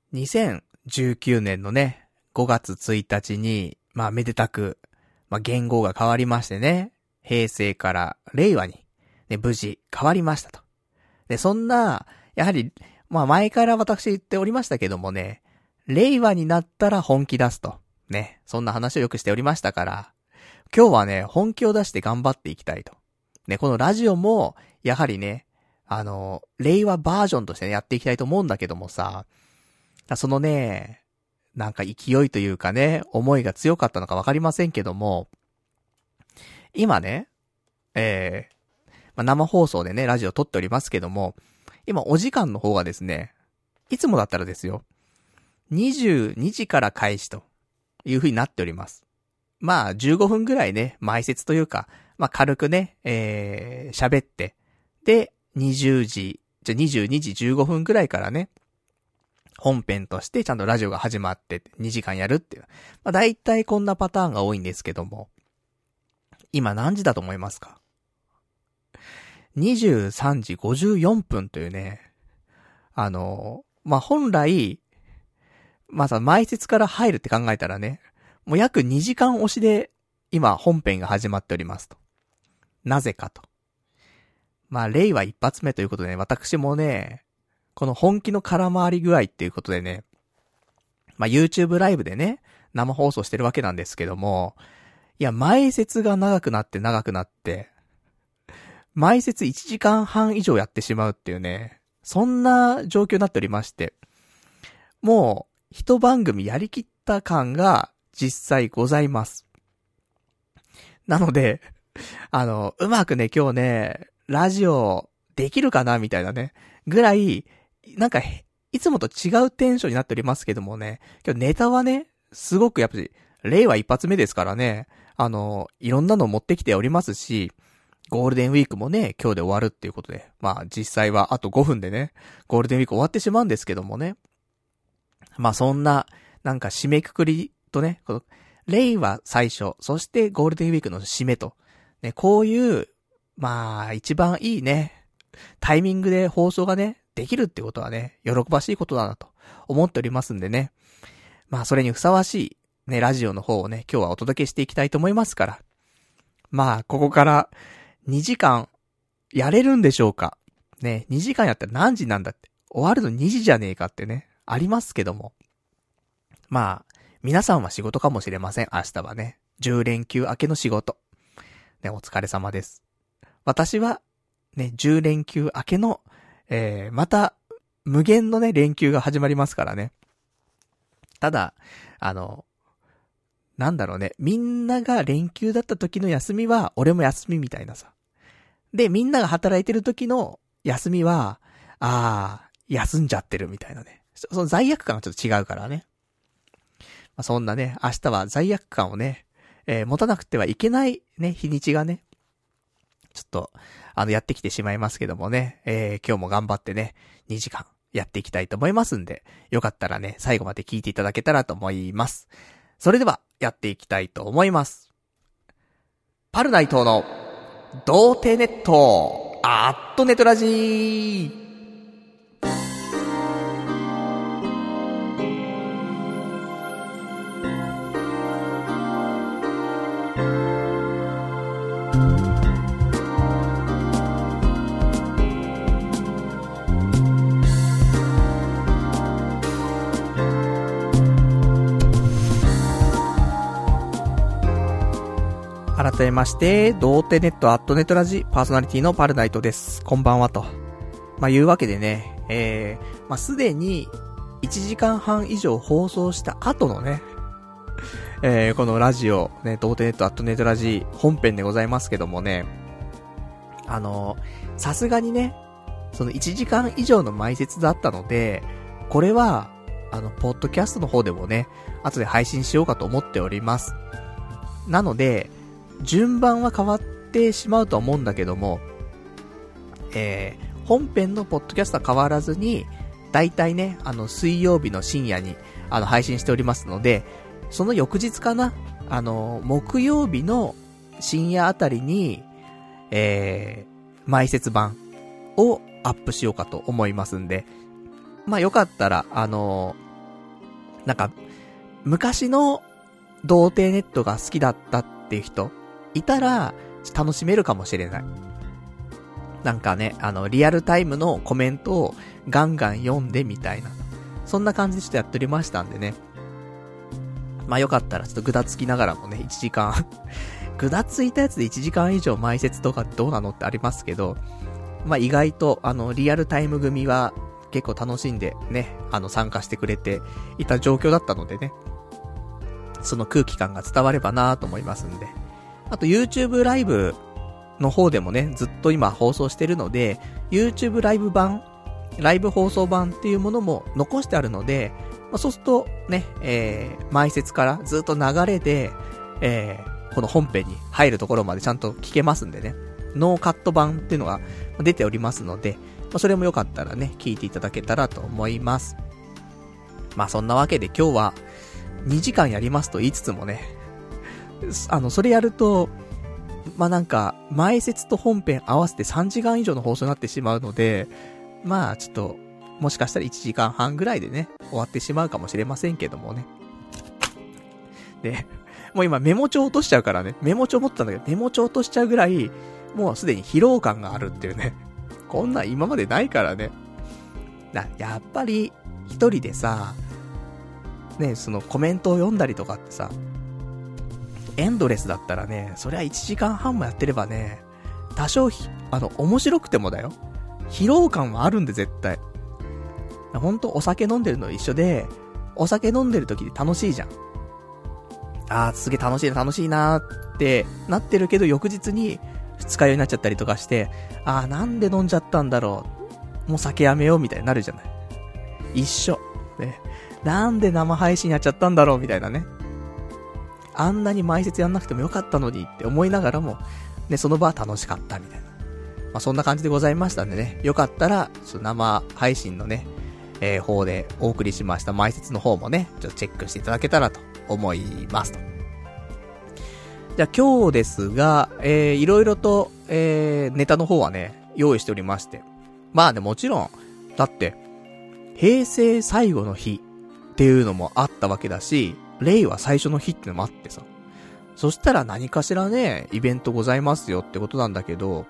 2019年のね、5月1日に、めでたく、元号が変わりましてね、平成から令和に、ね、無事変わりましたと。で、そんな、やはり、前から私言っておりましたけどもね、令和になったら本気出すと。ね、そんな話をよくしておりましたから、今日はね、本気を出して頑張っていきたいと。ね、このラジオも、やはりね、令和バージョンとしてね、やっていきたいと思うんだけどもさ、そのね、なんか勢いというかね、思いが強かったのかわかりませんけども、今ね、生放送でね、ラジオ撮っておりますけども、今お時間の方がですね、いつもだったらですよ、22時から開始という風になっております。15分ぐらいね、前説というか、軽くね、喋って、で、22時15分ぐらいからね、本編としてちゃんとラジオが始まって2時間やるっていう。だいたいこんなパターンが多いんですけども、今何時だと思いますか？ 23 時54分というね、本来、前説から入るって考えたらね、もう約2時間押しで今本編が始まっておりますと。なぜかと。令和一発目ということでね、私もね、この本気の空回り具合っていうことでね、YouTube ライブでね、生放送してるわけなんですけども、いや、前説が長くなって、前説1時間半以上やってしまうっていうね、そんな状況になっておりまして、もう、一番組やりきった感が実際ございます。なので、うまくね、今日ね、ラジオできるかなみたいなね、ぐらい、なんか、いつもと違うテンションになっておりますけどもね、今日ネタはね、すごくやっぱり、令和一発目ですからね、いろんなの持ってきておりますし、ゴールデンウィークもね、今日で終わるっていうことで、実際はあと5分でね、ゴールデンウィーク終わってしまうんですけどもね。そんな、なんか締めくくりとね、この、令和最初、そしてゴールデンウィークの締めと、ね、こういう、一番いいね、タイミングで放送がね、できるってことはね、喜ばしいことだなと思っておりますんでね。それにふさわしい、ね、ラジオの方をね、今日はお届けしていきたいと思いますから。ここから2時間やれるんでしょうか。ね、2時間やったら何時なんだって。終わるの2時じゃねえかってね、ありますけども。皆さんは仕事かもしれません。明日はね、10連休明けの仕事。ね、お疲れ様です。私は、ね、10連休明けの、また、無限のね、連休が始まりますからね。ただ、なんだろうね、みんなが連休だった時の休みは、俺も休みみたいなさ。で、みんなが働いてる時の休みは、休んじゃってるみたいなね。その罪悪感がちょっと違うからね。そんなね、明日は罪悪感をね、持たなくてはいけないね、日にちがね、ちょっと、やってきてしまいますけどもね、今日も頑張ってね、2時間やっていきたいと思いますんで、よかったらね、最後まで聞いていただけたらと思います。それでは、やっていきたいと思います。パルナイトの、童貞ネット、ネトラジー。改めまして、童貞ネットネトラジパーソナリティのパルナイトです。こんばんはと。いうわけでね、すでに1時間半以上放送した後のね、このラジオ、ね、童貞ネットネトラジ本編でございますけどもね、さすがにね、その1時間以上の前説だったので、これは、ポッドキャストの方でもね、後で配信しようかと思っております。なので、順番は変わってしまうとは思うんだけども、本編のポッドキャストは変わらずに、だいたいね、水曜日の深夜に、配信しておりますので、その翌日かな、木曜日の深夜あたりに、前説版をアップしようかと思いますんで、よかったら、 なんか、昔の童貞ネットが好きだったっていう人、いたら、楽しめるかもしれない。なんかね、リアルタイムのコメントをガンガン読んでみたいな。そんな感じでちょっとやっておりましたんでね。まあよかったらちょっとぐだつきながらもね、1時間ぐだついたやつで1時間以上前説とかどうなのってありますけど、まあ意外とリアルタイム組は結構楽しんでね、参加してくれていた状況だったのでね、その空気感が伝わればなと思いますんで。あと YouTube ライブの方でもね、ずっと今放送してるので、YouTube ライブ版、ライブ放送版っていうものも残してあるので、まあ、そうするとね、前説からずっと流れで、この本編に入るところまでちゃんと聞けますんでね、ノーカット版っていうのが出ておりますので、まあ、それもよかったらね、聞いていただけたらと思います。まあそんなわけで今日は2時間やりますと言いつつもね、それやると、まあなんか、前説と本編合わせて3時間以上の放送になってしまうので、まあちょっと、もしかしたら1時間半ぐらいでね、終わってしまうかもしれませんけどもね。で、もう今メモ帳落としちゃうからね、メモ帳持ってたんだけど、メモ帳落としちゃうぐらい、もうすでに疲労感があるっていうね。こんなん今までないからね。やっぱり、一人でさ、ね、そのコメントを読んだりとかってさ、エンドレスだったらね、そりゃ1時間半もやってればね、多少面白くてもだよ。疲労感はあるんで絶対。ほんとお酒飲んでるの一緒で、お酒飲んでる時で楽しいじゃん。すげえ楽しいなってなってるけど、翌日に二日酔いになっちゃったりとかして、なんで飲んじゃったんだろう。もう酒やめようみたいになるじゃない。一緒。ね。なんで生配信やっちゃったんだろうみたいなね。あんなに前説やんなくてもよかったのにって思いながらも、ね、その場は楽しかったみたいな。まあ、そんな感じでございましたんでね。よかったら、生配信のね、方でお送りしました前説の方もね、ちょっとチェックしていただけたらと思いますと。じゃあ今日ですが、いろいろと、ネタの方はね、用意しておりまして。まあね、もちろん、だって、平成最後の日っていうのもあったわけだし、令和最初の日ってのもあってさ。そしたら何かしらね、イベントございますよってことなんだけど、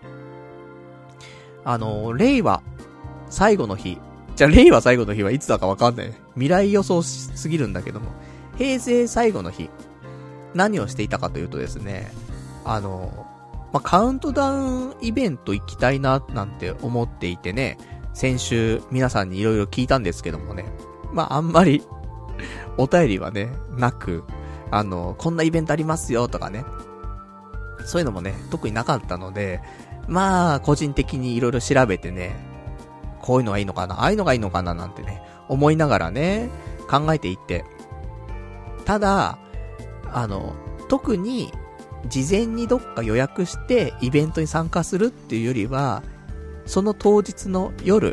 令和最後の日。じゃあ令和最後の日はいつだかわかんない。未来予想しすぎるんだけども。平成最後の日。何をしていたかというとですね、カウントダウンイベント行きたいな、なんて思っていてね、先週皆さんにいろいろ聞いたんですけどもね、あんまり、お便りはね、なく、こんなイベントありますよとかね、そういうのもね、特になかったので、個人的にいろいろ調べてね、こういうのがいいのかな、ああいうのがいいのかななんてね、思いながらね、考えていって、ただ、特に、事前にどっか予約してイベントに参加するっていうよりは、その当日の夜、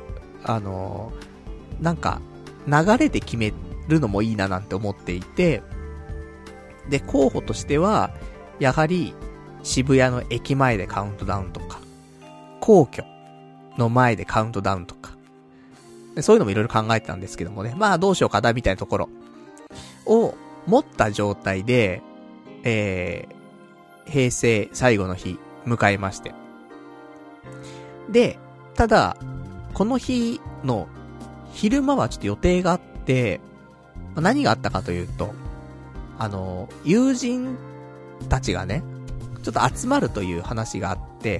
なんか、流れで決めるのもいいななんて思っていて、で、候補としては、やはり、渋谷の駅前でカウントダウンとか、皇居の前でカウントダウンとか、でそういうのもいろいろ考えてたんですけどもね、どうしようかなみたいなところを持った状態で、平成最後の日迎えまして。で、ただ、この日の昼間はちょっと予定があって、何があったかというと、友人たちがね、ちょっと集まるという話があって、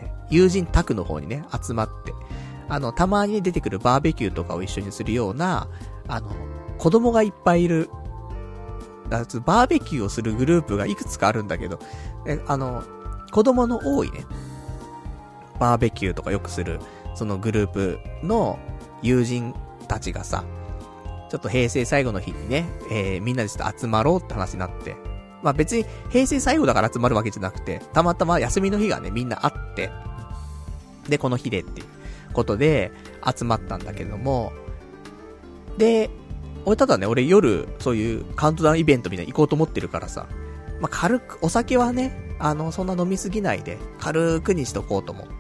友人宅の方にね、集まって、たまに出てくるバーベキューとかを一緒にするような、子供がいっぱいいる、バーベキューをするグループがいくつかあるんだけど、子供の多いね、バーベキューとかよくする、そのグループの友人たちがさ、ちょっと平成最後の日にね、みんなでちょっと集まろうって話になって、別に平成最後だから集まるわけじゃなくて、たまたま休みの日がね、みんなあって、で、この日でっていうことで集まったんだけども、で、俺夜、そういうカウントダウンイベントみたいに行こうと思ってるからさ、軽く、お酒はね、そんな飲みすぎないで、軽くにしとこうと思って。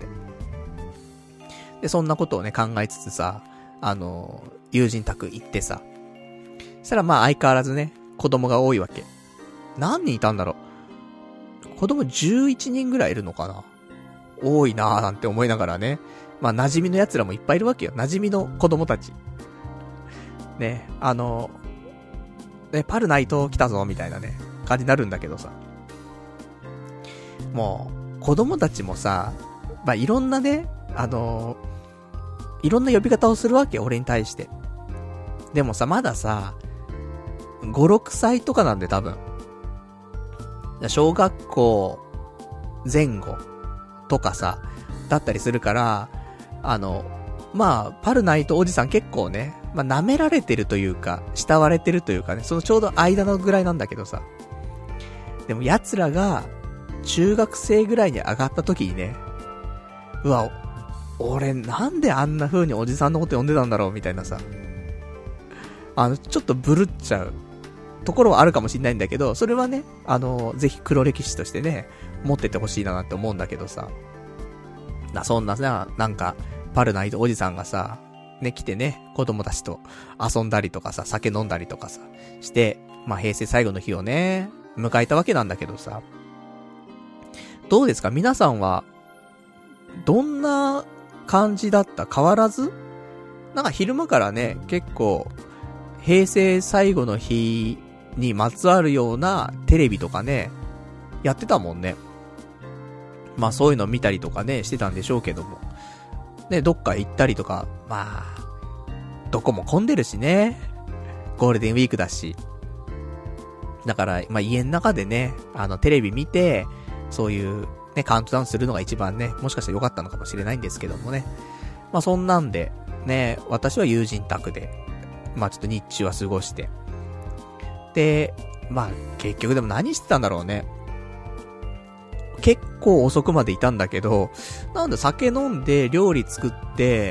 で、そんなことをね、考えつつさ、友人宅行ってさ、 したらまあ相変わらずね、子供が多いわけ。何人いたんだろう。子供11人ぐらいいるのかな。多いなーなんて思いながらね。まあ馴染みの奴らもいっぱいいるわけよ。馴染みの子供たち。ね、ね、パルナイト来たぞみたいなね、感じになるんだけどさ。もう、子供たちもさ、まあいろんなね、いろんな呼び方をするわけよ、俺に対して。でもさ、まださ、5、6歳とかなんで多分。小学校前後とかさ、だったりするから、まあ、パルナイトおじさん結構ね、まあ舐められてるというか、慕われてるというかね、そのちょうど間のぐらいなんだけどさ。でも奴らが、中学生ぐらいに上がった時にね、うわ、俺なんであんな風におじさんのこと呼んでたんだろうみたいなさ。ちょっとブルっちゃうところはあるかもしんないんだけど、それはね、ぜひ黒歴史としてね、持っててほしいなって思うんだけどさ。そんなさ、なんか、パルナイトおじさんがさ、ね、来てね、子供たちと遊んだりとかさ、酒飲んだりとかさ、して、まあ平成最後の日をね、迎えたわけなんだけどさ。どうですか皆さんは、どんな感じだった？変わらず？なんか昼間からね、結構、平成最後の日にまつわるようなテレビとかね、やってたもんね。まあそういうの見たりとかね、してたんでしょうけども。ね、どっか行ったりとか、まあ、どこも混んでるしね。ゴールデンウィークだし。だから、まあ家の中でね、テレビ見て、そういうね、カウントダウンするのが一番ね、もしかしたら良かったのかもしれないんですけどもね。まあそんなんで、ね、私は友人宅で、まあちょっと日中は過ごして。で、まあ結局でも何してたんだろうね。結構遅くまでいたんだけど、なんだ酒飲んで料理作って、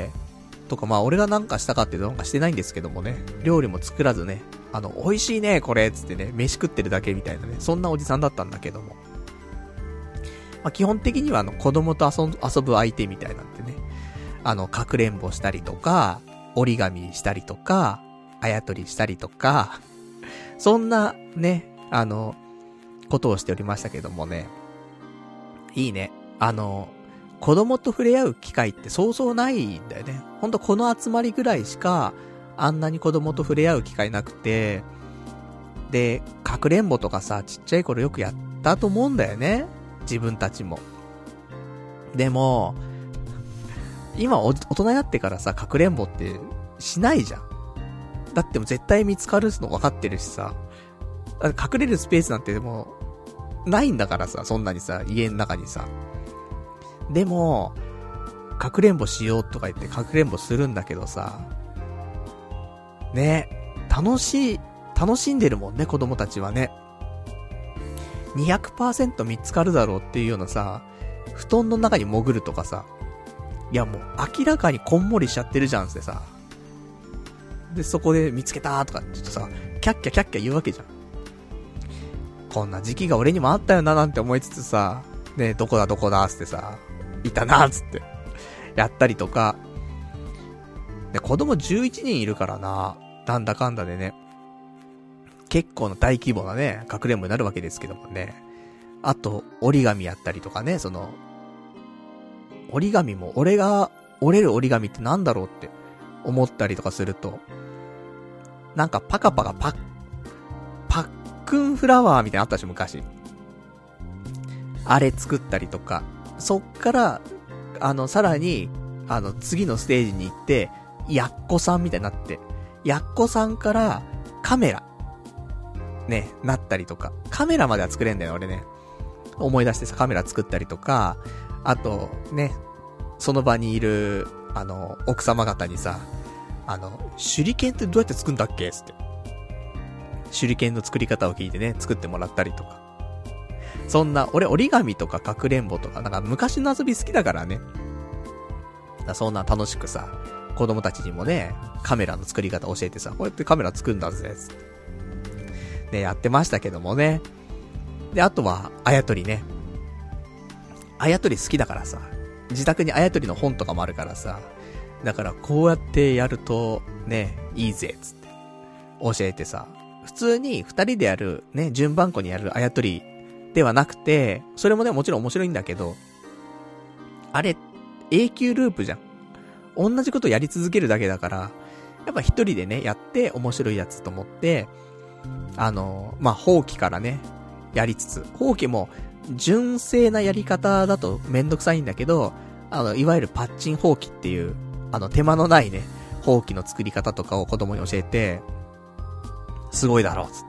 とかまあ俺がなんかしたかってなんかしてないんですけどもね。料理も作らずね、美味しいねこれつってね、飯食ってるだけみたいなね、そんなおじさんだったんだけども。まあ基本的には子供と遊ぶ相手みたいなんでね、かくれんぼしたりとか、折り紙したりとか、あやとりしたりとか、そんなね、ことをしておりましたけどもね。いいね。子供と触れ合う機会ってそうそうないんだよね。ほんとこの集まりぐらいしか、あんなに子供と触れ合う機会なくて、で、かくれんぼとかさ、ちっちゃい頃よくやったと思うんだよね。自分たちも。でも、今大人になってからさ、かくれんぼってしないじゃん。だっても絶対見つかるの分かってるしさ、隠れるスペースなんてでもないんだからさ、そんなにさ、家の中にさ。でも、かくれんぼしようとか言ってかくれんぼするんだけどさ、ね、楽しんでるもんね、子供たちはね。200% 見つかるだろうっていうようなさ、布団の中に潜るとかさ、いやもう明らかにこんもりしちゃってるじゃんってさ。で、そこで見つけたとか、ちょっとさ、キャッキャキャッキャ言うわけじゃん。こんな時期が俺にもあったよななんて思いつつさ、ね、どこだつってさ、いたなつって、やったりとか。で、子供11人いるからな、なんだかんだでね。結構な大規模なね、かくれんぼになるわけですけどもね。あと、折り紙やったりとかね、折り紙も、俺が折れる折り紙ってなんだろうって思ったりとかすると、なんかパカパカパックンフラワーみたいなのあったし、昔。あれ作ったりとか、そっから、さらに、次のステージに行って、やっこさんみたいになって、やっこさんからカメラ、ね、なったりとか、カメラまでは作れんだよ、俺ね。思い出してさ、カメラ作ったりとか、あと、ね、その場にいる、奥様方にさ、手裏剣ってどうやって作るんだっけつって。手裏剣の作り方を聞いてね、作ってもらったりとか。そんな、俺折り紙とかかくれんぼとか、なんか昔の遊び好きだからね。そんな楽しくさ、子供たちにもね、カメラの作り方教えてさ、こうやってカメラ作るんだぜ、つって。ね、やってましたけどもね。で、あとは、あやとりね。あやとり好きだからさ、自宅にあやとりの本とかもあるからさ、だからこうやってやると、ね、いいぜ、つって。 教えてさ、普通に二人でやる、ね、順番こにやるあやとりではなくて、それもね、もちろん面白いんだけど、あれ、永久ループじゃん。同じことやり続けるだけだから、やっぱ一人でね、やって面白いやつと思って、放棄からね、やりつつ、放棄も、純正なやり方だとめんどくさいんだけど、いわゆるパッチン放棄っていう、手間のないね、放棄の作り方とかを子供に教えて、すごいだろう、つって。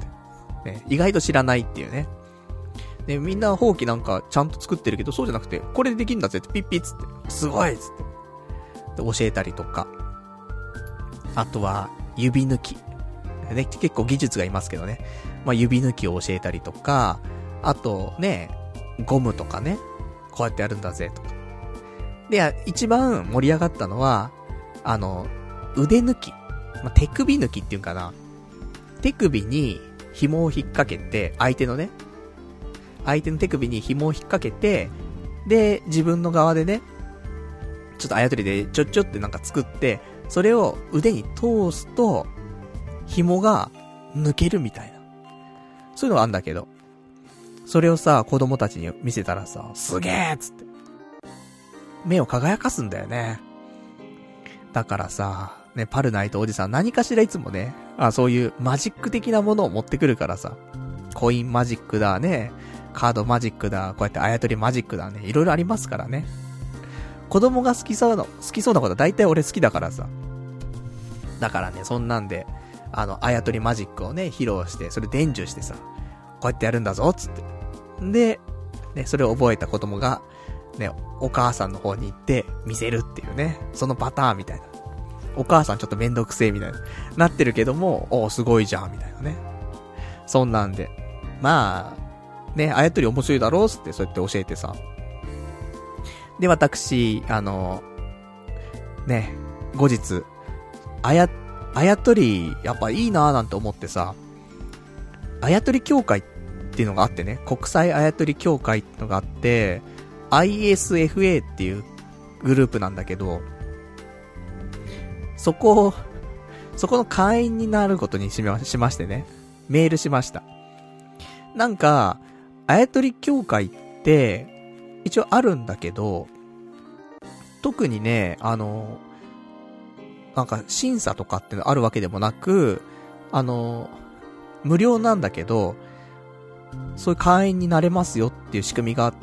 ね、意外と知らないっていうね。で、みんな放棄なんかちゃんと作ってるけど、そうじゃなくて、これでできんだぜってピッピッつって、すごいっつって。で、教えたりとか。あとは、指抜き。ね、結構技術がいますけどね。指抜きを教えたりとか、あとね、ゴムとかね、こうやってやるんだぜとか。で、一番盛り上がったのは、腕抜き。手首抜きっていうんかな。手首に紐を引っ掛けて、相手の手首に紐を引っ掛けて、で、自分の側でね、ちょっとあやとりでちょってなんか作って、それを腕に通すと、紐が抜けるみたいな。そういうのがあるんだけど、それをさ、子供たちに見せたらさ、すげーっつって。目を輝かすんだよね。だからさ、ね、パルナイトおじさん何かしらいつもね、そういうマジック的なものを持ってくるからさ、コインマジックだね、カードマジックだ、こうやってあやとりマジックだね、いろいろありますからね。子供が好きそうなことは大体俺好きだからさ。だからね、そんなんで、あやとりマジックをね、披露して、それ伝授してさ、こうやってやるんだぞ、つって。で、ね、それを覚えた子供が、ね、お母さんの方に行って見せるっていうね、そのパターンみたいな。お母さんちょっとめんどくせえみたいな、なってるけども、すごいじゃん、みたいなね。そんなんで。ね、あやとり面白いだろうつって、そうやって教えてさ。で、私、ね、後日、あやとり、やっぱいいなーなんて思ってさ、あやとり協会っていうのがあってね、国際あやとり協会っていうのがあって、ISFA っていうグループなんだけど、そこの会員になることにしましてね、メールしました。なんか、あやとり協会って、一応あるんだけど、特にね、なんか審査とかってあるわけでもなく、無料なんだけど、そういう会員になれますよっていう仕組みがあって、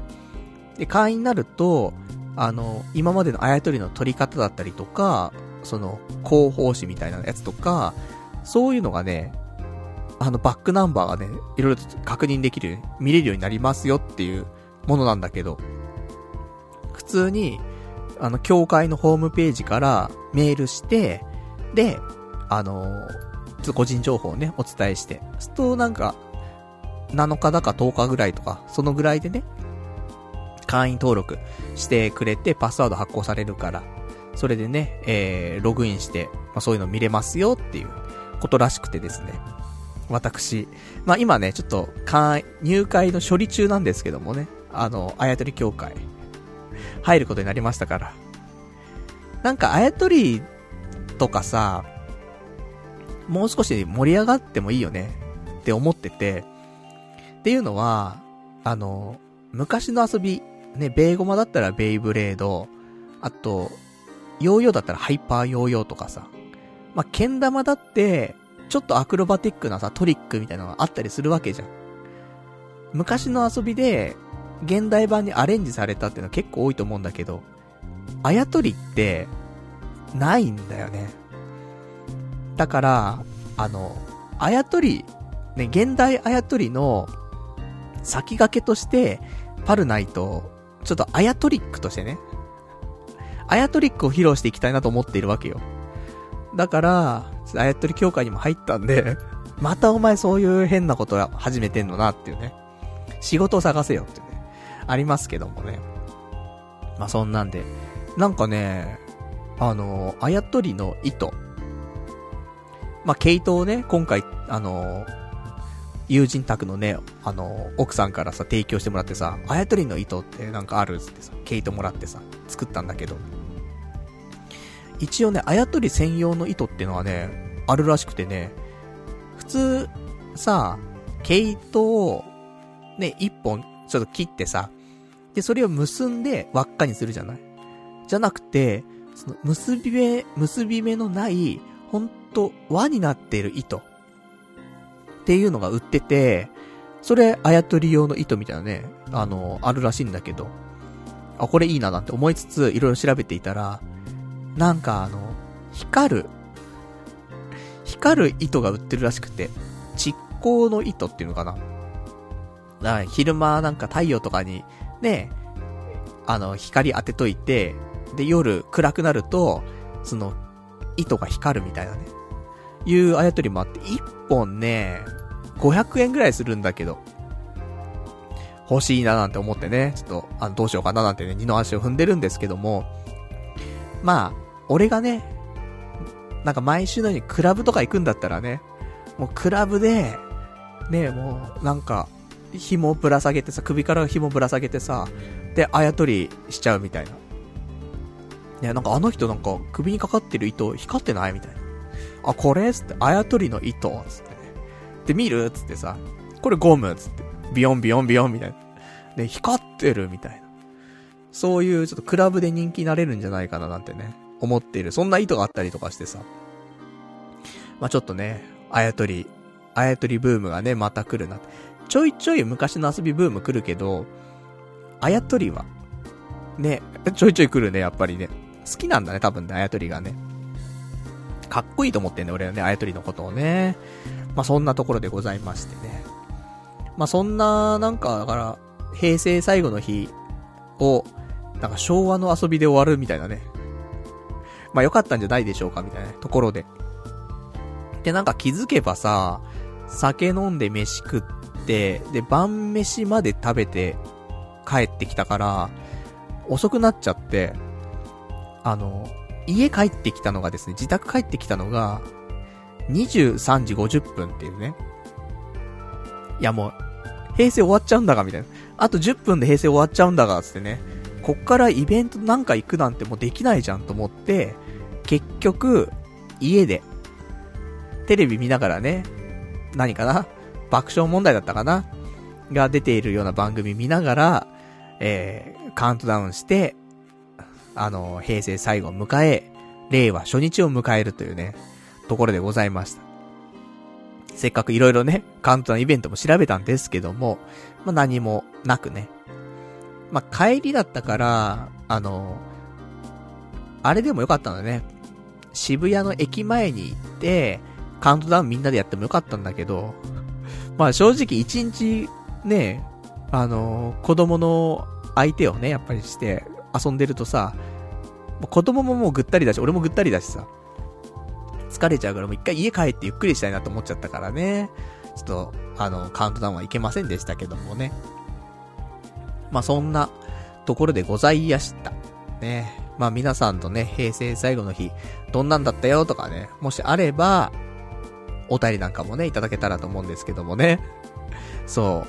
で、会員になると、今までのあやとりの取り方だったりとか、その、広報誌みたいなやつとか、そういうのがね、バックナンバーがね、いろいろと確認できる、見れるようになりますよっていうものなんだけど、普通に、協会のホームページからメールして、で、ちょっと個人情報をね、お伝えして、するとなんか、7日だか10日ぐらいとか、そのぐらいでね、会員登録してくれて、パスワード発行されるから、それでね、ログインして、そういうの見れますよっていうことらしくてですね。私、今ね、ちょっと、入会の処理中なんですけどもね、あやとり協会、入ることになりましたから。なんか、あやとりとかさ、もう少し盛り上がってもいいよね、って思ってて、っていうのは、昔の遊び、ね、ベイゴマだったらベイブレード、あと、ヨーヨーだったらハイパーヨーヨーとかさ、けん玉だって、ちょっとアクロバティックなさ、トリックみたいなのがあったりするわけじゃん。昔の遊びで、現代版にアレンジされたっていうのは結構多いと思うんだけど、あやとりって、ないんだよね。だから、あやとり、ね、現代あやとりの先駆けとして、パルナイト、ちょっとあやトリックとしてね、あやトリックを披露していきたいなと思っているわけよ。だから、あやとり協会にも入ったんで、またお前そういう変なこと始めてんのなっていうね。仕事を探せよっていうね。ありますけどもね。そんなんで。なんかね、あやとりの糸。毛糸をね、今回、友人宅のね、奥さんからさ、提供してもらってさ、あやとりの糸ってなんかあるっつってさ、毛糸もらってさ、作ったんだけど。一応ね、あやとり専用の糸っていうのはね、あるらしくてね、 通、さ、毛糸を、ね、一本ちょっと切ってさ、で、それを結んで輪っかにするじゃない？じゃなくて、その結び目のない、ほんと輪になっている糸っていうのが売ってて、それあやとり用の糸みたいなね、あるらしいんだけど、あ、これいいななんて思いつついろいろ調べていたら、なんか光る糸が売ってるらしくて、蓄光の糸っていうのかな。だから昼間なんか太陽とかにね、光当てといて、で夜暗くなるとその糸が光るみたいなね、いうあやとりもあって、1本ね500円ぐらいするんだけど、欲しいななんて思ってね、ちょっとどうしようかななんてね、二の足を踏んでるんですけども、まあ俺がね、なんか毎週のようにクラブとか行くんだったらね、もうクラブでね、もうなんか紐ぶら下げてさ、首から紐ぶら下げてさ、であやとりしちゃうみたいな。ね、なんかあの人なんか首にかかってる糸光ってないみたいな。あ、これつって、あやとりの糸つってね。で、見るつってさ、これゴムつって、ビヨンビヨンビヨンみたいな。で、光ってるみたいな。そういうちょっとクラブで人気になれるんじゃないかななんてね、思っている。そんな糸があったりとかしてさ。まあちょっとね、あやとりブームがね、また来るな。ちょいちょい昔の遊びブーム来るけど、あやとりは、ね、ちょいちょい来るね、やっぱりね。好きなんだね、多分ね、あやとりがね。かっこいいと思ってんね、俺はね、あやとりのことをね。まあそんなところでございましてね。まあそんな、なんか、だから、平成最後の日を、なんか昭和の遊びで終わるみたいなね。まあ良かったんじゃないでしょうか、みたいなところで。で、なんか気づけばさ、酒飲んで飯食って、で、晩飯まで食べて帰ってきたから、遅くなっちゃって、家帰ってきたのがですね、自宅帰ってきたのが、23時50分っていうね。いやもう、平成終わっちゃうんだが、みたいな。あと10分で平成終わっちゃうんだが、つってね。こっからイベントなんか行くなんてもうできないじゃんと思って、結局、家で、テレビ見ながらね、何かな？爆笑問題だったかな？が出ているような番組見ながら、カウントダウンして、平成最後を迎え、令和初日を迎えるというね、ところでございました。せっかくいろいろね、カウントダウンイベントも調べたんですけども、まあ、何もなくね。まあ、帰りだったから、あれでもよかったんだね。渋谷の駅前に行って、カウントダウンみんなでやってもよかったんだけど、まあ正直一日ね、子供の相手をね、やっぱりして遊んでるとさ、子供ももうぐったりだし、俺もぐったりだしさ、疲れちゃうからもう一回家帰ってゆっくりしたいなと思っちゃったからね、ちょっと、カウントダウンはいけませんでしたけどもね。まあそんなところでございやした。ね。まあ皆さんとね、平成最後の日、どんなんだったよとかね、もしあれば、お便りなんかもね、いただけたらと思うんですけどもね。そう。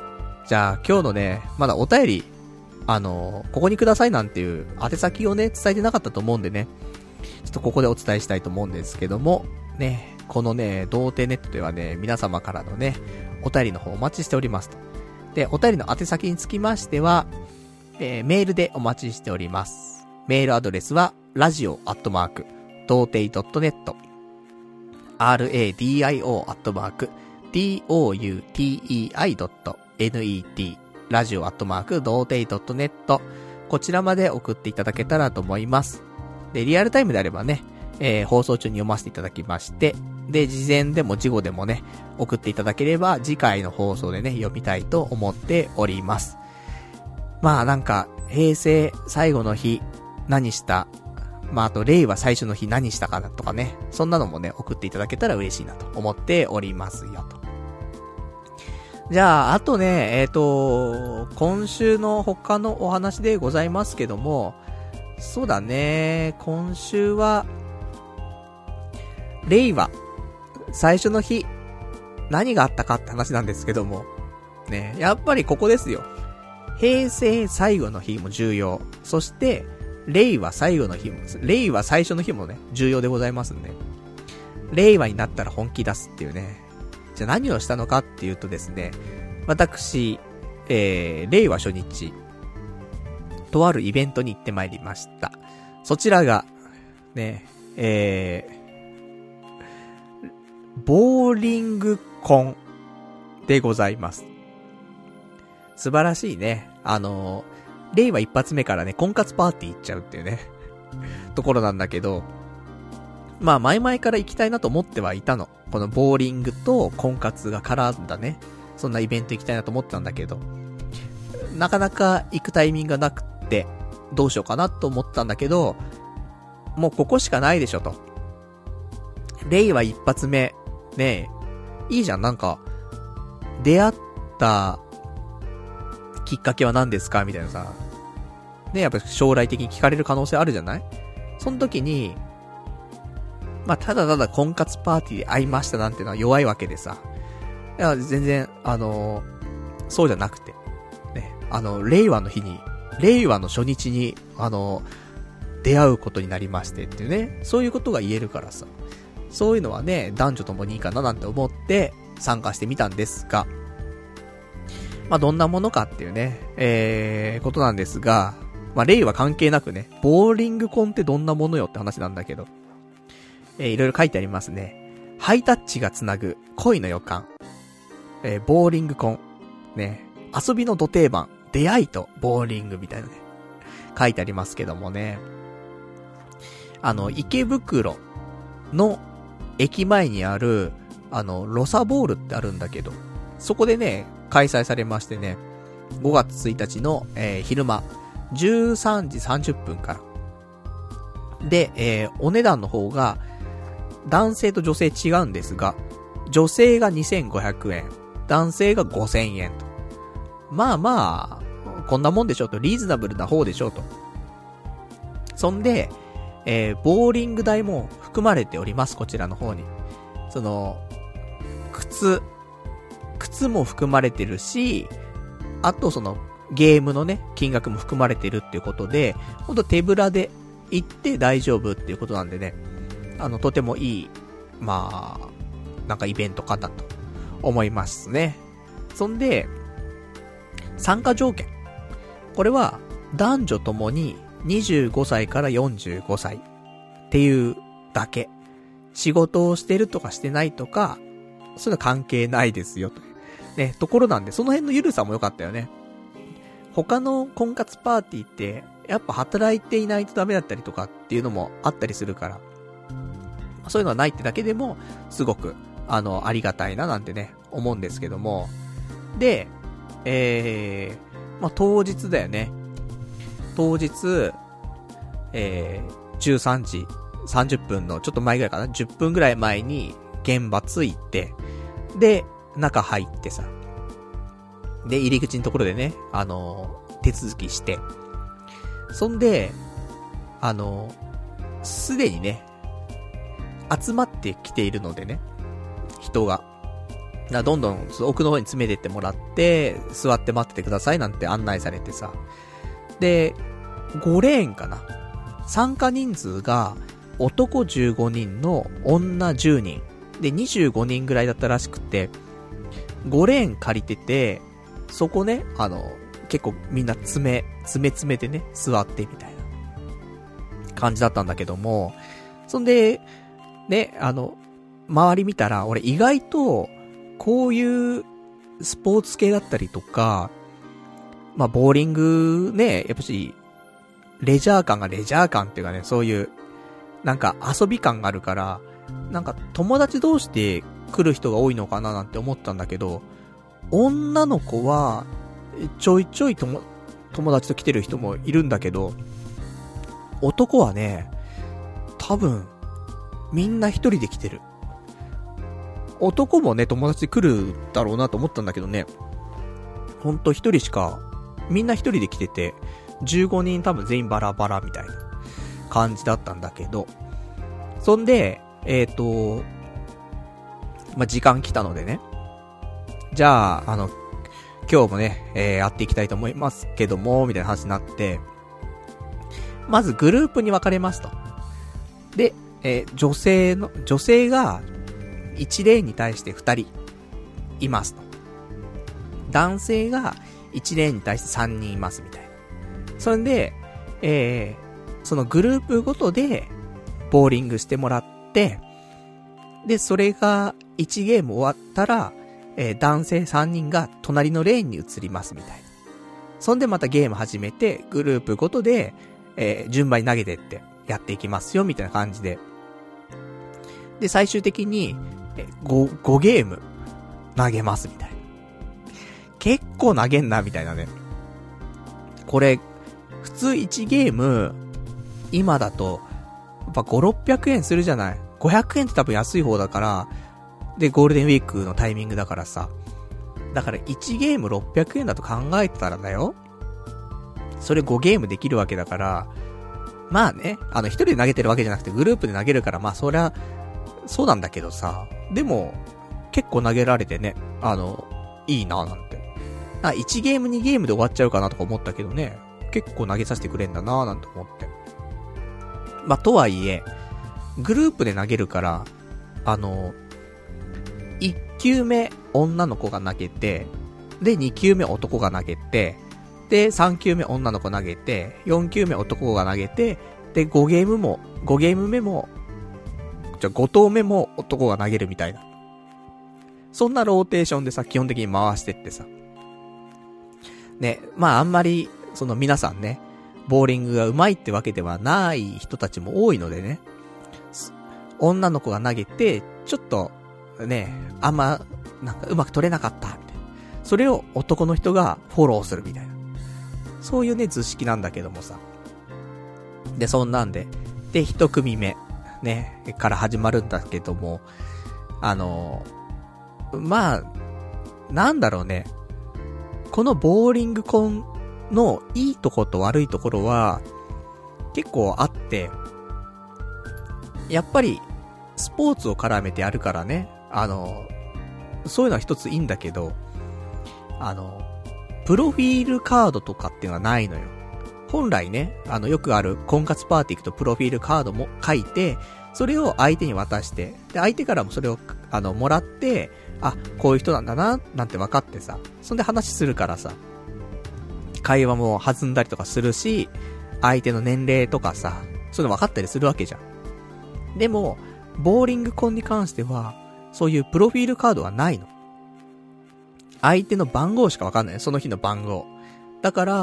じゃあ今日のね、まだお便り、ここにくださいなんていう宛先をね、伝えてなかったと思うんでね、ちょっとここでお伝えしたいと思うんですけども、ね、このね、童貞ネットではね、皆様からのね、お便りの方お待ちしておりますと。で、お便りの宛先につきましては、メールでお待ちしております。メールアドレスは、radio@doutei.net radio@doutei.net radio@doutei.net こちらまで送っていただけたらと思います。で、リアルタイムであればね、放送中に読ませていただきまして、で、事前でも事後でもね、送っていただければ次回の放送でね、読みたいと思っております。まあなんか、平成最後の日、何した？まああと、令和最初の日何したかなとかね、そんなのもね、送っていただけたら嬉しいなと思っておりますよと。じゃあ、あとね、今週の他のお話でございますけども、そうだね、今週は、令和最初の日、何があったかって話なんですけども、ね、やっぱりここですよ。平成最後の日も重要。そして、令和最後の日も、令和最初の日もね、重要でございますんで。令和になったら本気出すっていうね。 じゃあ何をしたのかっていうとですね、私、令和初日、とあるイベントに行ってまいりました。そちらが、ね、ボーリングコンでございます。素晴らしいね。令和一発目からね、婚活パーティー行っちゃうっていうね、ところなんだけど、まあ前々から行きたいなと思ってはいたの。このボーリングと婚活が絡んだね、そんなイベント行きたいなと思ってたんだけど、なかなか行くタイミングがなくって、どうしようかなと思ったんだけど、もうここしかないでしょと。令和一発目、ねえ、いいじゃん、なんか、出会ったきっかけは何ですかみたいなさ。ね、やっぱ将来的に聞かれる可能性あるじゃない？その時に、まあ、ただただ婚活パーティーで会いましたなんてのは弱いわけでさ。いや、全然、そうじゃなくて。ね、令和の日に、令和の初日に、出会うことになりましてっていうね、そういうことが言えるからさ。そういうのはね、男女ともにいいかななんて思って参加してみたんですが、まあ、どんなものかっていうね、ことなんですが、まあ、令和関係なくね、ボーリングコンってどんなものよって話なんだけど、いろいろ書いてありますね。ハイタッチがつなぐ恋の予感。ボーリングコン。ね。遊びのド定番。出会いとボーリングみたいなね。書いてありますけどもね。池袋の駅前にある、ロサボールってあるんだけど、そこでね、開催されましてね、5月1日の、昼間、13時30分から。で、お値段の方が、男性と女性違うんですが、女性が2500円、男性が5000円と。まあまあ、こんなもんでしょうと、リーズナブルな方でしょうと。そんで、ボーリング代も含まれております、こちらの方に。その、靴も含まれてるし、あとその、ゲームのね、金額も含まれてるっていうことで、ほんと手ぶらで行って大丈夫っていうことなんでね、とてもいい、まあ、なんかイベントかなと思いますね。そんで、参加条件。これは、男女ともに25歳から45歳っていうだけ。仕事をしてるとかしてないとか、そういうの関係ないですよと。ね、ところなんで、その辺の緩さも良かったよね。他の婚活パーティーって、やっぱ働いていないとダメだったりとかっていうのもあったりするから、そういうのはないってだけでも、すごく、ありがたいななんてね、思うんですけども。で、まあ、当日だよね。当日、13時30分のちょっと前ぐらいかな、10分ぐらい前に現場着いて、で、中入ってさ。で、入り口のところでね、手続きして。そんで、すでにね、集まってきているのでね、人が。どんどん奥の方に詰めてってもらって、座って待っててくださいなんて案内されてさ。で、5レーンかな。参加人数が男15人の女10人。で、25人ぐらいだったらしくて、5レーン借りてて、そこね、結構みんな詰めてね、座ってみたいな感じだったんだけども、そんで、ね、周り見たら、俺意外と、こういうスポーツ系だったりとか、まあ、ボーリングね、やっぱし、レジャー感っていうかね、そういう、なんか遊び感があるから、なんか友達同士で来る人が多いのかななんて思ったんだけど、女の子は、ちょいちょい友達と来てる人もいるんだけど、男はね、多分、みんな一人で来てる。男もね、友達で来るだろうなと思ったんだけどね、ほんと一人しか、みんな一人で来てて、15人多分全員バラバラみたいな感じだったんだけど、そんで、まあ、時間来たのでね、じゃあ、今日もね、やっていきたいと思いますけども、みたいな話になって、まずグループに分かれますと。で、女性が1レーンに対して2人。 いますと。男性が1レーンに対して3人いますみたいな。それで、そのグループごとで、ボーリングしてもらって、で、それが1ゲーム終わったら、男性3人が隣のレーンに移りますみたいな。そんでまたゲーム始めて、グループごとで、順番に投げてってやっていきますよみたいな感じで。で、最終的に、5ゲーム投げますみたいな。結構投げんなみたいなね。これ、普通1ゲーム、今だと、やっぱ5、600円するじゃない。500円って多分安い方だから、で、ゴールデンウィークのタイミングだからさ。だから1ゲーム600円だと考えてたらだよ。それ5ゲームできるわけだから、まあね、一人で投げてるわけじゃなくてグループで投げるから、まあそりゃ、そうなんだけどさ。でも、結構投げられてね、いいななんて。1ゲーム2ゲームで終わっちゃうかなとか思ったけどね、結構投げさせてくれんだななんて思って。まあとはいえ、グループで投げるから、1球目女の子が投げて、で2球目男が投げて、で3球目女の子投げて、4球目男が投げて、で5ゲーム目も、5投目も男が投げるみたいな。そんなローテーションでさ、基本的に回してってさ。ね、まああんまり、皆さんね、ボーリングが上手いってわけではない人たちも多いのでね、女の子が投げて、ちょっと、ね、あんま、なんかうまく取れなかった、みたいな。それを男の人がフォローするみたいな。そういうね、図式なんだけどもさ。で、そんなんで。で、一組目、ね、から始まるんだけども、まあ、なんだろうね。このボーリングコンのいいところと悪いところは、結構あって、やっぱり、スポーツを絡めてやるからね、そういうのは一ついいんだけど、プロフィールカードとかっていうのはないのよ。本来ね、よくある婚活パーティー行くとプロフィールカードも書いて、それを相手に渡して、で、相手からもそれを、もらって、あ、こういう人なんだな、なんて分かってさ、そんで話するからさ、会話も弾んだりとかするし、相手の年齢とかさ、そういうの分かったりするわけじゃん。でも、ボーリングコンに関しては、そういうプロフィールカードはないの。相手の番号しか分かんない。その日の番号。だから、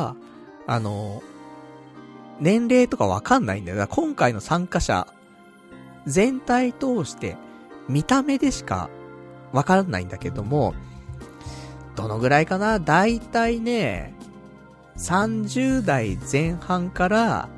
年齢とか分かんないんだよ。だから今回の参加者、全体通して、見た目でしか分からないんだけども、どのぐらいかな？だいたいね、30代前半から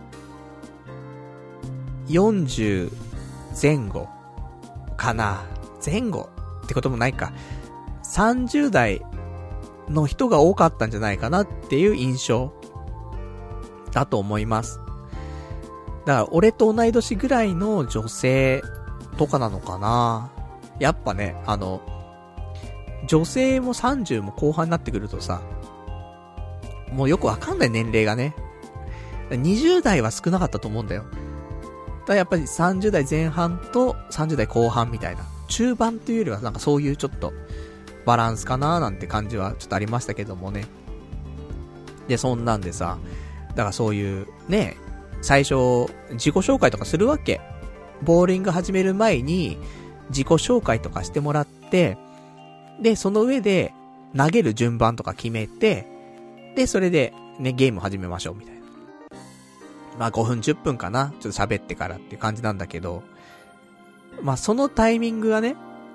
、40前後かな。前後ってこともないか。30代の人が多かったんじゃないかなっていう印象だと思います。だから俺と同い年ぐらいの女性とかなのかな。やっぱね、女性も30も後半になってくるとさ、もうよくわかんない年齢がね、20代は少なかったと思うんだよ。だからやっぱり30代前半と30代後半みたいな。中盤っていうよりはなんかそういうちょっとバランスかなーなんて感じはちょっとありましたけどもね。で、そんなんでさ、だからそういうね、最初自己紹介とかするわけ。ボーリング始める前に自己紹介とかしてもらって、で、その上で投げる順番とか決めて、で、それでね、ゲーム始めましょうみたいな。まあ5分10分かな。ちょっと喋ってからっていう感じなんだけど、まあそのタイミングがね、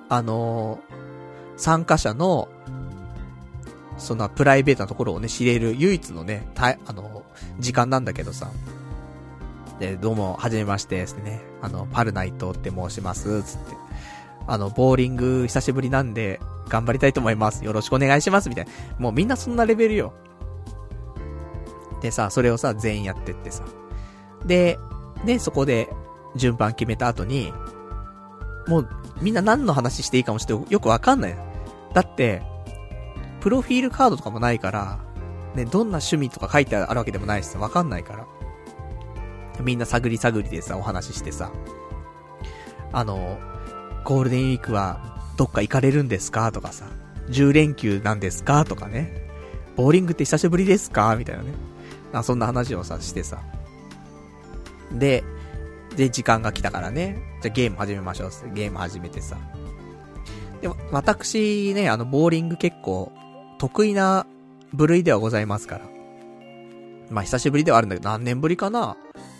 参加者の、そのプライベートなところをね、知れる唯一のね、時間なんだけどさ。で、どうも、はじめましてですね。パルナイトって申します、つって。ボーリング久しぶりなんで、頑張りたいと思います。よろしくお願いします、みたいな。もうみんなそんなレベルよ。でさ、それをさ、全員やってってさ。で、そこで、順番決めた後に、もう、みんな何の話していいかもちょっとよくわかんない。だって、プロフィールカードとかもないから、ね、どんな趣味とか書いてあるわけでもないしさ、わかんないから。みんな探り探りでさ、お話ししてさ、ゴールデンウィークはどっか行かれるんですかとかさ、 10連休なんですかとかね。ボーリングって久しぶりですかみたいなね。そんな話をさ、してさ。で、時間が来たからね。じゃあゲーム始めましょうって。ゲーム始めてさ。でも、私ね、ボーリング結構、得意な部類ではございますから。まあ、久しぶりではあるんだけど、何年ぶりかな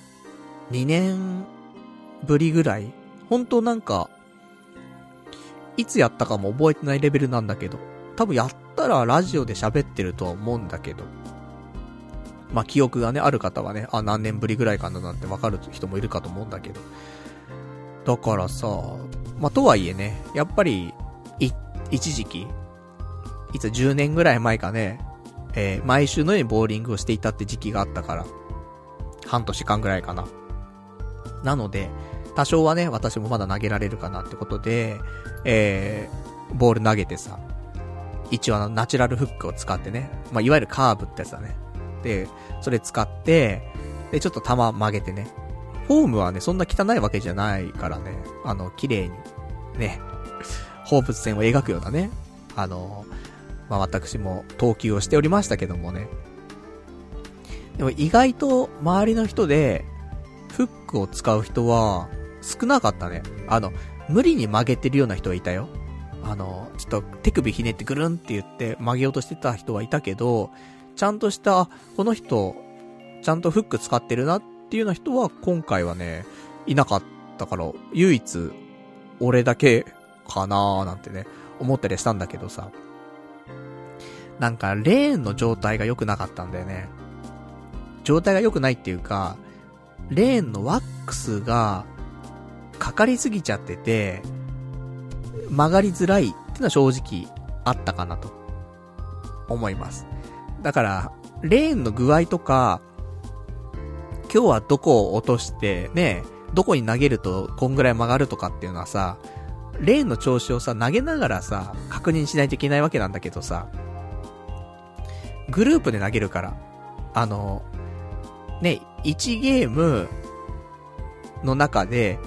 ?2 年ぶりぐらい。本当なんか、いつやったかも覚えてないレベルなんだけど、多分やったらラジオで喋ってるとは思うんだけど、まあ記憶がね、ある方はね、何年ぶりぐらいかななんてわかる人もいるかと思うんだけど。だからさ、まあとはいえね、やっぱり、一時期、いつ10年ぐらい前かね、毎週のようにボーリングをしていたって時期があったから、半年間ぐらいかな。なので、多少はね、私もまだ投げられるかなってことで、ボール投げてさ、一応ナチュラルフックを使ってね、まあ、いわゆるカーブってやつだね。で、それ使って、で、ちょっと球曲げてね。フォームはね、そんな汚いわけじゃないからね、綺麗に、ね、放物線を描くようなね、まあ、私も投球をしておりましたけどもね。でも意外と周りの人で、フックを使う人は少なかったね。無理に曲げてるような人はいたよ。ちょっと手首ひねってぐるんって言って曲げようとしてた人はいたけど、ちゃんとした、この人、ちゃんとフック使ってるなっていうような人は今回はね、いなかったから、唯一、俺だけかなーなんてね、思ったりしたんだけどさ。なんか、レーンの状態が良くなかったんだよね。状態が良くないっていうか、レーンのワックスが、かかりすぎちゃってて、曲がりづらいっていうのは正直あったかなと思います。だからレーンの具合とか、今日はどこを落としてね、どこに投げるとこんぐらい曲がるとかっていうのはさ、レーンの調子をさ投げながらさ確認しないといけないわけなんだけどさ、グループで投げるからね、1ゲームの中で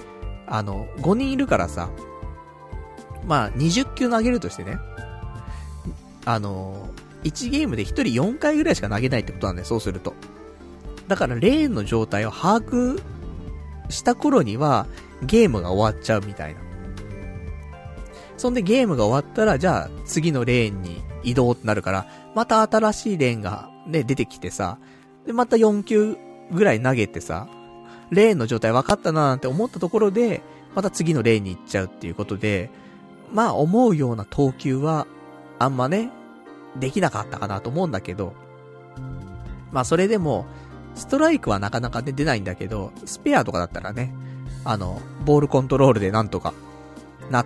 5人いるからさ、まあ、20球投げるとしてね。1ゲームで1人4回ぐらいしか投げないってことなんだよ、そうすると。だから、レーンの状態を把握した頃には、ゲームが終わっちゃうみたいな。そんでゲームが終わったら、じゃあ、次のレーンに移動ってなるから、また新しいレーンがね、出てきてさ、で、また4球ぐらい投げてさ、レーンの状態分かったなーなんて思ったところで、また次のレーンに行っちゃうっていうことで、まあ思うような投球はあんまねできなかったかなと思うんだけど、まあそれでもストライクはなかなかね出ないんだけど、スペアとかだったらね、ボールコントロールでなんとかなって、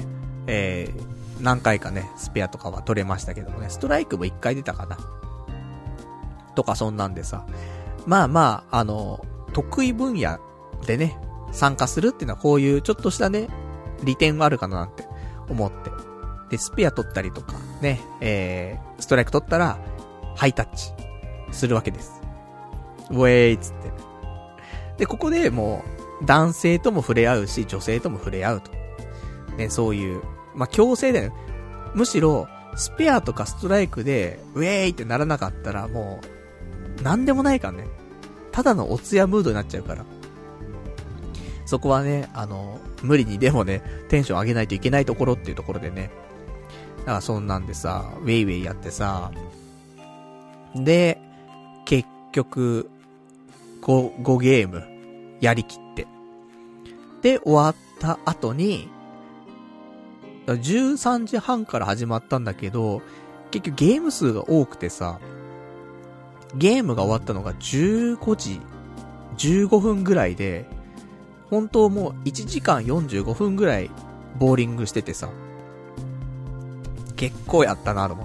何回かねスペアとかは取れましたけどもね、ストライクも1回出たかなとか、そんなんでさ、まあまあ得意分野でね参加するっていうのはこういうちょっとしたね利点はあるかななんて思って。で、スペア取ったりとか、ね、ストライク取ったら、ハイタッチ、するわけです。ウェーイつって。で、ここでもう、男性とも触れ合うし、女性とも触れ合うと。ね、そういう、まあ、強制だよ。むしろ、スペアとかストライクで、ウェーイってならなかったら、もう、なんでもないからね。ただのおつやムードになっちゃうから。そこはね、無理にでもね、テンション上げないといけないところっていうところでね。だからそんなんでさ、ウェイウェイやってさ、で、結局、5ゲーム、やりきって。で、終わった後に、13時半から始まったんだけど、結局ゲーム数が多くてさ、ゲームが終わったのが15時15分ぐらいで、本当もう1時間45分ぐらいボーリングしててさ、結構やったなと思って。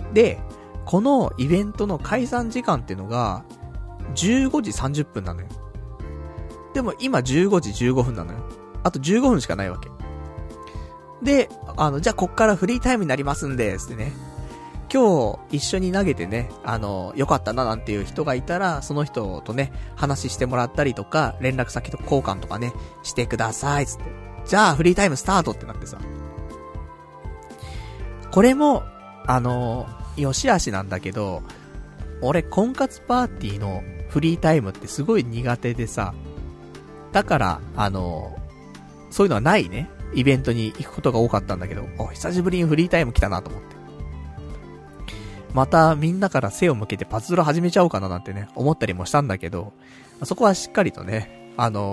で、このイベントの解散時間っていうのが15時30分なのよ。でも今15時15分なのよ。あと15分しかないわけ。で、じゃあこっからフリータイムになりますんで、つってね。今日一緒に投げてね、よかったななんていう人がいたら、その人とね、話してもらったりとか、連絡先と交換とかね、してください、つって。じゃあフリータイムスタートってなってさ。 これも、よしあしなんだけど、俺、婚活パーティーのフリータイムってすごい苦手でさ、だから、そういうのはないね、イベントに行くことが多かったんだけど、久しぶりにフリータイム来たなと思って。またみんなから背を向けてパズドラ始めちゃおうかななんてね、思ったりもしたんだけど、そこはしっかりとね、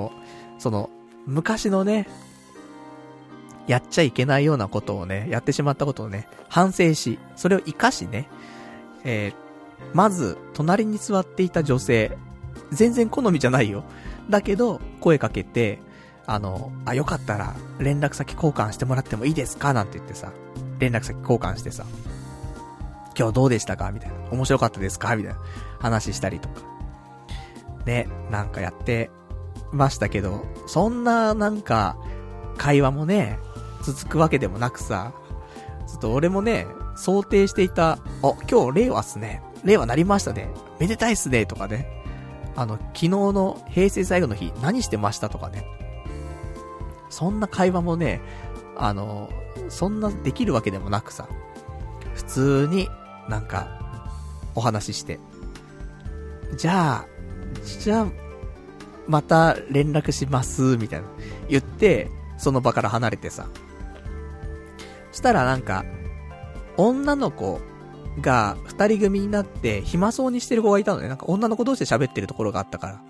昔のね、やっちゃいけないようなことをね、やってしまったことをね、反省し、それを活かしね、まず、隣に座っていた女性、全然好みじゃないよ。だけど、声かけて、よかったら、連絡先交換してもらってもいいですかなんて言ってさ、連絡先交換してさ、今日どうでしたかみたいな。面白かったですかみたいな話したりとか。ね、なんかやってましたけど、そんななんか、会話もね、続くわけでもなくさ、ちょっと俺もね、想定していた、今日令和っすね。令和なりましたね。めでたいっすね。とかね。昨日の平成最後の日、何してましたとかね。そんな会話もね、そんなできるわけでもなくさ、普通になんか、お話しして。じゃあ、また連絡します、みたいな。言って、その場から離れてさ。そしたらなんか、女の子が二人組になって暇そうにしてる子がいたのね。なんか女の子同士で喋ってるところがあったから。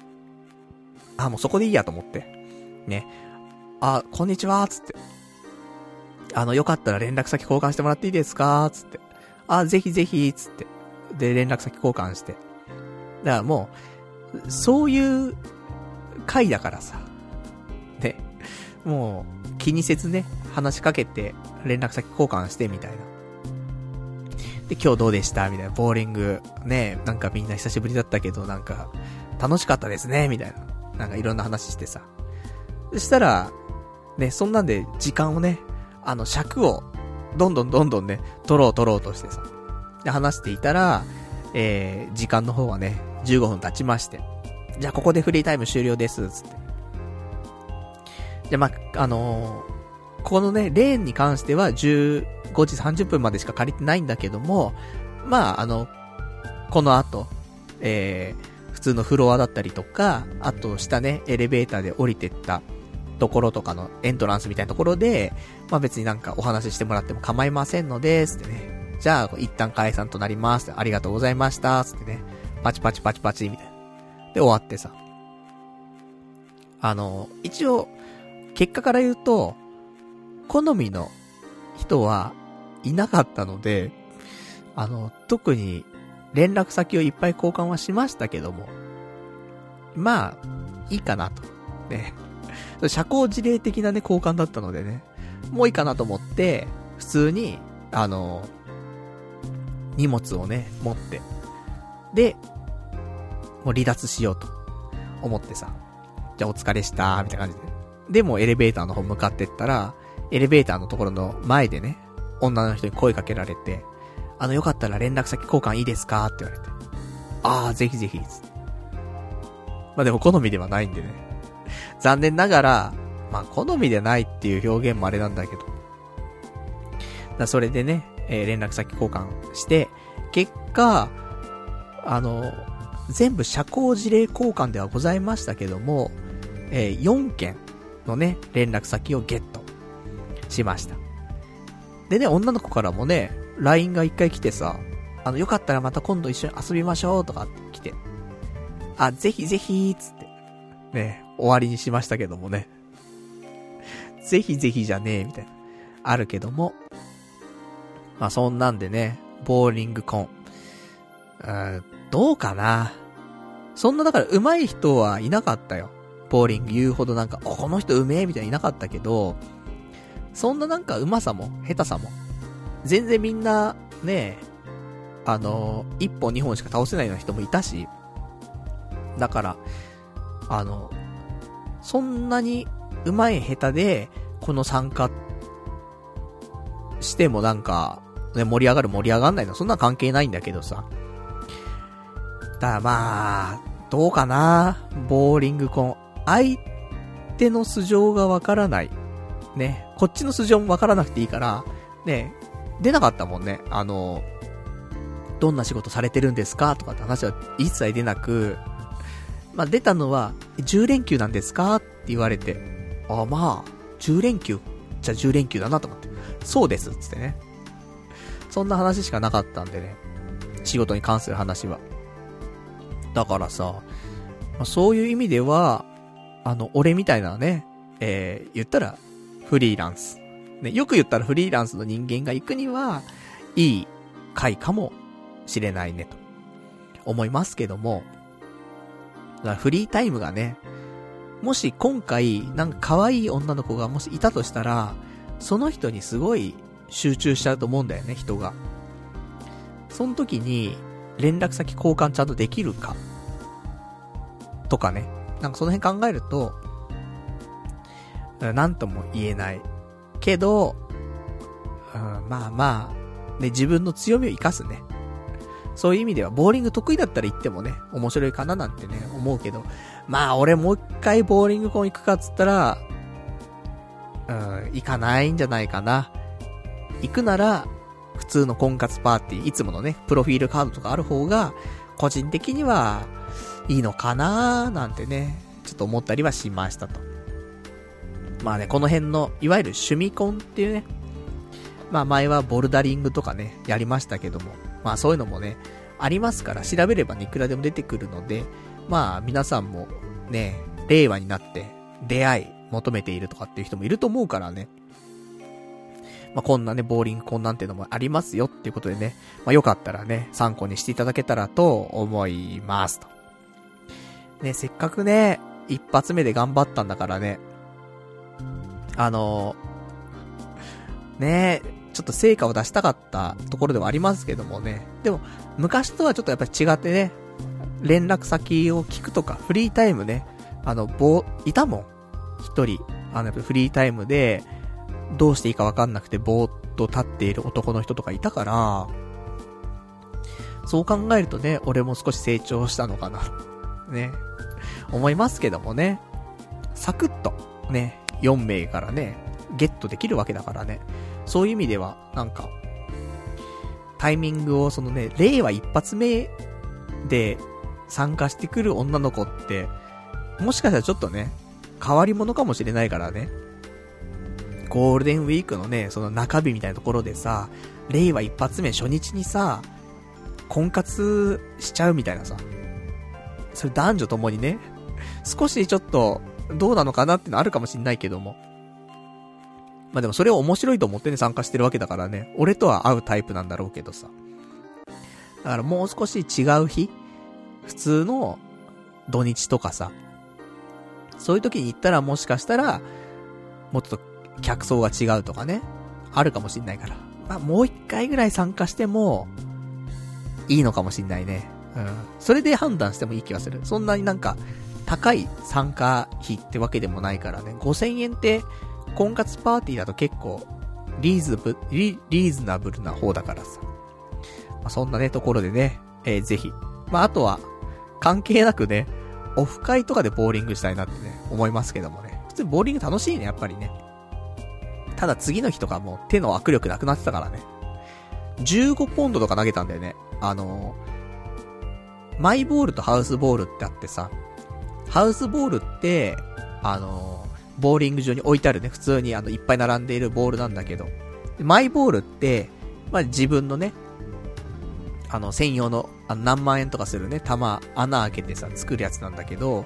もうそこでいいやと思って。ね。こんにちは、つって。よかったら連絡先交換してもらっていいですかつって。ぜひぜひ、つって。で、連絡先交換して。だからもう、そういう回だからさ。ね。もう、気にせずね、話しかけて、連絡先交換してみたいな。で、今日どうでしたみたいな。ボーリング、ね、なんかみんな久しぶりだったけど、なんか、楽しかったですね、みたいな。なんかいろんな話してさ。そしたら、ね、そんなんで時間をね、尺を、どんどんね、取ろうとしてさ。で、話していたら、時間の方はね、15分経ちまして。じゃあここでフリータイム終了です、つって。で、ここのね、レーンに関しては15時30分までしか借りてないんだけども、この後、普通のフロアだったりとか、あと下ね、エレベーターで降りてったところとかのエントランスみたいなところで、別になんかお話ししてもらっても構いませんので、つってね。じゃあ、一旦解散となります。ありがとうございました。つってね。パチパチパチパチ、みたいな。で、終わってさ。一応、結果から言うと、好みの人はいなかったので、特に連絡先をいっぱい交換はしましたけども、いいかなと。ね。社交辞令的なね、交換だったのでね、もういいかなと思って、普通に、荷物をね、持って、で、もう離脱しようと思ってさ、じゃあお疲れした、みたいな感じで。でもエレベーターの方向かってったら、エレベーターのところの前でね、女の人に声かけられて、よかったら連絡先交換いいですかって言われて。ぜひぜひ。でも好みではないんでね。残念ながら、好みでないっていう表現もあれなんだけど。それでね、連絡先交換して、結果、全部社交辞令交換ではございましたけども、4件のね、連絡先をゲットしました。でね、女の子からもね、LINE が一回来てさ、よかったらまた今度一緒に遊びましょうとかって来て、ぜひぜひつって、ね、終わりにしましたけどもね。ぜひぜひじゃねえ、みたいな。あるけども。そんなんでね、ボーリングコン。どうかな。そんなだから上手い人はいなかったよ。ボーリング言うほどなんか、この人上手いみたいにいなかったけど、そんななんか上手さも、下手さも。全然みんな、ね、1本2本しか倒せないような人もいたし、だから、そんなに上手い下手で、この参加してもなんか、ね、盛り上がる盛り上がんないの、そんな関係ないんだけどさ。だからどうかな、ボーリングコン。相手の素性がわからない。ね、こっちの素性もわからなくていいから、ね、 出なかったもんね。どんな仕事されてるんですかとかって話は一切出なく、まあ、出たのは、10連休なんですかって言われて、あ、まあ、10連休じゃあ10連休だなと思って。そうです、つってね。そんな話しかなかったんでね。仕事に関する話は。だからさ、まあ、そういう意味では、俺みたいなね、言ったら、フリーランス。ね、よく言ったらフリーランスの人間が行くには、いい回かもしれないね、と思いますけども、だからフリータイムがね、もし今回、なんか可愛い女の子がもしいたとしたら、その人にすごい集中しちゃうと思うんだよね、人が。その時に、連絡先交換ちゃんとできるか。とかね。なんかその辺考えると、なんとも言えない。けど、まあまあ、ね、自分の強みを生かすね。そういう意味では、ボーリング得意だったら行ってもね、面白いかななんてね、思うけど、まあ俺もう一回ボーリングコン行くかっつったら、行かないんじゃないかな。行くなら、普通の婚活パーティー、いつものね、プロフィールカードとかある方が、個人的には、いいのかなーなんてね、ちょっと思ったりはしましたと。まあね、この辺の、いわゆる趣味コンっていうね、まあ前はボルダリングとかね、やりましたけども、まあそういうのもね、ありますから、調べればね、いくらでも出てくるので、まあ皆さんもね、令和になって出会い求めているとかっていう人もいると思うからね。まあこんなね、ボーリングコンなんていうのもありますよっていうことでね、まあよかったらね、参考にしていただけたらと思いますと。ね、せっかくね、一発目で頑張ったんだからね、ね、ちょっと成果を出したかったところではありますけどもね。でも、昔とはちょっとやっぱり違ってね、連絡先を聞くとか、フリータイムね、いたもん。一人。やっぱフリータイムで、どうしていいかわかんなくてぼーっと立っている男の人とかいたから、そう考えるとね、俺も少し成長したのかな。ね。思いますけどもね。サクッと、ね、4名からね、ゲットできるわけだからね。そういう意味では、なんか、タイミングをそのね、令和一発目で参加してくる女の子って、もしかしたらちょっとね、変わり者かもしれないからね。ゴールデンウィークのね、その中日みたいなところでさ、令和一発目初日にさ、婚活しちゃうみたいなさ。それ男女ともにね、少しちょっと、どうなのかなってのあるかもしんないけども。まあでもそれを面白いと思ってね、参加してるわけだからね。俺とは合うタイプなんだろうけどさ。だからもう少し違う日、普通の土日とかさ、そういう時に行ったらもしかしたら、もうちょっと客層が違うとかね、あるかもしんないから。まあもう一回ぐらい参加しても、いいのかもしんないね。うん。それで判断してもいい気がする。そんなになんか、高い参加費ってわけでもないからね。5000円って、婚活パーティーだと結構、リーズナブルな方だからさ。まあ、そんなね、ところでね、ぜひ。まあ、あとは、関係なくね、オフ会とかでボーリングしたいなってね、思いますけどもね。普通にボーリング楽しいね、やっぱりね。ただ次の日とかもう手の握力なくなってたからね。15ポンドとか投げたんだよね。マイボールとハウスボールってあってさ、ハウスボールって、ボーリング場に置いてあるね、普通にいっぱい並んでいるボールなんだけど、マイボールって、まあ、自分のね、専用の、何万円とかするね、穴開けてさ、作るやつなんだけど、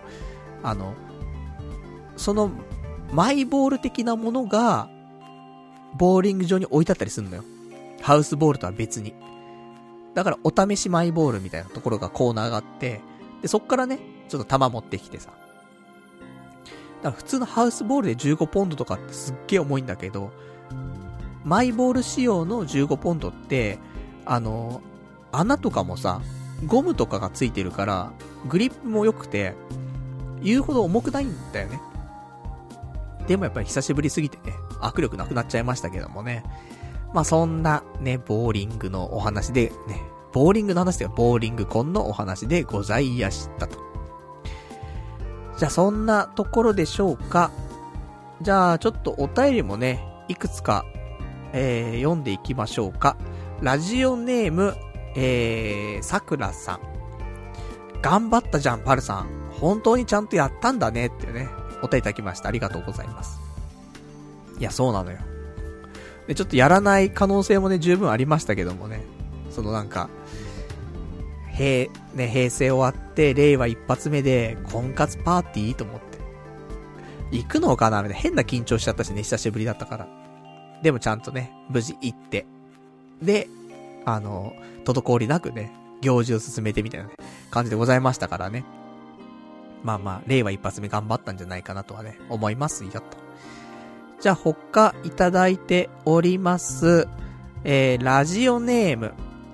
その、マイボール的なものが、ボーリング場に置いてあったりするのよ。ハウスボールとは別に。だから、お試しマイボールみたいなところがコーナーがあって、で、そっからね、ちょっと球持ってきてさ。だから普通のハウスボールで15ポンドとかってすっげえ重いんだけど、マイボール仕様の15ポンドって、穴とかもさ、ゴムとかがついてるから、グリップも良くて、言うほど重くないんだよね。でもやっぱり久しぶりすぎてね、握力なくなっちゃいましたけどもね。まあそんなね、ボーリングのお話でね、ボーリングの話ではボーリングコンのお話でございやしたと。じゃあそんなところでしょうか。じゃあちょっとお便りもね、いくつか、 読んでいきましょうか。ラジオネーム、さくらさん。頑張ったじゃん、パルさん。本当にちゃんとやったんだねっていうね、お手いただきました。ありがとうございます。いや、そうなのよ。で、ちょっとやらない可能性もね、十分ありましたけどもね。そのなんか、平成終わって、令和一発目で、婚活パーティーと思って。行くのかなみたいな変な緊張しちゃったしね、久しぶりだったから。でもちゃんとね、無事行って。で、滞りなくね、行事を進めてみたいなね、感じでございましたからね。まあまあ、令和一発目頑張ったんじゃないかなとはね、思いますよと。じゃあ、他いただいております。ラジオネー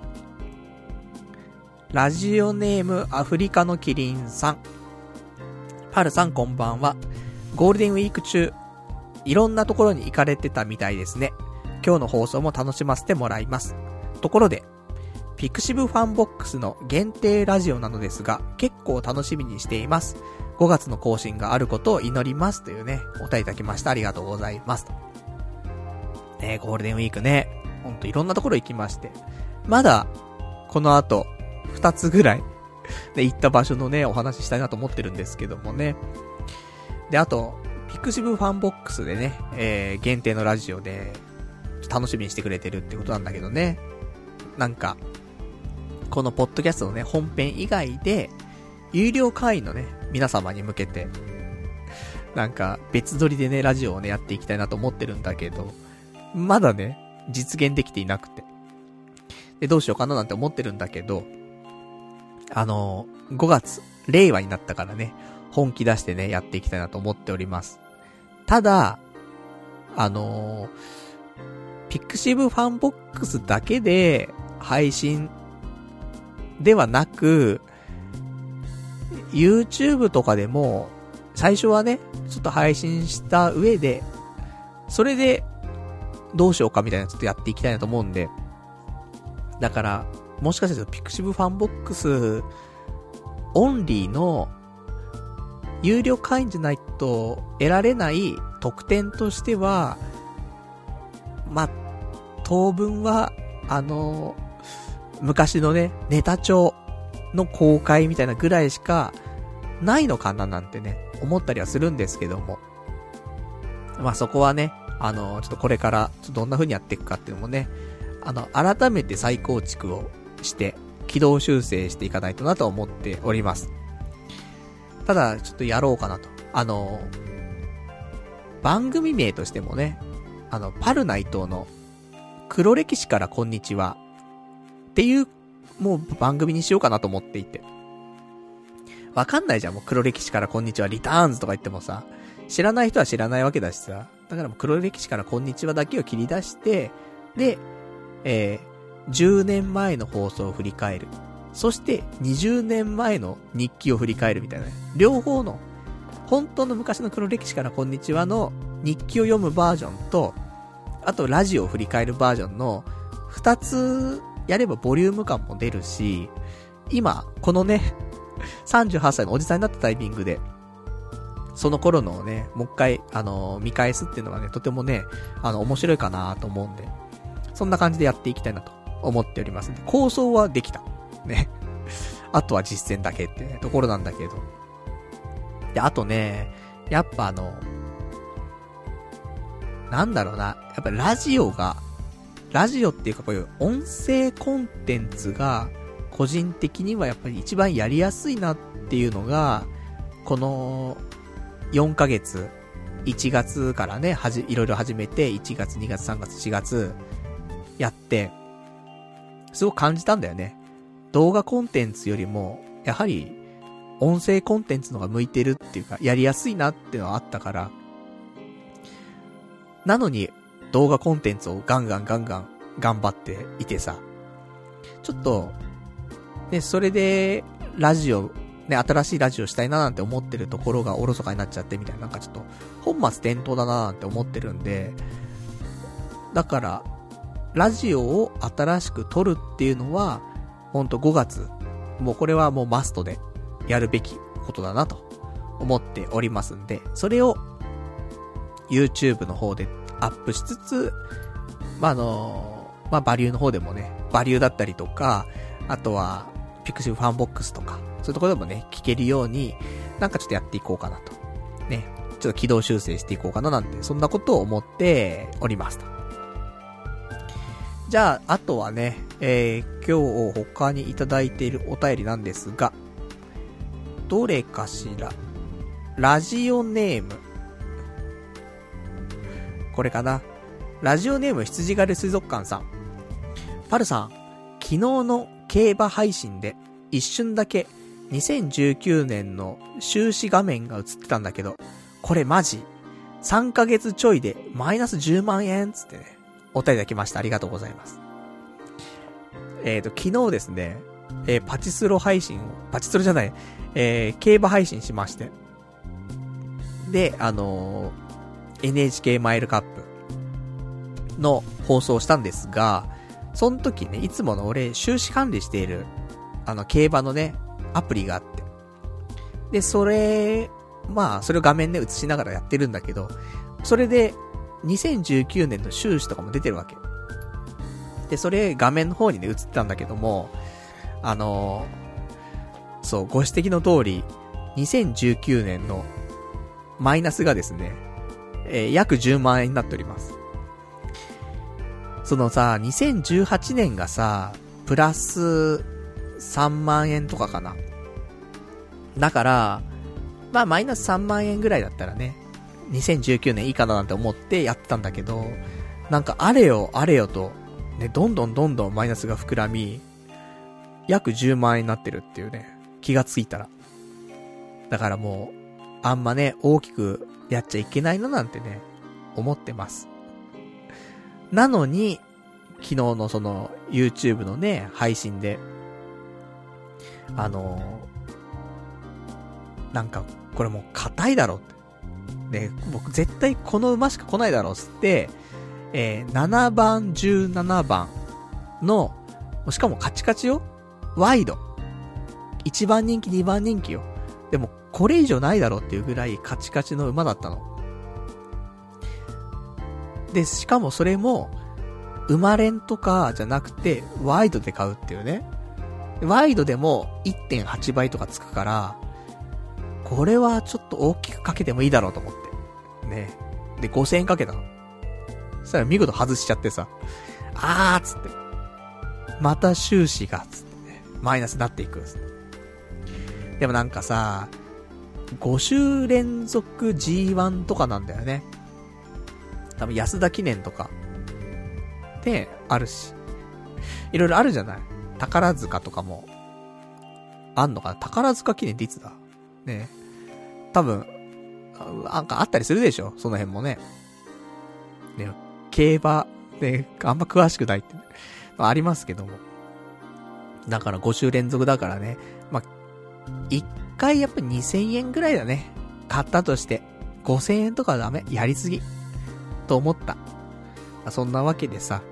ム、アフリカのキリンさん。パルさんこんばんは。ゴールデンウィーク中、いろんなところに行かれてたみたいですね。今日の放送も楽しませてもらいます。ところで、ピクシブファンボックスの限定ラジオなのですが、結構楽しみにしています。5月の更新があることを祈りますというね、お答えいただきました。ありがとうございます。ね、ゴールデンウィークね、ほんといろんなところ行きまして、まだ、この後、2つぐらい、で、行った場所のね、お話ししたいなと思ってるんですけどもね。で、あと、ピクシブファンボックスでね、限定のラジオで、楽しみにしてくれてるってことなんだけどね。なんか、このポッドキャストのね、本編以外で、有料会員のね、皆様に向けて、なんか、別撮りでね、ラジオをね、やっていきたいなと思ってるんだけど、まだね、実現できていなくて。で、どうしようかななんて思ってるんだけど、5月、令和になったからね、本気出してね、やっていきたいなと思っております。ただ、ピクシブファンボックスだけで配信ではなく、YouTube とかでも、最初はね、ちょっと配信した上で、それで、どうしようかみたいなちょっとやっていきたいなと思うんで、だから、もしかしたらピクシブファンボックスオンリーの有料会員じゃないと得られない特典としては、まあ、当分は、昔のね、ネタ帳の公開みたいなぐらいしかないのかななんてね、思ったりはするんですけども。まあそこはね、ちょっとこれから、どんな風にやっていくかっていうのもね、改めて再構築をして、軌道修正していかないとなと思っております。ただ、ちょっとやろうかなと。番組名としてもね、パルナイトの黒歴史からこんにちはっていう、もう番組にしようかなと思っていて。わかんないじゃん、もう黒歴史からこんにちは、リターンズとか言ってもさ、知らない人は知らないわけだしさ、だからもう黒歴史からこんにちはだけを切り出して、で、10年前の放送を振り返る。そして、20年前の日記を振り返るみたいなね。両方の、本当の昔の黒歴史からこんにちはの日記を読むバージョンと、あとラジオを振り返るバージョンの、2つやればボリューム感も出るし、今、このね、38歳のおじさんになったタイミングで、その頃のね、もう一回、見返すっていうのはね、とてもね、面白いかなと思うんで、そんな感じでやっていきたいなと思っております。構想はできた。ね。あとは実践だけってね、ところなんだけど。で、あとね、やっぱなんだろうな、やっぱラジオっていうかこういう音声コンテンツが、個人的にはやっぱり一番やりやすいなっていうのが、この4ヶ月、1月からね、いろいろ始めて、1月、2月、3月、4月、やって、すごく感じたんだよね。動画コンテンツよりも、やはり、音声コンテンツの方が向いてるっていうか、やりやすいなっていうのはあったから、なのに、動画コンテンツをガンガン頑張っていてさ、ちょっと、ね、それで、ラジオ、ね、新しいラジオしたいななんて思ってるところがおろそかになっちゃってみたいな、なんかちょっと、本末転倒だななんて思ってるんで、だから、ラジオを新しく撮るっていうのは、ほんと5月、もうこれはもうマストでやるべきことだなと思っておりますんで、それを YouTube の方でアップしつつ、 バリューの方でもね、バリューだったりとか、あとは、ピクシブファンボックスとか、そういうところでもね、聞けるように、なんかちょっとやっていこうかなと。ね。ちょっと軌道修正していこうかななんて、そんなことを思っておりますと。じゃあ、あとはね、今日他にいただいているお便りなんですが、どれかしら。ラジオネーム。これかな。ラジオネーム羊狩り水族館さん。パルさん、昨日の競馬配信で一瞬だけ2019年の収支画面が映ってたんだけど、これマジ ?3 ヶ月ちょいでマイナス10万円つってね、お便りいただきました。ありがとうございます。昨日ですね、パチスロじゃない、競馬配信しまして。で、NHK マイルカップの放送をしたんですが、その時ね、いつもの俺、収支管理している、競馬のね、アプリがあって。で、それを画面で映しながらやってるんだけど、それで、2019年の収支とかも出てるわけ。で、それ画面の方にね、映ってたんだけども、そう、ご指摘の通り、2019年のマイナスがですね、約10万円になっております。そのさ、2018年がさ、プラス3万円とかかな。だから、マイナス3万円ぐらいだったらね、2019年いいかななんて思ってやってたんだけど、なんかあれよと、ね、どんどんマイナスが膨らみ、約10万円になってるっていうね、気がついたら。だからもう、あんまね、大きくやっちゃいけないななんてね、思ってます。なのに、昨日のその YouTube のね、配信で、なんか、これもう硬いだろって。ね、僕絶対この馬しか来ないだろうっつって、7番、17番の、しかもカチカチよ。ワイド。1番人気、2番人気よ。でも、これ以上ないだろうっていうぐらいカチカチの馬だったの。で、しかもそれも、馬連とかじゃなくて、ワイドで買うっていうね。ワイドでも 1.8 倍とかつくから、これはちょっと大きくかけてもいいだろうと思って。ね。で、5000円かけたの。そしたら見事外しちゃってさ、つって。また収支が、つってね、マイナスになっていくんです。でもなんかさ、5週連続 G1 とかなんだよね。多分安田記念とか。で、あるし。いろいろあるじゃない。宝塚とかも。あんのかな。宝塚記念っていつだね。多分、なんかあったりするでしょその辺もね。ね、競馬、ね、あんま詳しくないって。ありますけども。だから5週連続だからね。1回やっぱ2000円ぐらいだね。買ったとして。5000円とかはダメ。やりすぎ。と思った。そんなわけでさ。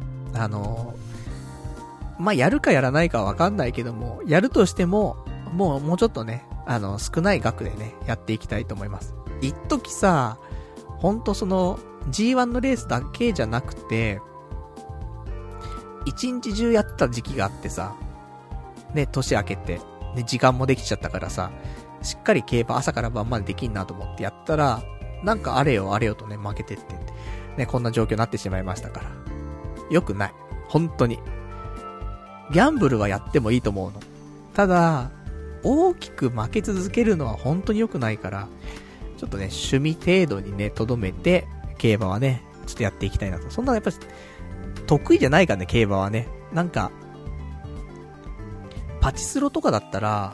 やるかやらないかはわかんないけども、やるとしても、もうちょっとね、少ない額でね、やっていきたいと思います。一時さ、ほんとその、G1 のレースだけじゃなくて、一日中やった時期があってさ、ね、年明けて、ね、時間もできちゃったからさ、しっかり競馬朝から晩までできんなと思ってやったら、なんかあれよとね、負けてって、ね、こんな状況になってしまいましたから。よくない。本当に。ギャンブルはやってもいいと思うの。ただ、大きく負け続けるのは本当に良くないから、ちょっとね、趣味程度にね、留めて、競馬はね、ちょっとやっていきたいなと。そんなやっぱり、得意じゃないからね、競馬はね。なんか、パチスロとかだったら、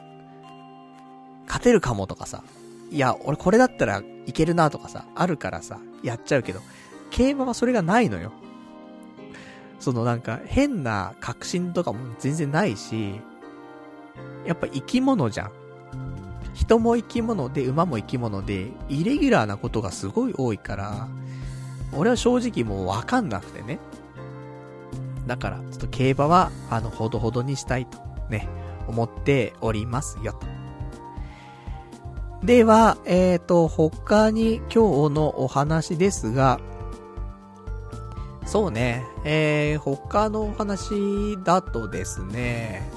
勝てるかもとかさ、いや、俺これだったらいけるなとかさ、あるからさ、やっちゃうけど、競馬はそれがないのよ。そのなんか、変な確信とかも全然ないし、やっぱ生き物じゃん。人も生き物で、馬も生き物で、イレギュラーなことがすごい多いから、俺は正直もうわかんなくてね。だから、ちょっと競馬は、ほどほどにしたいと、ね、思っておりますよ、と。では、他に今日のお話ですが、 そうね。他のお話だとですね、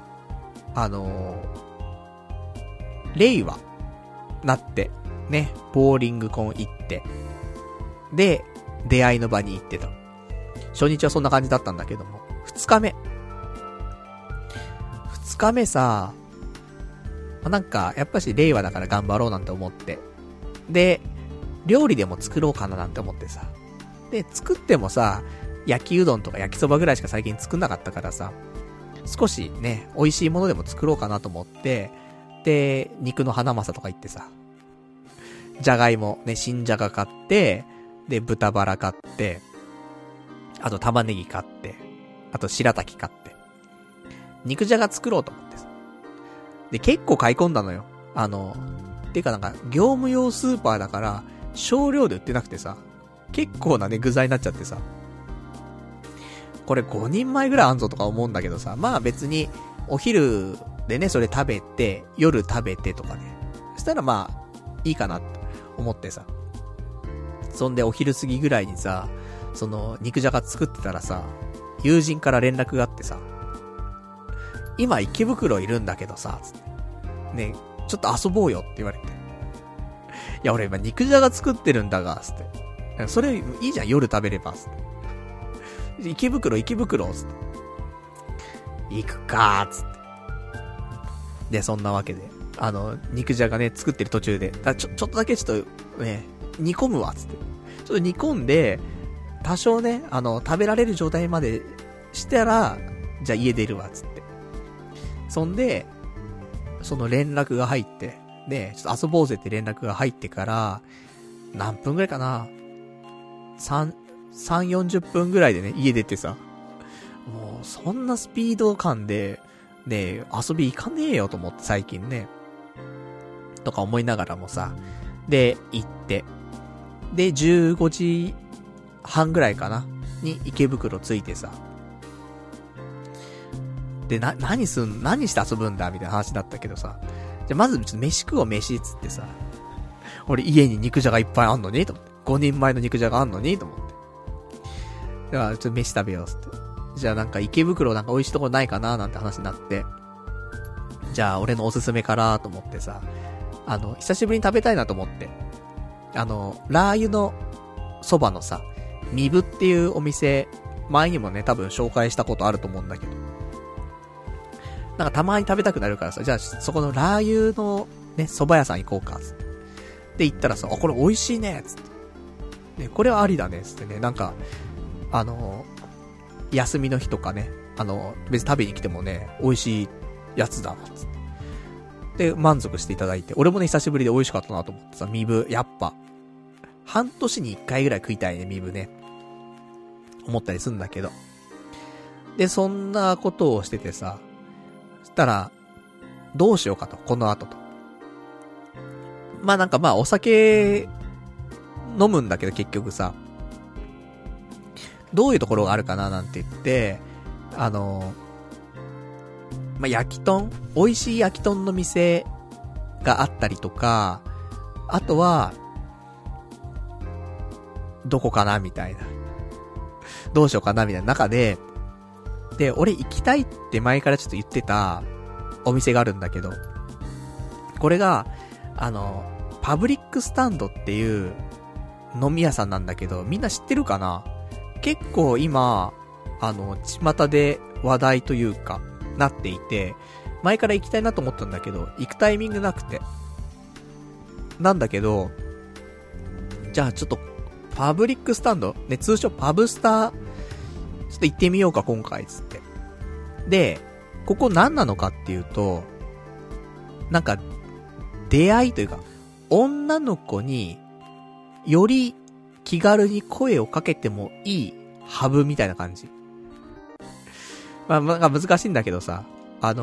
令和なって、ね、ボーリングコン行って、で、出会いの場に行ってと。初日はそんな感じだったんだけども、二日目さ、なんか、やっぱし令和だから頑張ろうなんて思って。で、料理でも作ろうかななんて思ってさ。で、作ってもさ、焼きうどんとか焼きそばぐらいしか最近作んなかったからさ、少しね、美味しいものでも作ろうかなと思って、で、肉の花正とか行ってさ、じゃがいも、ね、新じゃが買って、で、豚バラ買って、あと玉ねぎ買って、あと白滝買って、肉じゃが作ろうと思ってさ。で、結構買い込んだのよ。ていうかなんか、業務用スーパーだから、少量で売ってなくてさ、結構なね、具材になっちゃってさ。これ5人前ぐらいあんぞとか思うんだけどさ、まあ別に、お昼でね、それ食べて、夜食べてとかね。そしたらまあ、いいかなと思ってさ。そんでお昼過ぎぐらいにさ、その、肉じゃが作ってたらさ、友人から連絡があってさ、今池袋いるんだけどさ、つって。ね、ちょっと遊ぼうよって言われて。いや、俺今肉じゃが作ってるんだが、つって。それいいじゃん、夜食べれば、つって。池袋、つって。行くかー、つって。で、そんなわけで。肉じゃがね、作ってる途中で。ちょっとだけちょっと、ね、煮込むわ、つって。ちょっと煮込んで、多少ね、食べられる状態までしたら、じゃあ家出るわ、つって。そんで、その連絡が入って、で、ちょっと遊ぼうぜって連絡が入ってから、何分ぐらいかな ?40 分ぐらいでね、家出てさ、もう、そんなスピード感で、ね、遊び行かねえよと思って最近ね。とか思いながらもさ、で、行って、で、15時半ぐらいかなに池袋着いてさ、で、何して遊ぶんだみたいな話だったけどさ。じゃ、まずちょっと飯食おう飯っつってさ。俺家に肉じゃがいっぱいあんのにと思って。5人前の肉じゃがあんのにと思って。だからちょっと飯食べようっつって。じゃあなんか池袋なんか美味しいとこないかななんて話になって。じゃあ俺のおすすめからと思ってさ。久しぶりに食べたいなと思って。ラー油の蕎麦のさ、みぶっていうお店、前にもね、多分紹介したことあると思うんだけど。なんかたまに食べたくなるからさ、じゃあそこのラー油のね、蕎麦屋さん行こうか、つって。で、行ったらさ、これ美味しいね、つって。ね、これはありだね、つってね、なんか、休みの日とかね、別に食べに来てもね、美味しいやつだわ、つって。で、満足していただいて、俺もね、久しぶりで美味しかったなと思ってさ、ミブ、やっぱ、半年に1回ぐらい食いたいね、ミブね。思ったりするんだけど。で、そんなことをしててさ、そしたら、どうしようかと、この後と。まあなんかまあお酒飲むんだけど結局さ、どういうところがあるかななんて言って、まあ焼き豚、美味しい焼き豚の店があったりとか、あとは、どこかなみたいな。どうしようかなみたいな中で、で、俺行きたいって前からちょっと言ってたお店があるんだけど、これが、パブリックスタンドっていう飲み屋さんなんだけど、みんな知ってるかな？結構今、巷で話題というか、なっていて、前から行きたいなと思ったんだけど、行くタイミングなくて。なんだけど、じゃあちょっと、パブリックスタンドね、通称パブスター、ちょっと行ってみようか今回、つって。で、ここ何なのかっていうと、なんか、出会いというか、女の子により気軽に声をかけてもいいハブみたいな感じ。まあ、なんか難しいんだけどさ、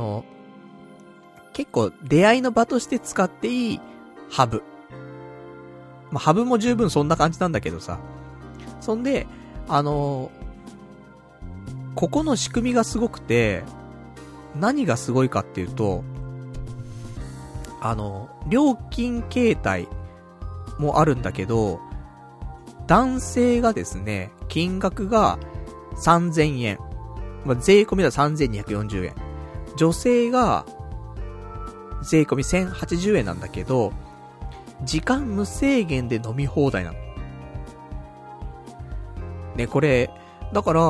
結構出会いの場として使っていいハブ。まあ、ハブも十分そんな感じなんだけどさ。そんで、ここの仕組みがすごくて、何がすごいかっていうと、料金形態もあるんだけど、 男性がですね、金額が3000円。まあ、税込みだと3240円。女性が、税込み1080円なんだけど、時間無制限で飲み放題なの。ね、これ、だから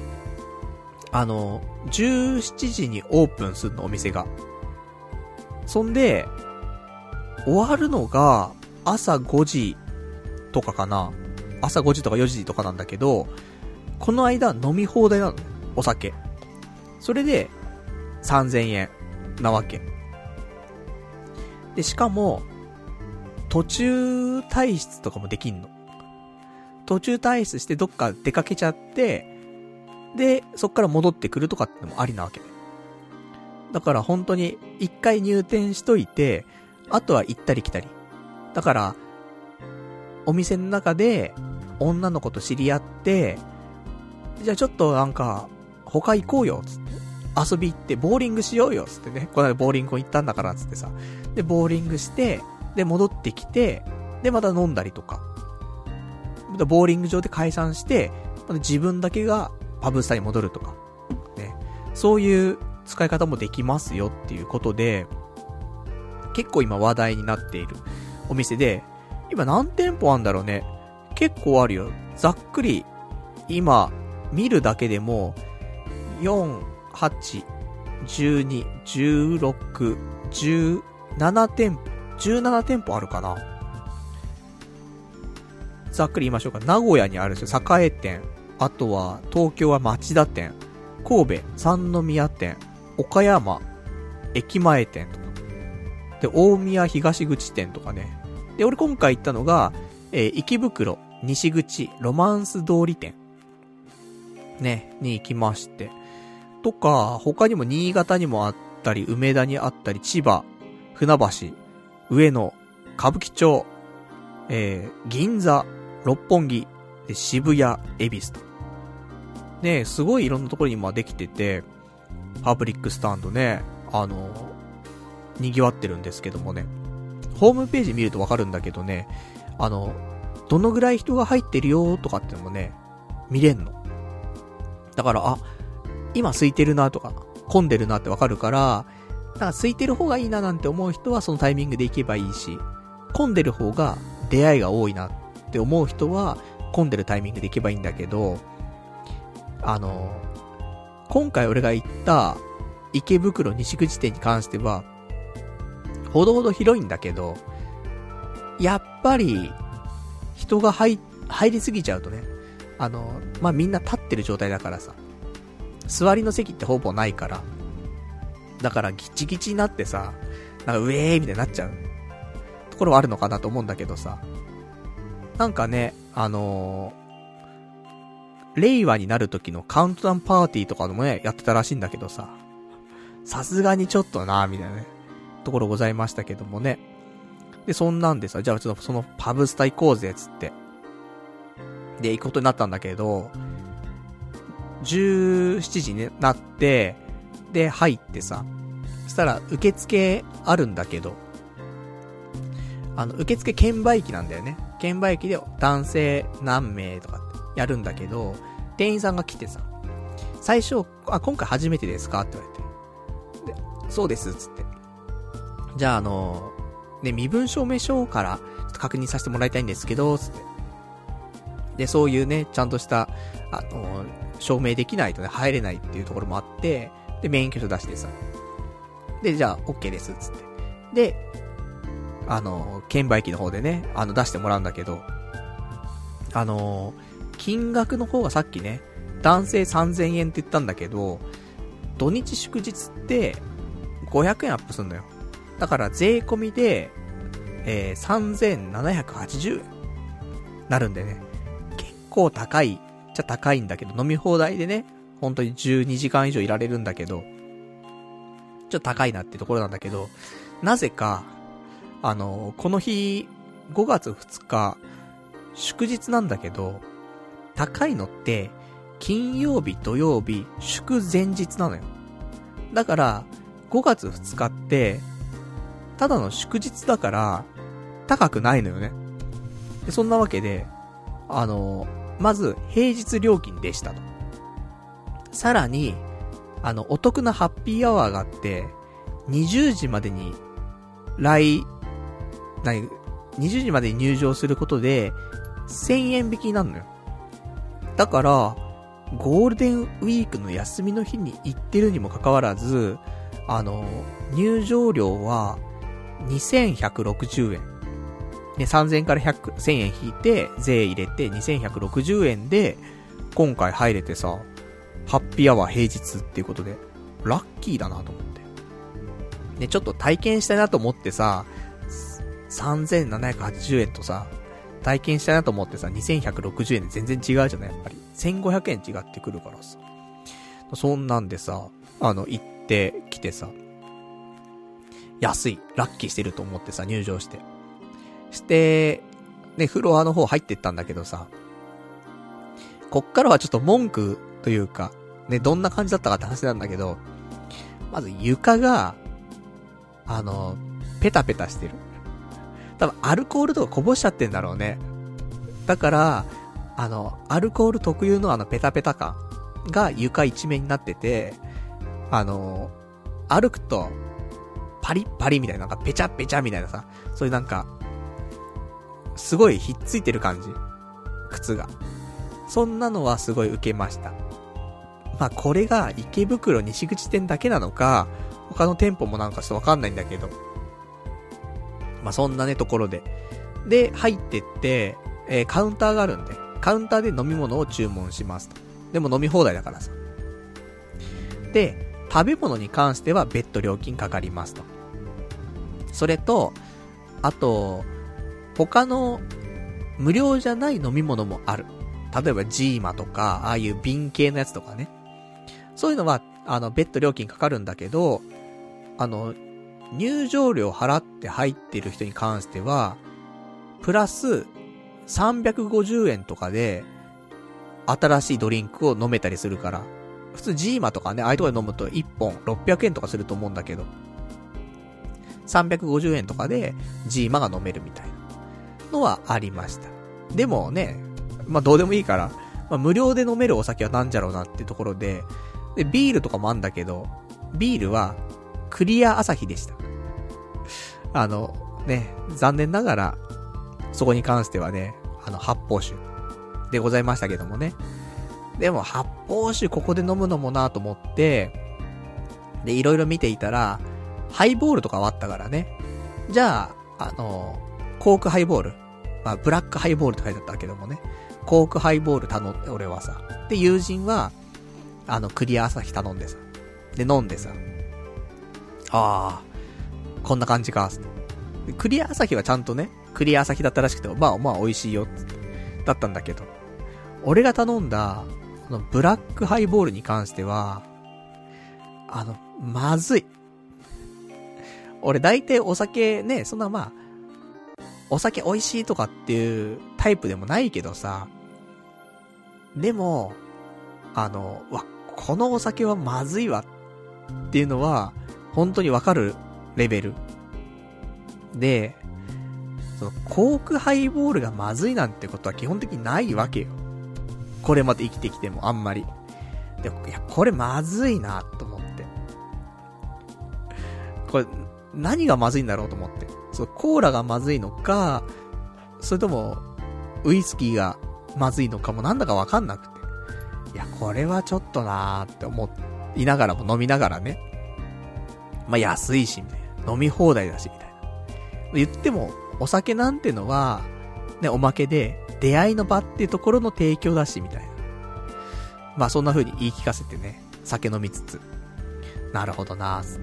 、17時にオープンするの、お店が。そんで、終わるのが、朝5時とかかな。朝5時とか4時とかなんだけど、この間飲み放題なのね、お酒。それで、3000円なわけ。で、しかも、途中退出とかもできんの。途中退出してどっか出かけちゃって、で、そっから戻ってくるとかってのもありなわけね。だから本当に一回入店しといて、あとは行ったり来たり。だから、お店の中で女の子と知り合って、じゃあちょっとなんか、他行こうよ、つって。遊び行って、ボーリングしようよ、つってね。この間ボーリング行ったんだから、つってさ。で、ボーリングして、で、戻ってきて、で、また飲んだりとか。ボーリング場で解散して、自分だけがパブスタに戻るとか。ね。そういう使い方もできますよっていうことで、結構今話題になっているお店で、今何店舗あんだろうね。結構あるよ。ざっくり、今、見るだけでも、4、8、12、16、17店舗、17店舗あるかな。ざっくり言いましょうか。名古屋にあるんですよ。栄店。あとは、東京は町田店。神戸、三宮店。岡山、駅前店とか。で、大宮東口店とかね。で、俺今回行ったのが、池袋、西口、ロマンス通り店。ね、に行きまして。とか、他にも新潟にもあったり、梅田にあったり、千葉、船橋、上野、歌舞伎町、銀座、六本木、で渋谷、恵比寿と。ね、すごいいろんなところに今できてて、パブリックスタンドね、賑わってるんですけどもね。ホームページ見るとわかるんだけどね、どのぐらい人が入ってるよとかってのもね、見れんの。だから、今空いてるなとか、混んでるなってわかるから、なんか空いてる方がいいななんて思う人はそのタイミングで行けばいいし、混んでる方が出会いが多いなって思う人は混んでるタイミングで行けばいいんだけど、今回俺が行った池袋西口店に関しては、ほどほど広いんだけど、やっぱり人が入りすぎちゃうとね、まあ、みんな立ってる状態だからさ、座りの席ってほぼないから、だからギチギチになってさ、なんかウェーみたいになっちゃうところはあるのかなと思うんだけどさ、なんかね、令和になる時のカウントダウンパーティーとかのもね、やってたらしいんだけどさ、さすがにちょっとなみたいなね、ところございましたけどもね。で、そんなんでさ、じゃあちょっとそのパブスタ行こうぜ、つって。で、行くことになったんだけど、17時になって、で、入ってさ、そしたら受付あるんだけど、受付券売機なんだよね。券売機で男性何名とかってやるんだけど、店員さんが来てさ、最初、今回初めてですかって言われて。で、そうです、つって。じゃあね、身分証明書からちょっと確認させてもらいたいんですけど、つって。で、そういうね、ちゃんとした、証明できないとね、入れないっていうところもあって、で、免許証出してさ。で、じゃあ、OK です、つって。で、券売機の方でね、出してもらうんだけど、金額の方がさっきね、男性3000円って言ったんだけど、土日祝日って、500円アップすんのよ。だから税込みで、3780円なるんでね、結構高いじゃ高いんだけど、飲み放題でね、本当に12時間以上いられるんだけど、ちょっと高いなってところなんだけど、なぜか、この日、5月2日、祝日なんだけど、高いのって、金曜日、土曜日、祝前日なのよ。だから、5月2日って、ただの祝日だから、高くないのよね。でそんなわけで、 まず、平日料金でしたと。さらに、お得なハッピーアワーがあって、20時までに、20時までに入場することで、1000円引きになるのよ。だから、ゴールデンウィークの休みの日に行ってるにもかかわらず、入場料は、2160円。で、3000円から1000円引いて、税入れて2160円で、今回入れてさ、ハッピーアワー平日っていうことで、ラッキーだなと思って。で、ちょっと体験したいなと思ってさ、3780円とさ、体験したいなと思ってさ、2160円で全然違うじゃない、やっぱり。1500円違ってくるからさ。そんなんでさ、行ってきてさ、安い、ラッキーしてると思ってさ、入場して。して、ね、フロアの方入ってったんだけどさ、こっからはちょっと文句というか、ね、どんな感じだったかって話なんだけど、まず床が、ペタペタしてる。多分アルコールとかこぼしちゃってんだろうね。だから、アルコール特有のペタペタ感が床一面になってて、歩くと、パリッパリみたいな、なんかペチャペチャみたいなさ、そういうなんか、すごいひっついてる感じ。靴が。そんなのはすごい受けました。まあ、これが池袋西口店だけなのか、他の店舗もなんかちょっとわかんないんだけど。まあ、そんなね、ところで。で、入ってって、カウンターがあるんで、カウンターで飲み物を注文しますと。でも飲み放題だからさ。で、食べ物に関しては別途料金かかりますと。それと、あと、他の無料じゃない飲み物もある。例えばジーマとか、ああいう瓶系のやつとかね。そういうのは、別途料金かかるんだけど、入場料払って入ってる人に関しては、プラス350円とかで、新しいドリンクを飲めたりするから、普通ジーマとかね、ああいうとこで飲むと1本600円とかすると思うんだけど、350円とかでジーマが飲めるみたいなのはありました。でもね、まあどうでもいいから、まあ無料で飲めるお酒はなんじゃろうなっていうところで、で、ビールとかもあんだけど、ビールはクリアアサヒでした。ね、残念ながら、そこに関してはね、発泡酒でございましたけどもね。でも発泡酒ここで飲むのもなと思って、で、いろいろ見ていたら、ハイボールとかはあったからね。じゃあ、コークハイボール。まあ、ブラックハイボールって書いてあったけどもね。コークハイボール頼んで、俺はさ。で、友人は、クリアアサヒ頼んでさ。で、飲んでさ。あー、こんな感じか。クリアアサヒはちゃんとね、クリアアサヒだったらしくて、まあまあ美味しいよ。だったんだけど。俺が頼んだ、このブラックハイボールに関しては、まずい。俺大体お酒ね、そんなまあ、お酒美味しいとかっていうタイプでもないけどさ、でも、このお酒はまずいわっていうのは、本当にわかるレベル。で、そのコークハイボールがまずいなんてことは基本的にないわけよ。これまで生きてきてもあんまり。で、いや、これまずいなと思って。これ、何がまずいんだろうと思って。コーラがまずいのか、それとも、ウイスキーがまずいのかもなんだかわかんなくて。いや、これはちょっとなーって思いながらも飲みながらね。まあ、安いし、みたいな。飲み放題だし、みたいな。言っても、お酒なんてのは、ね、おまけで、出会いの場っていうところの提供だし、みたいな。まあ、そんな風に言い聞かせてね、酒飲みつつ。なるほどなーつって。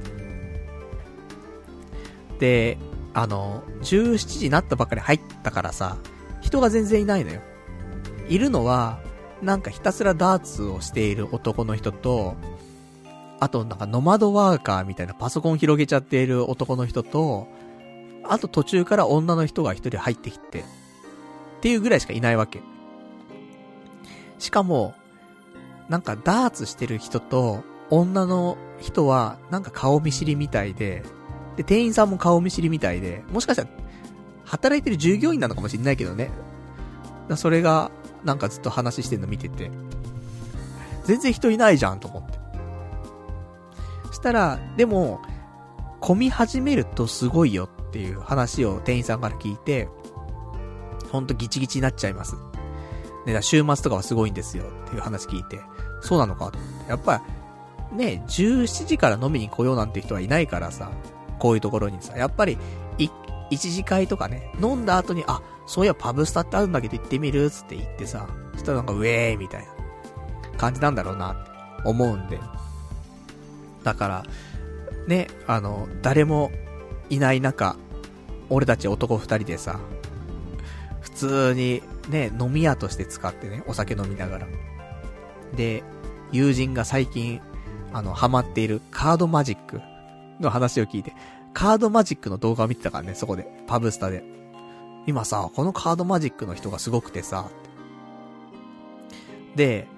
で、17時になったばっかり入ったからさ、人が全然いないのよ。いるのは、なんかひたすらダーツをしている男の人と、あとなんかノマドワーカーみたいなパソコン広げちゃっている男の人と、あと途中から女の人が一人入ってきて、っていうぐらいしかいないわけ。しかも、なんかダーツしてる人と、女の人はなんか顔見知りみたいで、で、店員さんも顔見知りみたいで、もしかしたら、働いてる従業員なのかもしれないけどね。 それが、なんかずっと話してるの見てて、全然人いないじゃんと思って。したら、でも、混み始めるとすごいよっていう話を店員さんから聞いて、ほんとギチギチになっちゃいます。ね、週末とかはすごいんですよっていう話聞いて、そうなのかと思って。やっぱり、ね、17時から飲みに来ようなんて人はいないからさ、こういうところにさ、やっぱり、一次会とかね、飲んだ後に、あ、そういやパブスタってあるんだけど行ってみるつって言ってさ、そしたらなんかウェーみたいな感じなんだろうなって思うんで。だから、ね、誰もいない中、俺たち男二人でさ、普通にね、飲み屋として使ってね、お酒飲みながら。で、友人が最近、ハマっているカードマジックの話を聞いて、カードマジックの動画を見てたからね、そこで、パブスタで。今さ、このカードマジックの人がすごくてさ、で、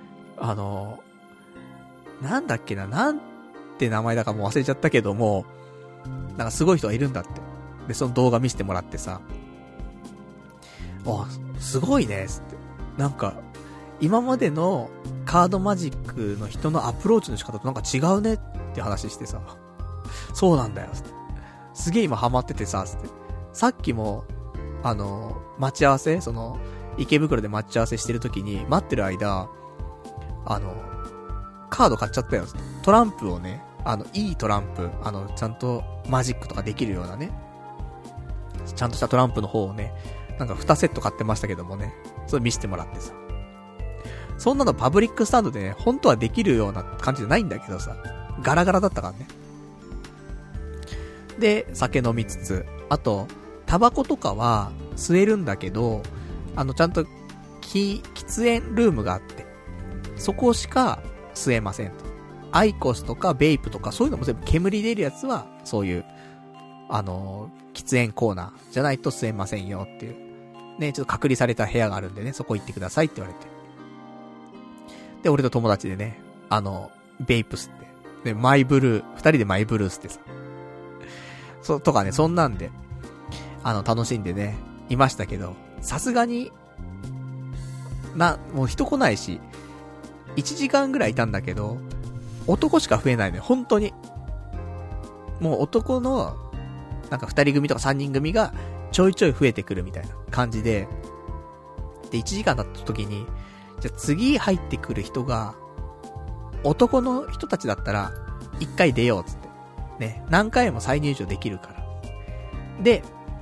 なんだっけな、なんて名前だかもう忘れちゃったけども、なんかすごい人がいるんだって。で、その動画見せてもらってさ、あ、すごいね、つって。なんか、今までのカードマジックの人のアプローチの仕方となんか違うねって話してさ、そうなんだよ、つって。すげえ今ハマっててさ、つって。さっきも、待ち合わせ、池袋で待ち合わせしてる時に、待ってる間、カード買っちゃったよ、つって。トランプをね、いいトランプ、ちゃんとマジックとかできるようなね、ちゃんとしたトランプの方をね、なんか2セット買ってましたけどもね、それ見せてもらってさ。そんなのパブリックスタンドでね、本当はできるような感じじゃないんだけどさ、ガラガラだったからね。で、酒飲みつつ、あと、タバコとかは吸えるんだけど、ちゃんと喫煙ルームがあって、そこしか吸えませんと。アイコスとかベイプとかそういうのも全部煙出るやつは、そういう、喫煙コーナーじゃないと吸えませんよっていう。ね、ちょっと隔離された部屋があるんでね、そこ行ってくださいって言われて。で、俺と友達でね、ベイプ吸って。で、マイブルー、二人でマイブルー吸ってさ。とかね、そんなんで、楽しんでね、いましたけど、さすがに、もう人来ないし、1時間ぐらいいたんだけど、男しか増えないね、本当に。もう男の、なんか2人組とか3人組が、ちょいちょい増えてくるみたいな感じで、で、1時間経った時に、じゃあ次入ってくる人が、男の人たちだったら、1回出ようっつって。ね、何回も再入場できるから。で、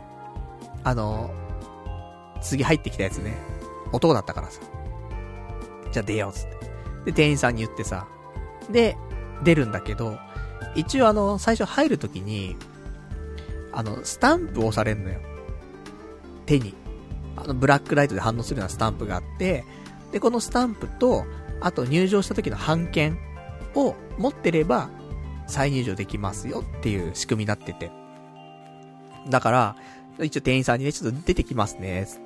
次入ってきたやつね、男だったからさ。じゃあ出ようっつって。で、店員さんに言ってさ。で、出るんだけど、一応最初入るときに、スタンプを押されるのよ。手に。ブラックライトで反応するようなスタンプがあって、で、このスタンプと、あと入場した時の半券を持ってれば、再入場できますよっていう仕組みになってて。だから、一応店員さんにね、ちょっと出てきますね、つって。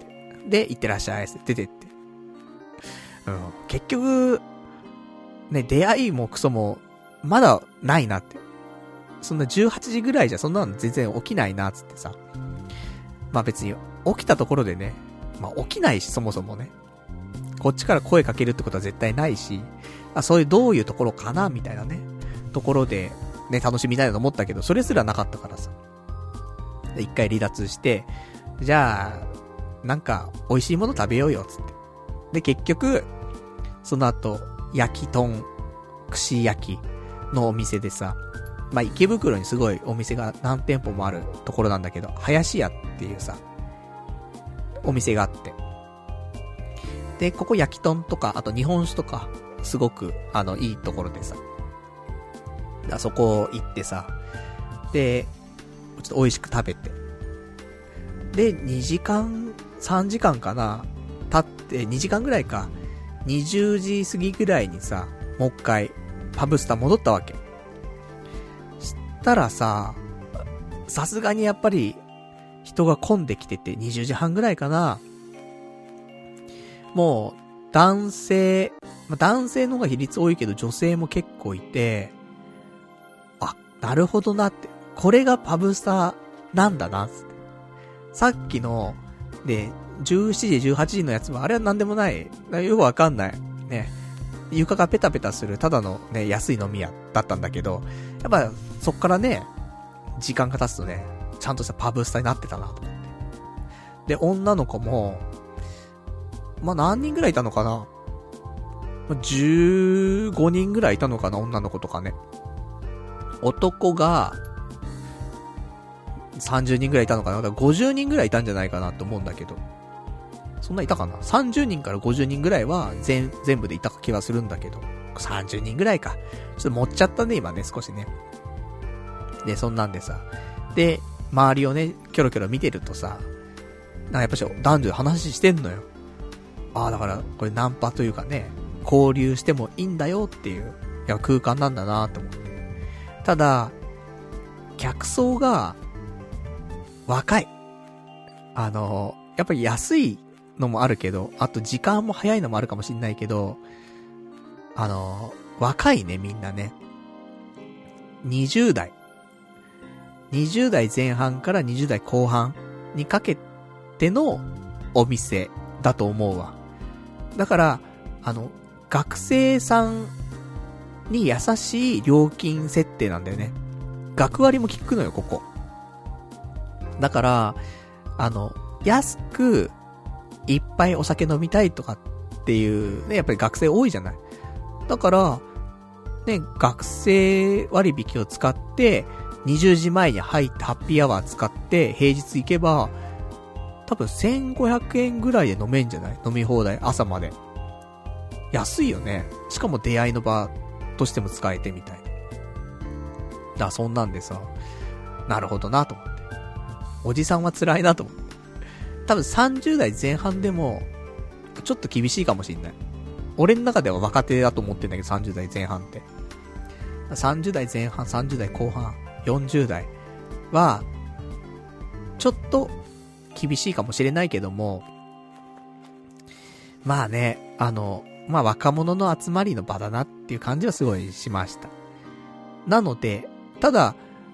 で、行ってらっしゃい、つって出てって。うん。結局、ね、出会いもクソも、まだないなって。そんな18時ぐらいじゃそんなの全然起きないな、つってさ。まあ別に、起きたところでね、まあ起きないし、そもそもね。こっちから声かけるってことは絶対ないし、そういうどういうところかな、みたいなね。ところで、ね、楽しみたいなと思ったけど、それすらなかったからさ。で、一回離脱して、じゃあ、なんか、美味しいもの食べようよ、つって。で、結局、その後、焼き豚、串焼きのお店でさ、まあ、池袋にすごいお店が何店舗もあるところなんだけど、林屋っていうさ、お店があって。で、ここ焼き豚とか、あと日本酒とか、すごく、いいところでさ。そこ行ってさ、で、ちょっと美味しく食べて。で、2時間、3時間かな経って、2時間ぐらいか。20時過ぎぐらいにさ、もう一回、パブスタ戻ったわけ。したらさ、さすがにやっぱり、人が混んできてて、20時半ぐらいかな。もう、男性の方が比率多いけど、女性も結構いて、あ、なるほどなって。これがパブスタなんだな、つって。さっきの、で、 17時、18時のやつは、あれはなんでもない。よくわかんない。ね。床がペタペタする、ただのね、安い飲み屋だったんだけど、やっぱ、そっからね、時間が経つとね、ちゃんとしたパブスタになってたなと思って。で、女の子も、まあ、何人ぐらいいたのかな？ 15 人ぐらいいたのかな、女の子とかね。男が、30人ぐらいいたのかな、だから50人ぐらいいたんじゃないかなと思うんだけど。そんないたかな ?30 人から50人ぐらいは全部でいた気はするんだけど。30人ぐらいか。ちょっと持っちゃったね、今ね、少しね。で、そんなんでさ。で、周りをね、キョロキョロ見てるとさ、なんかやっぱし男女で話してんのよ。ああ、だから、これナンパというかね、交流してもいいんだよっていう、いや、空間なんだなと思って。ただ、客層が、若い。やっぱり安いのもあるけど、あと時間も早いのもあるかもしんないけど、若いね、みんなね。20代前半から20代後半にかけてのお店だと思うわ。だから、学生さんに優しい料金設定なんだよね。学割も効くのよ、ここ。だから、安くいっぱいお酒飲みたいとかっていうね、やっぱり学生多いじゃない。だから、ね、学生割引を使って、20時前に入ってハッピーアワー使って平日行けば、多分1500円ぐらいで飲めんじゃない？飲み放題、朝まで。安いよね。しかも出会いの場としても使えてみたいな。だからそんなんでさ、なるほどなと思って。おじさんは辛いなと思って。多分30代前半でも、ちょっと厳しいかもしんない。俺の中では若手だと思ってんだけど、30代前半って。30代前半、30代後半、40代は、ちょっと厳しいかもしれないけども、まあね、まあ若者の集まりの場だなっていう感じはすごいしました。なので、ただ、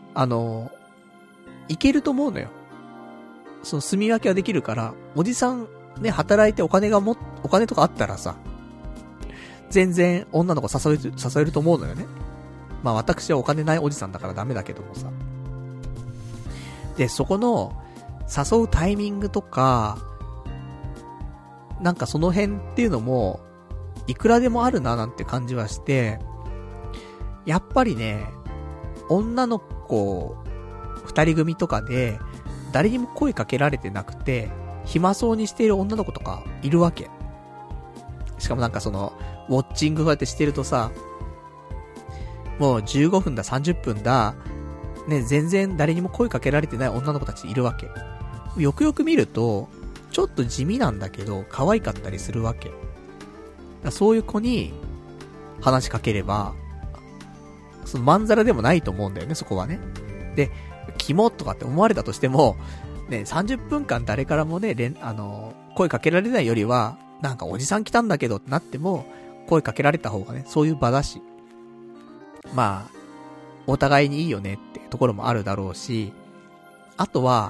いけると思うのよ。その住み分けはできるから、おじさんね、働いてお金とかあったらさ、全然女の子誘えると思うのよね。まあ私はお金ないおじさんだからダメだけどもさ。で、そこの、誘うタイミングとか、なんかその辺っていうのも、いくらでもあるななんて感じはして、やっぱりね、女の子、二人組とかで、誰にも声かけられてなくて、暇そうにしている女の子とかいるわけ。しかもなんかその、ウォッチングこうやってしてるとさ、もう15分だ30分だ、ね、全然誰にも声かけられてない女の子たちいるわけ。よくよく見ると、ちょっと地味なんだけど、可愛かったりするわけ。そういう子に、話しかければ、そのまんざらでもないと思うんだよね、そこはね。で、キモとかって思われたとしても、ね、30分間誰からもね、声かけられないよりは、なんかおじさん来たんだけどってなっても、声かけられた方がね、そういう場だし。まあ、お互いにいいよねってところもあるだろうし、あとは、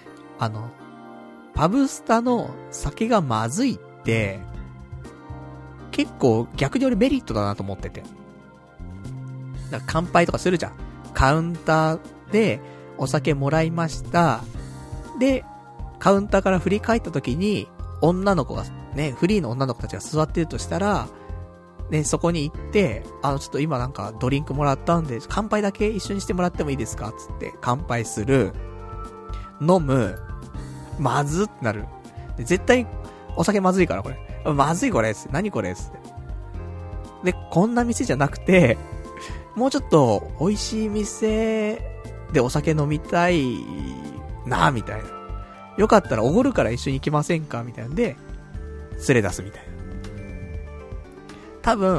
パブスタの酒がまずいって、結構逆に俺メリットだなと思ってて。だから乾杯とかするじゃん。カウンターでお酒もらいました。で、カウンターから振り返った時に、女の子が、ね、フリーの女の子たちが座ってるとしたら、ね、そこに行って、ちょっと今なんかドリンクもらったんで、乾杯だけ一緒にしてもらってもいいですかつって、乾杯する。飲む。まずってなる。で絶対、お酒まずいからこれ。まずいこれつって。何これつって。で、こんな店じゃなくて、もうちょっと、美味しい店でお酒飲みたいなみたいな。よかったらおごるから一緒に行きませんかみたいなんで、連れ出すみたいな。多分、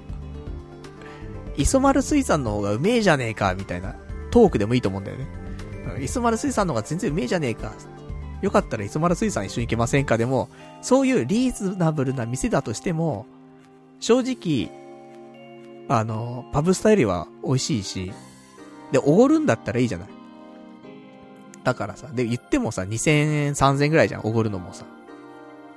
磯丸水産の方がうめえじゃねえかみたいなトークでもいいと思うんだよね。磯丸水産の方が全然うめえじゃねえか。よかったら磯丸水産一緒に行けませんかでも、そういうリーズナブルな店だとしても、正直、パブスタよりは美味しいし、で、おごるんだったらいいじゃない。だからさ、で、言ってもさ、2000円、3000円ぐらいじゃん、おごるのもさ。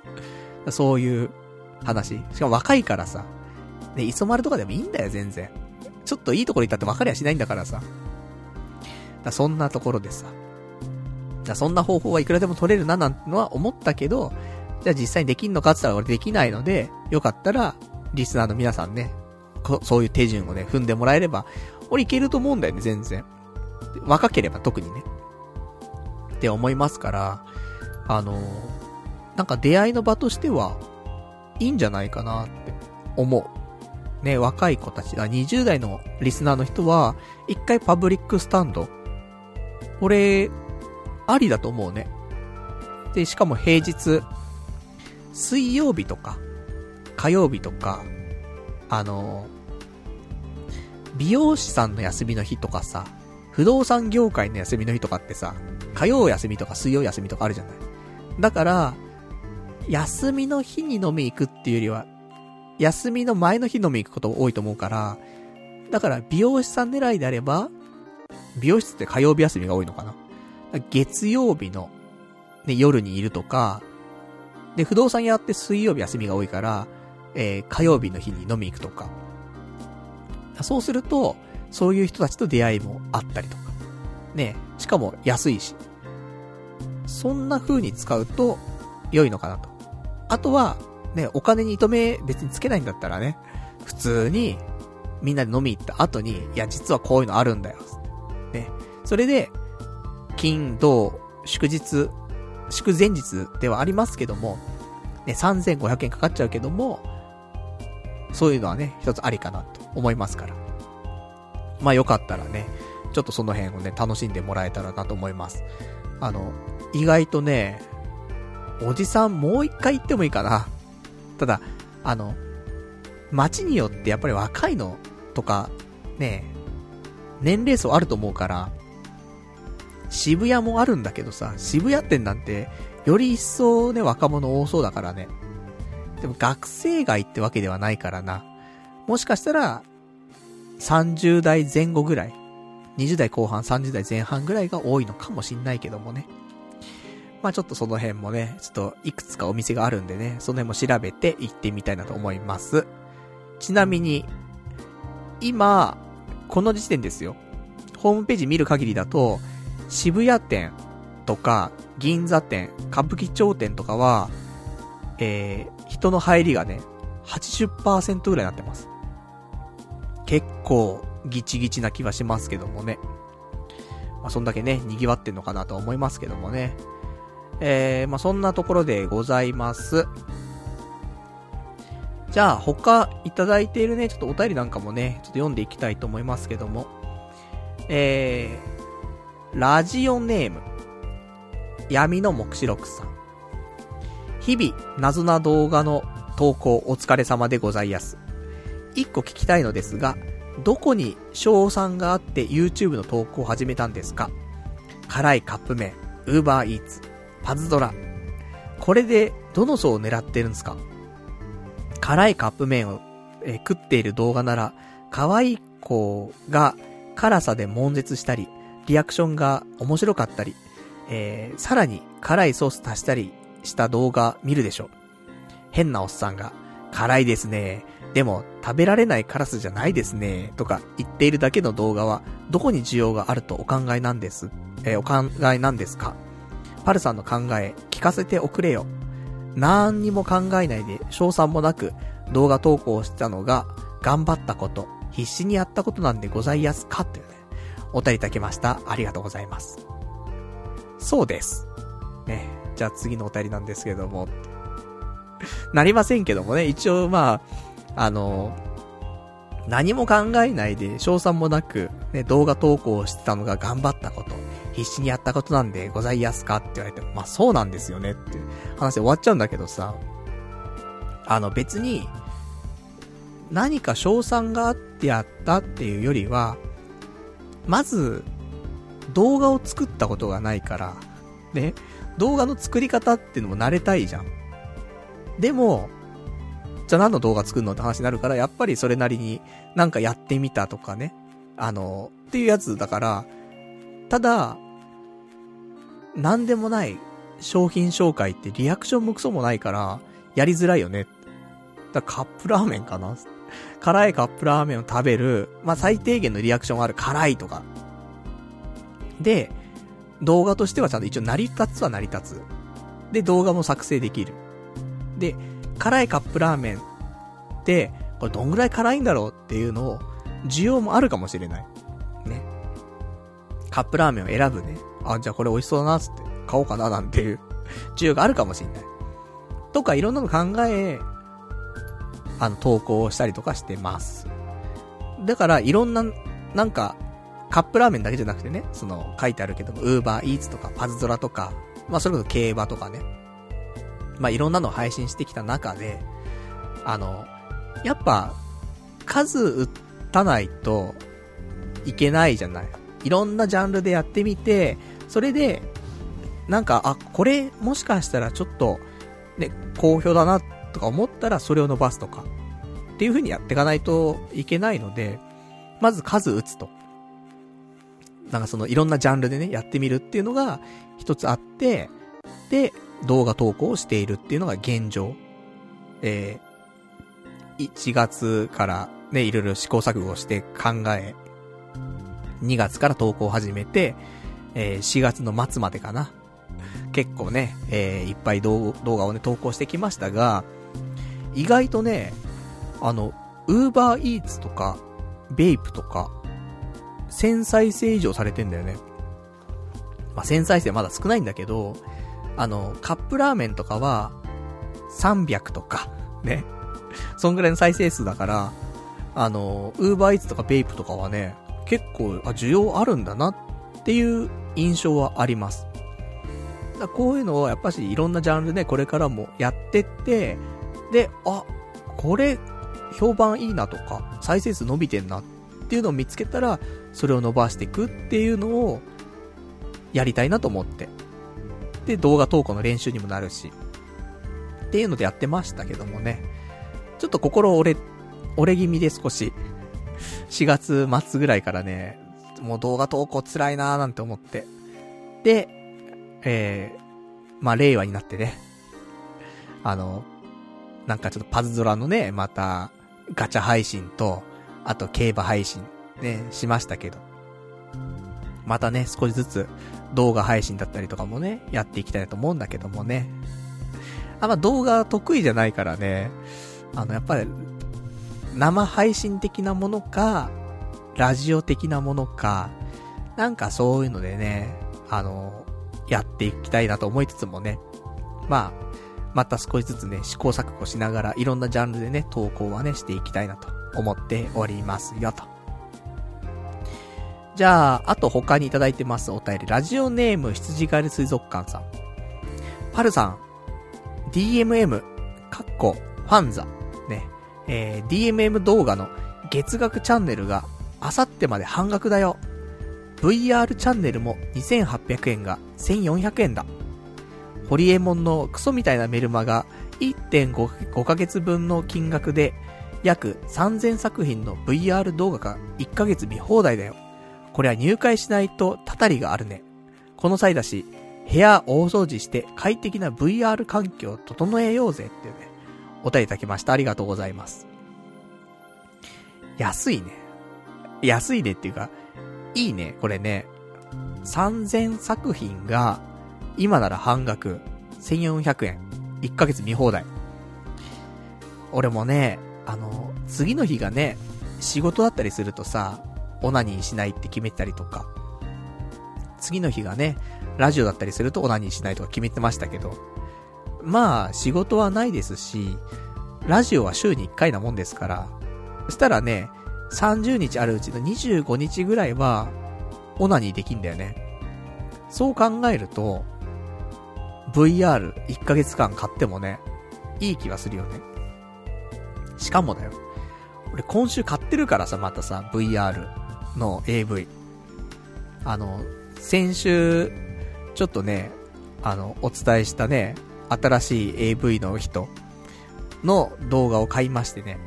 そういう話。しかも若いからさ。ね、磯丸とかでもいいんだよ、全然。ちょっといいところ行ったって分かりゃしないんだからさ。そんなところでさ。そんな方法はいくらでも取れるななんてのは思ったけど、じゃあ実際にできんのかって言ったら俺できないので、よかったら、リスナーの皆さんね、そういう手順をね、踏んでもらえれば、俺いけると思うんだよね、全然。若ければ特にね。って思いますから、なんか出会いの場としては、いいんじゃないかなって思う。ね、若い子たち、20代のリスナーの人は、一回パブリックスタンド、俺、ありだと思うね。で、しかも平日、水曜日とか、火曜日とか、美容師さんの休みの日とかさ、不動産業界の休みの日とかってさ、火曜休みとか水曜休みとかあるじゃない。だから、休みの日に飲み行くっていうよりは、休みの前の日飲み行くこと多いと思うから、だから美容師さん狙いであれば、美容室って火曜日休みが多いのかな。月曜日の、ね、夜にいるとか、で、不動産やって水曜日休みが多いから、火曜日の日に飲み行くとか。そうすると、そういう人たちと出会いもあったりとか。ね、しかも安いし。そんな風に使うと良いのかなと。あとは、ね、お金に糸目別につけないんだったらね、普通にみんなで飲み行った後に、いや実はこういうのあるんだよ。ね。それで、金、土、祝前日ではありますけども、ね、3500円かかっちゃうけども、そういうのはね、一つありかなと思いますから。まあよかったらね、ちょっとその辺をね、楽しんでもらえたらなと思います。意外とね、おじさんもう一回行ってもいいかな。ただ、街によってやっぱり若いのとか、ね、年齢層あると思うから、渋谷もあるんだけどさ、渋谷店なんて、より一層ね、若者多そうだからね。でも学生街ってわけではないからな。もしかしたら、30代前後ぐらい、20代後半、30代前半ぐらいが多いのかもしんないけどもね。まあちょっとその辺もね、ちょっといくつかお店があるんでね、その辺も調べて行ってみたいなと思います。ちなみに、今、この時点ですよ。ホームページ見る限りだと、渋谷店とか、銀座店、歌舞伎町店とかは、人の入りがね、80% ぐらいになってます。結構、ギチギチな気はしますけどもね。まあ、そんだけね、賑わってんのかなと思いますけどもね。まあ、そんなところでございます。じゃあ、他いただいているね、ちょっとお便りなんかもね、ちょっと読んでいきたいと思いますけども。ラジオネーム、闇の目視録さん。日々、謎な動画の投稿お疲れ様でございやす。一個聞きたいのですが、どこに賞賛があって YouTube の投稿を始めたんですか？辛いカップ麺、Uber Eats、パズドラ。これでどの層を狙ってるんですか？辛いカップ麺を、食っている動画なら、可愛い子が辛さで悶絶したり、リアクションが面白かったり、さらに辛いソース足したりした動画見るでしょ。変なおっさんが、辛いですね。でも食べられない辛さじゃないですね。とか言っているだけの動画は、どこに需要があるとお考えなんです。お考えなんですか？パルさんの考え、聞かせておくれよ。なんにも考えないで、賞賛もなく、動画投稿したのが、頑張ったこと、必死にやったことなんでございやすかというね、お便りいただきました。ありがとうございます。そうです。ね。じゃあ次のお便りなんですけども。なりませんけどもね、一応まあ、何も考えないで、賞賛もなく、ね、動画投稿してたのが頑張ったこと、必死にやったことなんでございやすかって言われても、まあそうなんですよねっていう話で終わっちゃうんだけどさ、別に、何か賞賛があってやったっていうよりは、まず、動画を作ったことがないから、ね、動画の作り方っていうのも慣れたいじゃん。でも、じゃあ何の動画作るのって話になるから、やっぱりそれなりになんかやってみたとかね。っていうやつだから、ただ、なんでもない商品紹介ってリアクションもクソもないから、やりづらいよね。だからカップラーメンかな？辛いカップラーメンを食べる、まあ、最低限のリアクションある辛いとか。で、動画としてはちゃんと一応成り立つは成り立つ。で、動画も作成できる。で、辛いカップラーメンって、これどんぐらい辛いんだろうっていうのを、需要もあるかもしれない。ね。カップラーメンを選ぶね。あ、じゃあこれ美味しそうだなつって、買おうかななんていう、需要があるかもしれない。とかいろんなの考え、投稿したりとかしてます。だからいろんな、なんか、カップラーメンだけじゃなくてね、書いてあるけども、Uber Eats とかパズドラとか、まあそれこそ競馬とかね。まあいろんなのを配信してきた中で、やっぱ、数打たないといけないじゃない。いろんなジャンルでやってみて、それで、なんか、あ、これもしかしたらちょっと、ね、好評だなとか思ったらそれを伸ばすとか、っていう風にやっていかないといけないので、まず数打つと。なんかいろんなジャンルでね、やってみるっていうのが一つあって、で、動画投稿をしているっていうのが現状。1月からね、いろいろ試行錯誤して考え、2月から投稿を始めて、4月の末までかな。結構ね、いっぱい動画をね、投稿してきましたが、意外とね、Uber Eats とか、ベイプとか、1000再生以上されてんだよね。まあ、1000再生まだ少ないんだけど、カップラーメンとかは、300とか、ね。そんぐらいの再生数だから、Uber Eats とかベイプとかはね、結構、需要あるんだなっていう印象はあります。だこういうのをやっぱしいろんなジャンルね、これからもやってって、で、あ、これ、評判いいなとか、再生数伸びてんなっていうのを見つけたら、それを伸ばしていくっていうのを、やりたいなと思って。で、動画投稿の練習にもなるし、っていうのでやってましたけどもね。ちょっと心折れ気味で少し、4月末ぐらいからね、もう動画投稿辛いなーなんて思って。で、まあ、令和になってね、なんかちょっとパズドラのね、また、ガチャ配信と、あと競馬配信、ね、しましたけど。またね、少しずつ動画配信だったりとかもね、やっていきたいなと思うんだけどもね。まあ、動画得意じゃないからね、やっぱり、生配信的なものか、ラジオ的なものか、なんかそういうのでね、やっていきたいなと思いつつもね、まあ、また少しずつね、試行錯誤しながら、いろんなジャンルでね、投稿はね、していきたいなと思っておりますよと。じゃあ、あと他にいただいてますお便り、ラジオネーム羊狩り水族館さん。パルさん、DMM、ファンザ、ね、DMM 動画の月額チャンネルが、あさってまで半額だよ。VR チャンネルも2800円が1400円だ。ホリエモンのクソみたいなメルマが 1.5 ヶ月分の金額で約3000作品の VR 動画が1ヶ月見放題だよ。これは入会しないとたたりがあるね。この際だし、部屋大掃除して快適な VR 環境を整えようぜっていうね、お便りいただきました。ありがとうございます。安いね。安いねっていうか、いいね、これね。3000作品が、今なら半額、1400円。1ヶ月見放題。俺もね、次の日がね、仕事だったりするとさ、オナニーしないって決めたりとか、次の日がね、ラジオだったりするとオナニーしないとか決めてましたけど、まあ、仕事はないですし、ラジオは週に1回なもんですから、そしたらね、30日あるうちの25日ぐらいは、オナニーできんだよね。そう考えると、VR1 ヶ月間買ってもね、いい気はするよね。しかもだよ。俺今週買ってるからさ、またさ、VR の AV。先週、ちょっとね、お伝えしたね、新しい AV の人の動画を買いましてね。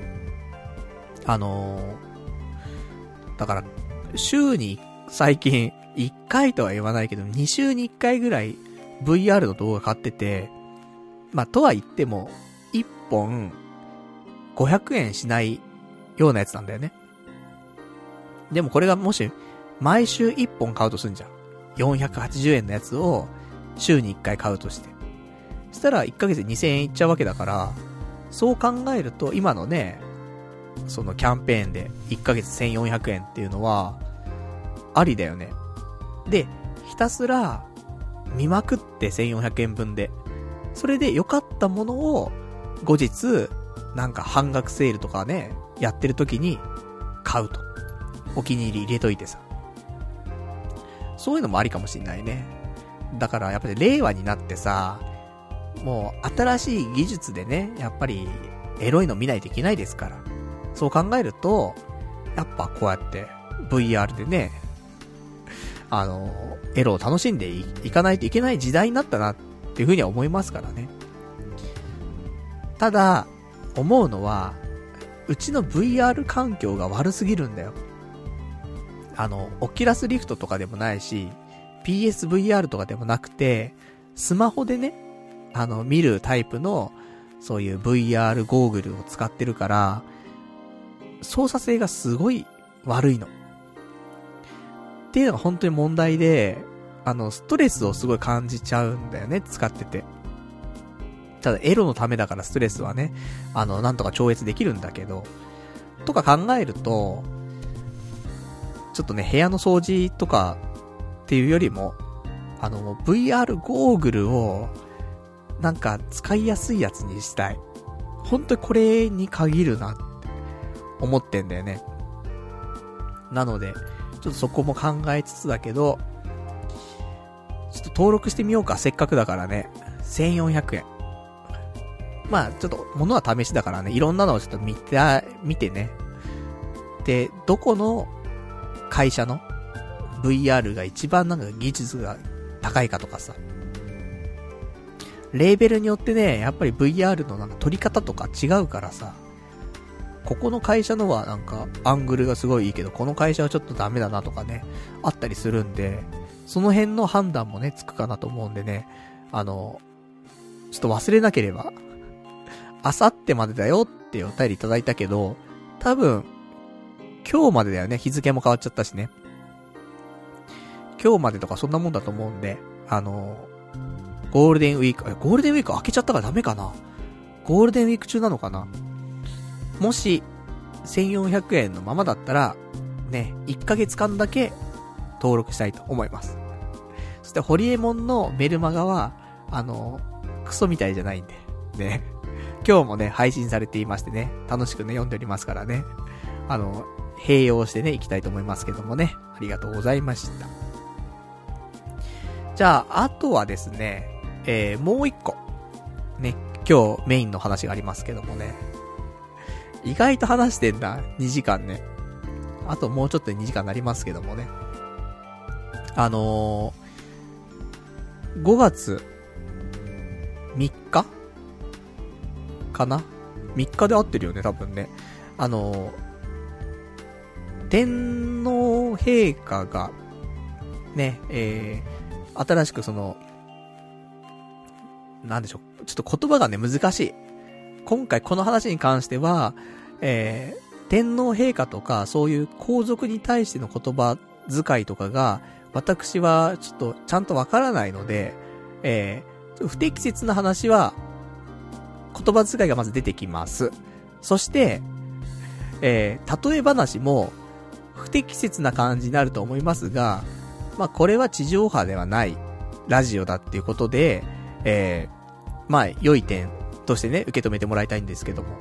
だから、週に最近1回とは言わないけど、2週に1回ぐらい VR の動画買ってて、まあ、とは言っても、1本500円しないようなやつなんだよね。でもこれがもし、毎週1本買うとすんじゃん。480円のやつを、週に1回買うとして。そしたら1ヶ月で2000円いっちゃうわけだから、そう考えると、今のね、そのキャンペーンで1ヶ月1400円っていうのは、ありだよね。で、ひたすら、見まくって1400円分で。それで良かったものを、後日、なんか半額セールとかね、やってる時に、買うと。お気に入り入れといてさ。そういうのもありかもしんないね。だからやっぱり令和になってさ、もう新しい技術でね、やっぱりエロいの見ないといけないですから。そう考えると、やっぱこうやって VR でね、エロを楽しんで いかないといけない時代になったなっていうふうには思いますからね。ただ、思うのは、うちの VR 環境が悪すぎるんだよ。オキュラスリフトとかでもないし、PSVR とかでもなくて、スマホでね、見るタイプの、そういう VR ゴーグルを使ってるから、操作性がすごい悪いの。っていうのが本当に問題で、ストレスをすごい感じちゃうんだよね、使ってて。ただ、エロのためだからストレスはね、なんとか超越できるんだけど、とか考えると、ちょっとね、部屋の掃除とかっていうよりも、VR ゴーグルを、なんか使いやすいやつにしたい。本当にこれに限るなって思ってんだよね。なので、ちょっとそこも考えつつだけど、ちょっと登録してみようか、せっかくだからね。1400円。まあ、ちょっと、物は試しだからね、いろんなのをちょっと見てね。で、どこの会社の VR が一番なんか技術が高いかとかさ。レーベルによってね、やっぱり VR のなんか撮り方とか違うからさ。ここの会社のはなんかアングルがすごいいいけど、この会社はちょっとダメだなとかね、あったりするんで、その辺の判断もね、つくかなと思うんでね、ちょっと忘れなければ、あさってまでだよってお便りいただいたけど、多分、今日までだよね、日付も変わっちゃったしね。今日までとかそんなもんだと思うんで、ゴールデンウィーク開けちゃったからダメかな。ゴールデンウィーク中なのかな。もし、1400円のままだったら、ね、1ヶ月間だけ登録したいと思います。そして、ホリエモンのメルマガは、クソみたいじゃないんで、ね。今日もね、配信されていましてね、楽しくね、読んでおりますからね。併用してね、いきたいと思いますけどもね。ありがとうございました。じゃあ、あとはですね、もう一個。ね、今日メインの話がありますけどもね。意外と話してんだ。2時間ね。あともうちょっとで2時間になりますけどもね。5月3日かな ?3 日で合ってるよね、多分ね。天皇陛下が、ね、新しくなんでしょう。ちょっと言葉がね、難しい。今回この話に関しては、天皇陛下とか、そういう皇族に対しての言葉遣いとかが、私はちょっとちゃんとわからないので、不適切な話は、言葉遣いがまず出てきます。そして、例え話も、不適切な感じになると思いますが、まあこれは地上波ではないラジオだっていうことで、まあ良い点としてね、受け止めてもらいたいんですけども。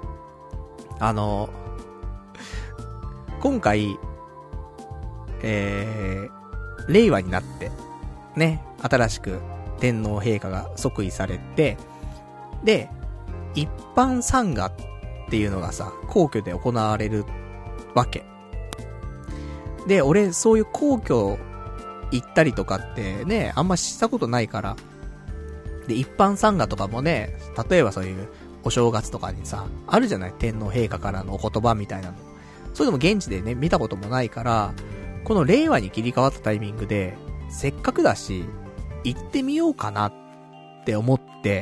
今回、令和になって、ね、新しく天皇陛下が即位されて、で、一般参賀っていうのがさ、皇居で行われるわけ。で、俺、そういう皇居行ったりとかってね、あんましたことないから。で、一般参賀とかもね、例えばそういうお正月とかにさ、あるじゃない？天皇陛下からのお言葉みたいなの。そういうのも現地でね、見たこともないから、この令和に切り替わったタイミングで、せっかくだし、 行ってみようかなって思って、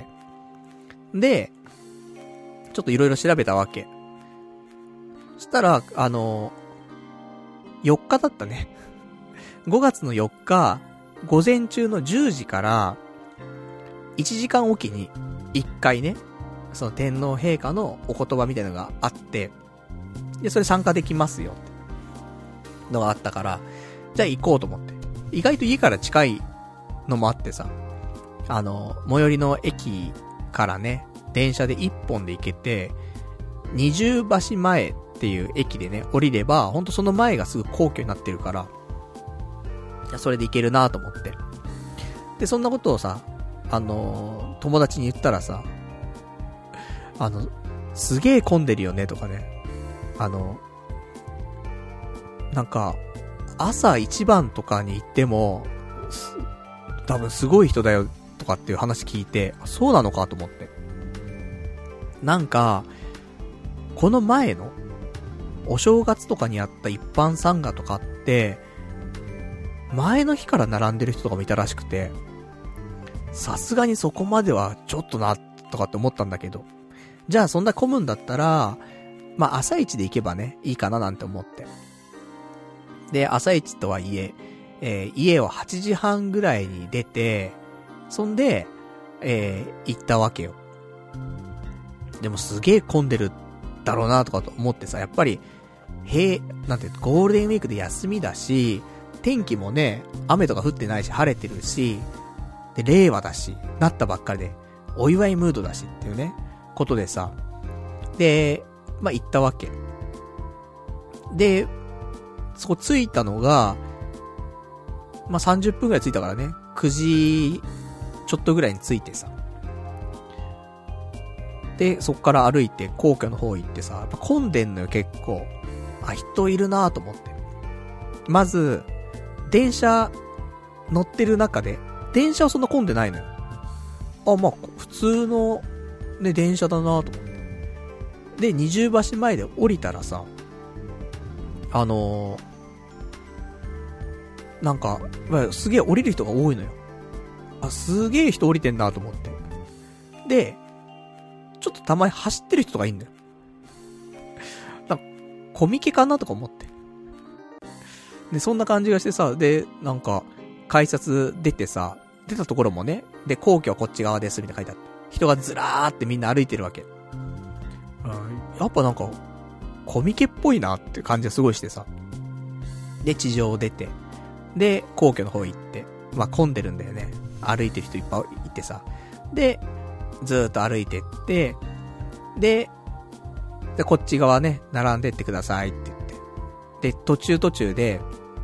で、ちょっといろいろ調べたわけ。そしたら、4日だったね。5月の4日、午前中の10時から、1時間おきに1回ね、その天皇陛下のお言葉みたいなのがあって、で、それ参加できますよってのがあったから、じゃあ行こうと思って。意外と家から近いのもあってさ、最寄りの駅からね、電車で1本で行けて、二重橋前っていう駅でね、降りれば、ほんとその前がすぐ皇居になってるから、じゃあそれで行けるなと思って。で、そんなことをさ、友達に言ったらさ、すげえ混んでるよねとかね。なんか、朝一番とかに行っても、多分すごい人だよとかっていう話聞いて、そうなのかと思って。なんか、この前の、お正月とかにあった一般参賀とかって、前の日から並んでる人とかもいたらしくて、さすがにそこまではちょっとな、とかって思ったんだけど、じゃあそんな混むんだったら、まあ朝一で行けばね、いいかななんて思って。で、朝一とはいえ、家を8時半ぐらいに出て、そんで、行ったわけよ。でもすげえ混んでるだろうなとかと思ってさ、やっぱり、なんてゴールデンウィークで休みだし、天気もね、雨とか降ってないし、晴れてるし、で、令和だし、なったばっかりで、お祝いムードだしっていうね、ことでさ、で、まあ、行ったわけ。で、そこ着いたのが、まあ、30分くらい着いたからね、9時ちょっとぐらいに着いてさ。で、そっから歩いて皇居の方行ってさ、やっぱ混んでんのよ結構。あ、人いるなと思って。まず、電車乗ってる中で、電車はそんな混んでないのよ。あ、まあ、普通の、ね、電車だなと思って。で、二重橋前で降りたらさ、なんか、すげえ降りる人が多いのよ。あ、すげえ人降りてんなと思って。で、ちょっとたまに走ってる人とかいんだよ。なんか、コミケかなとか思って。で、そんな感じがしてさ、で、なんか、改札出てさ、出たところもね、で、皇居はこっち側です、みたいな書いてあって。人がずらーってみんな歩いてるわけ。やっぱなんか、コミケっぽいなって感じがすごいしてさ。で、地上出て。で、皇居の方行って。まあ、混んでるんだよね。歩いてる人いっぱいいてさ。で、ずーっと歩いてって、で、こっち側ね、並んでってくださいって言って。で、途中で、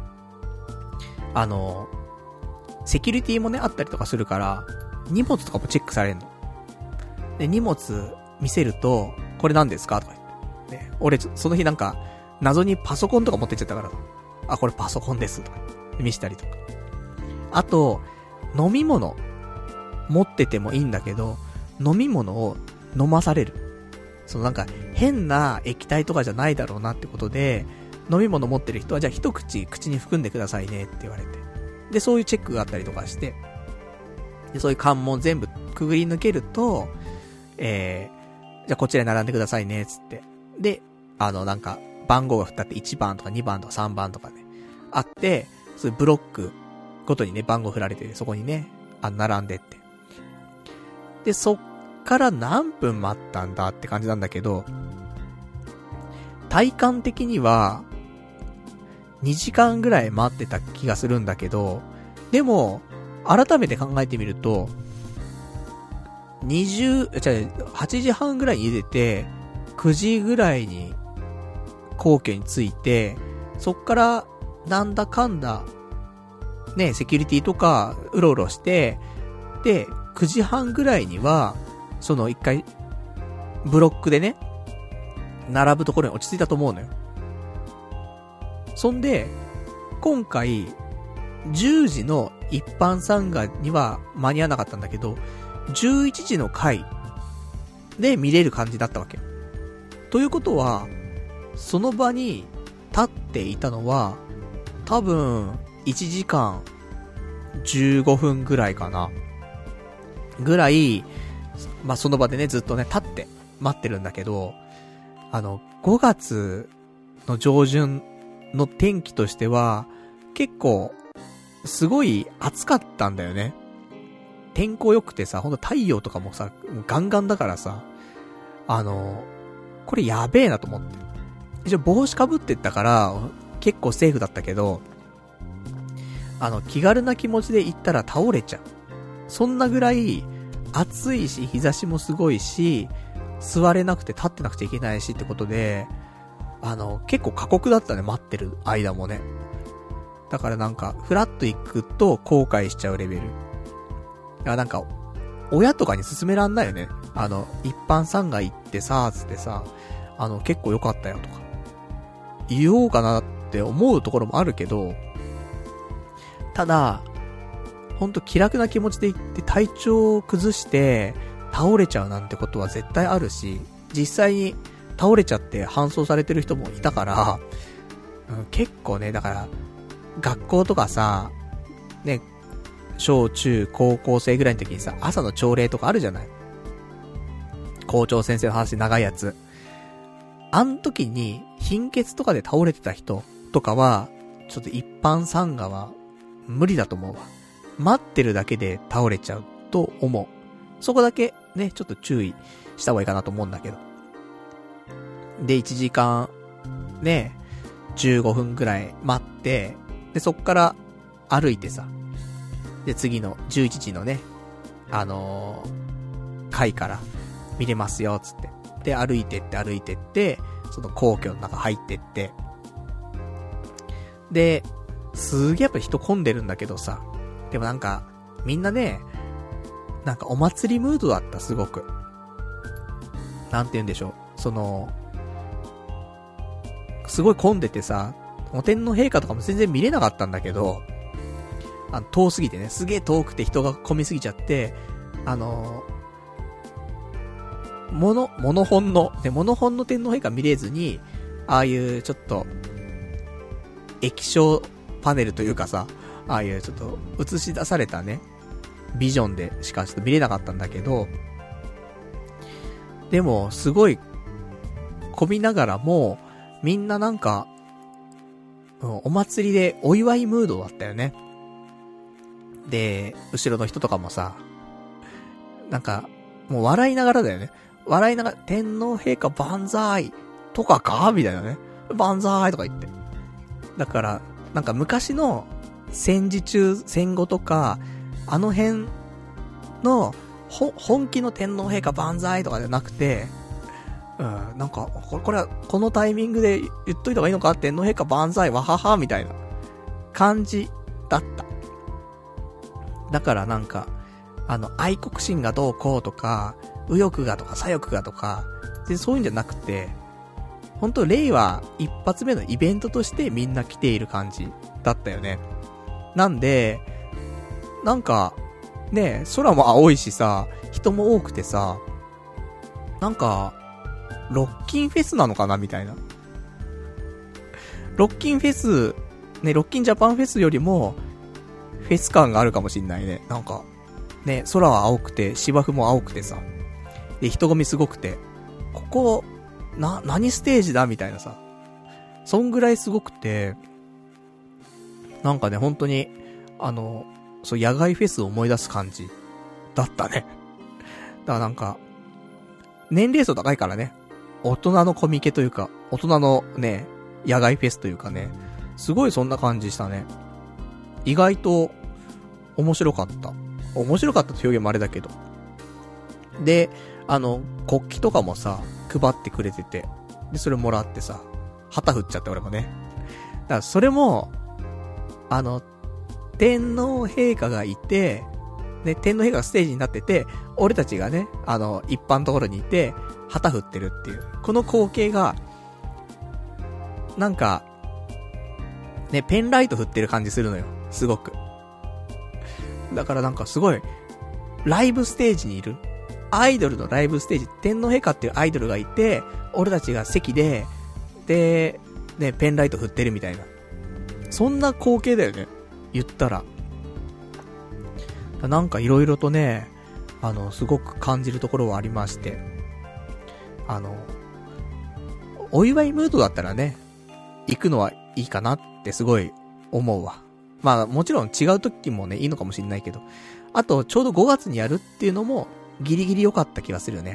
セキュリティもね、あったりとかするから、荷物とかもチェックされるの。で、荷物見せると、これ何ですかとか言って。ね、俺、その日なんか、謎にパソコンとか持ってっちゃったから、あ、これパソコンですとか、見したりとか。あと、飲み物、持っててもいいんだけど、飲み物を飲まされる。そのなんか、変な液体とかじゃないだろうなってことで、飲み物持ってる人は、じゃあ一口、口に含んでくださいねって言われて。で、そういうチェックがあったりとかして、で、そういう関門全部くぐり抜けると、じゃあこちらに並んでくださいね、つって。で、なんか、番号が振ってあって1番とか2番とか3番とかね、あって、そういうブロックごとにね、番号振られて、そこにね、並んでって。で、そっから何分待ったんだって感じなんだけど、体感的には、2時間ぐらい待ってた気がするんだけど、でも、改めて考えてみると、8時半ぐらいに出て、9時ぐらいに皇居に着いて、そっからなんだかんだ、ね、セキュリティとかうろうろして、で、9時半ぐらいには、その一回、ブロックでね、並ぶところに落ち着いたと思うのよ。そんで、今回、10時の一般参賀には間に合わなかったんだけど、11時の回で見れる感じだったわけ。ということは、その場に立っていたのは、多分、1時間 15分ぐらいかな。ぐらい、まあ、その場でね、ずっとね、立って待ってるんだけど、5月の上旬の天気としては、結構、すごい暑かったんだよね。天候良くてさ、ほんと太陽とかもさ、ガンガンだからさ、これやべえなと思って。一応帽子かぶってったから、結構セーフだったけど、気軽な気持ちで行ったら倒れちゃう。そんなぐらい、暑いし、日差しもすごいし、座れなくて立ってなくちゃいけないしってことで、結構過酷だったね、待ってる間もね。だからなんか、フラッと行くと後悔しちゃうレベル。なんか、親とかに勧めらんないよね。一般参賀行ってさ、つってさ、結構良かったよとか。言おうかなって思うところもあるけど、ただ、ほんと気楽な気持ちで行って体調を崩して倒れちゃうなんてことは絶対あるし、実際に倒れちゃって搬送されてる人もいたから、結構ね、だから、学校とかさ、ね、小中高校生ぐらいの時にさ、朝の朝礼とかあるじゃない。校長先生の話長いやつ。あん時に貧血とかで倒れてた人とかは、ちょっと一般参賀は無理だと思うわ。待ってるだけで倒れちゃうと思う。そこだけね、ちょっと注意した方がいいかなと思うんだけど。で、1時間、ね、15分くらい待って、で、そっから歩いてさ、で、次の11時のね、階から見れますよ、つって。で、歩いてって、その皇居の中入ってって、で、すげえやっぱ人混んでるんだけどさ、でもなんか、みんなね、なんかお祭りムードだった、すごく。なんて言うんでしょう。すごい混んでてさ、お天皇陛下とかも全然見れなかったんだけど、遠すぎてね、すげえ遠くて人が混みすぎちゃって、モノホンの天皇陛下見れずに、ああいうちょっと、液晶パネルというかさ、ああいうちょっと映し出されたね、ビジョンでしかちょっと見れなかったんだけど、でもすごい混みながらもみんななんか、お祭りでお祝いムードだったよね。で、後ろの人とかもさ、なんかもう笑いながらだよね。笑いながら天皇陛下万歳とかかみたいなね。万歳とか言って。だからなんか昔の戦時中、戦後とか、あの辺の、本気の天皇陛下万歳とかじゃなくて、なんか、これは、このタイミングで言っといた方がいいのか天皇陛下万歳わははみたいな感じだった。だからなんか、愛国心がどうこうとか、右翼がとか左翼がとか、そういうんじゃなくて、本当令和一発目のイベントとしてみんな来ている感じだったよね。なんで、なんか、ね、空も青いしさ、人も多くてさ、なんか、ロッキンフェスなのかなみたいな。ロッキンフェス、ね、ロッキンジャパンフェスよりも、フェス感があるかもしんないね。なんか、ね、空は青くて、芝生も青くてさ、で、人混みすごくて、ここ、何ステージだみたいなさ、そんぐらいすごくて、なんかね、本当に、そう、野外フェスを思い出す感じだったね。だからなんか、年齢層高いからね、大人のコミケというか、大人のね、野外フェスというかね、すごいそんな感じしたね。意外と、面白かった。面白かったって表現もあれだけど。で、国旗とかもさ、配ってくれてて、で、それもらってさ、旗振っちゃって俺もね。だからそれも、天皇陛下がいて、ね、天皇陛下がステージになってて、俺たちがね、一般のところにいて、旗振ってるっていう。この光景が、なんか、ね、ペンライト振ってる感じするのよ。すごく。だからなんかすごい、ライブステージにいる。アイドルのライブステージ、天皇陛下っていうアイドルがいて、俺たちが席で、で、ね、ペンライト振ってるみたいな。そんな光景だよね。言ったら。 なんか色々とね、すごく感じるところはありまして、お祝いムードだったらね、行くのはいいかなってすごい思うわ。まあもちろん違う時もね、いいのかもしれないけど、あとちょうど5月にやるっていうのもギリギリ良かった気がするよね。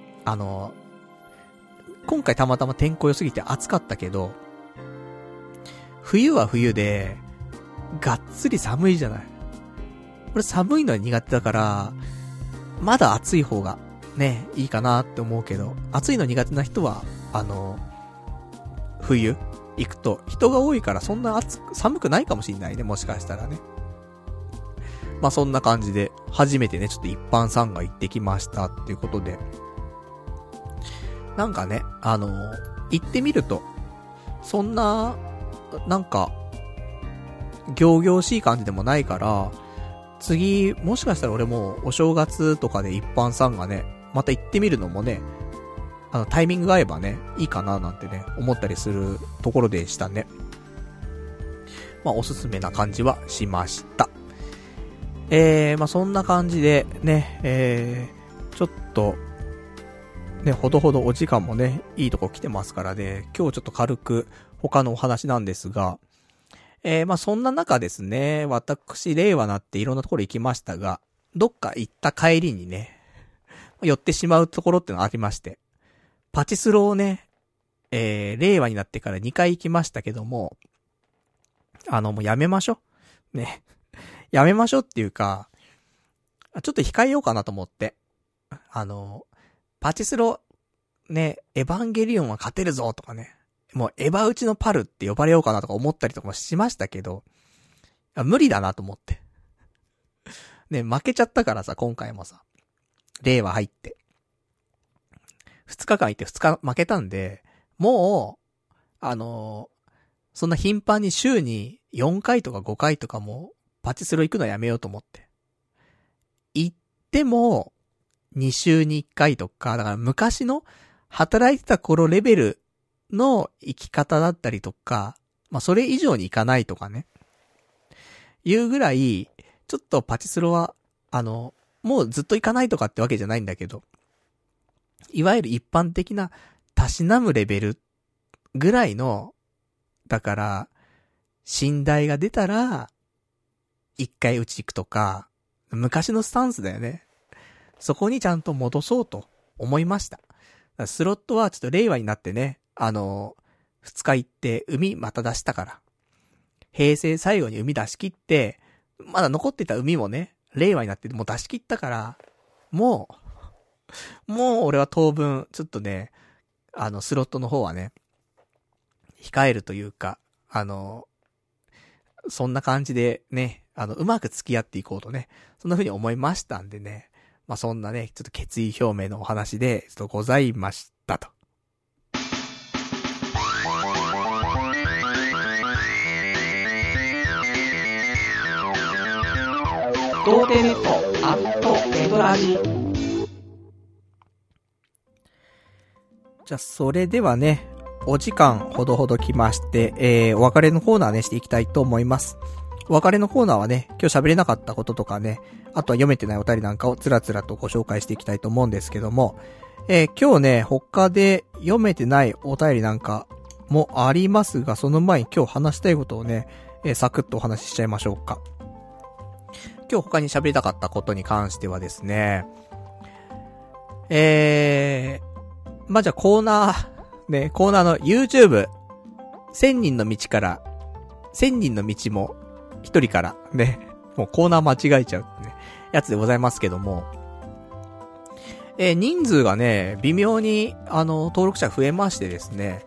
今回たまたま天候良すぎて暑かったけど、冬は冬で、がっつり寒いじゃない。これ寒いのは苦手だから、まだ暑い方がね、いいかなって思うけど、暑いの苦手な人は、冬行くと人が多いからそんな寒くないかもしんないね、もしかしたらね。まあそんな感じで、初めてね、ちょっと一般参賀行ってきましたっていうことで。なんかね、行ってみると、そんな、なんか、仰々しい感じでもないから、次、もしかしたら俺もお正月とかで一般参賀ね、また行ってみるのもね、タイミングが合えばね、いいかななんてね、思ったりするところでしたね。まあ、おすすめな感じはしました。まあ、そんな感じで、ね、ちょっと、ね、ほどほどお時間もね、いいとこ来てますからね、今日ちょっと軽く他のお話なんですが、まあ、そんな中ですね、私、令和なっていろんなところ行きましたが、どっか行った帰りにね、寄ってしまうところってのがありまして、パチスロをね、令和になってから2回行きましたけども、もうやめましょ。ね。やめましょっていうか、ちょっと控えようかなと思って。パチスロ、ね、エヴァンゲリオンは勝てるぞとかね、もうエヴァ打ちのパルって呼ばれようかなとか思ったりとかもしましたけど、無理だなと思って。ね、負けちゃったからさ、今回もさ、令和入って。2日間行って2日負けたんで、もう、そんな頻繁に週に4回とか5回とかもパチスロ行くのやめようと思って。行っても2週に1回とか、だから昔の働いてた頃レベルの生き方だったりとか、まあそれ以上に行かないとかね。いうぐらい、ちょっとパチスロは、もうずっと行かないとかってわけじゃないんだけど、いわゆる一般的なたしなむレベルぐらいの、だから、信頼が出たら、一回打ち行くとか、昔のスタンスだよね。そこにちゃんと戻そうと思いました。スロットはちょっと令和になってね、2日行って海また出したから。平成最後に海出し切って、まだ残ってた海もね、令和になってもう出し切ったから、もう俺は当分、ちょっとね、スロットの方はね、控えるというか、そんな感じでね、うまく付き合っていこうとね、そんな風に思いましたんでね、まあ、そんなね、ちょっと決意表明のお話で、ちょっとございましたと。童貞ネットアットネトラジ。じゃあそれではね、お時間ほどほど来まして、お別れのコーナーねしていきたいと思います。お別れのコーナーはね、今日喋れなかったこととかね、あとは読めてないお便りなんかをつらつらとご紹介していきたいと思うんですけども、今日ね、他で読めてないお便りなんかもありますが、その前に今日話したいことをね、サクッとお話ししちゃいましょうか。今日他に喋りたかったことに関してはですね、まあ、じゃあコーナーの YouTube、1000人の道から、1000人の道も一人からね、もうコーナー間違えちゃうってね、やつでございますけども、人数がね、微妙に、登録者増えましてですね、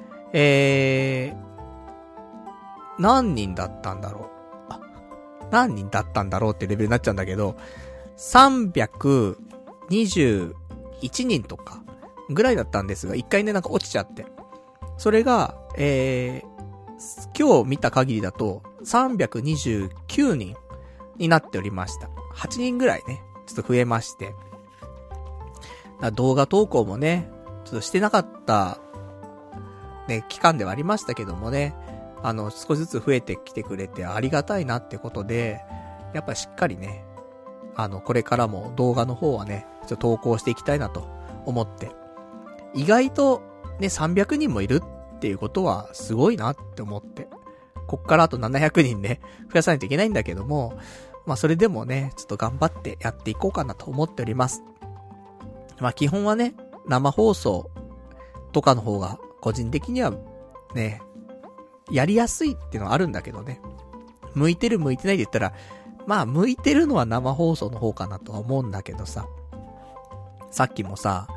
何人だったんだろう。何人だったんだろうってレベルになっちゃうんだけど、321人とかぐらいだったんですが、一回ね、なんか落ちちゃって。それが、今日見た限りだと、329人になっておりました。8人ぐらいね、ちょっと増えまして。動画投稿もね、ちょっとしてなかった、ね、期間ではありましたけどもね、少しずつ増えてきてくれてありがたいなってことで、やっぱしっかりね、 これからも動画の方はね、ちょっと投稿していきたいなと思って。意外とね、300人もいるっていうことはすごいなって思って。こっからあと700人ね、増やさないといけないんだけども、まあそれでもね、ちょっと頑張ってやっていこうかなと思っております。まあ基本はね、生放送とかの方が個人的にはね、やりやすいっていうのはあるんだけどね。向いてる向いてないで言ったら、まあ向いてるのは生放送の方かなとは思うんだけどさ。さっきもさ、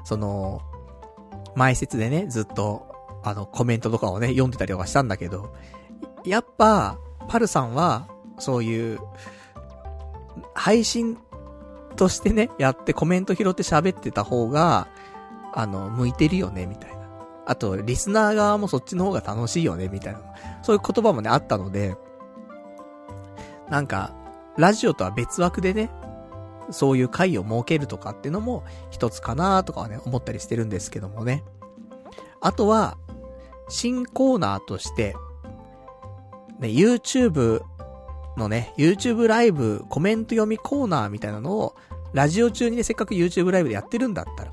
前説でね、ずっとコメントとかをね、読んでたりとかしたんだけど、やっぱ、パルさんは、そういう、配信としてね、やってコメント拾って喋ってた方が、向いてるよね、みたいな。あと、リスナー側もそっちの方が楽しいよね、みたいな。そういう言葉もね、あったので、なんか、ラジオとは別枠でね、そういう会を設けるとかっていうのも一つかなとかはね、思ったりしてるんですけどもね。あとは、新コーナーとして、ね、YouTube のね、YouTube ライブコメント読みコーナーみたいなのを、ラジオ中にね、せっかく YouTube ライブでやってるんだったら、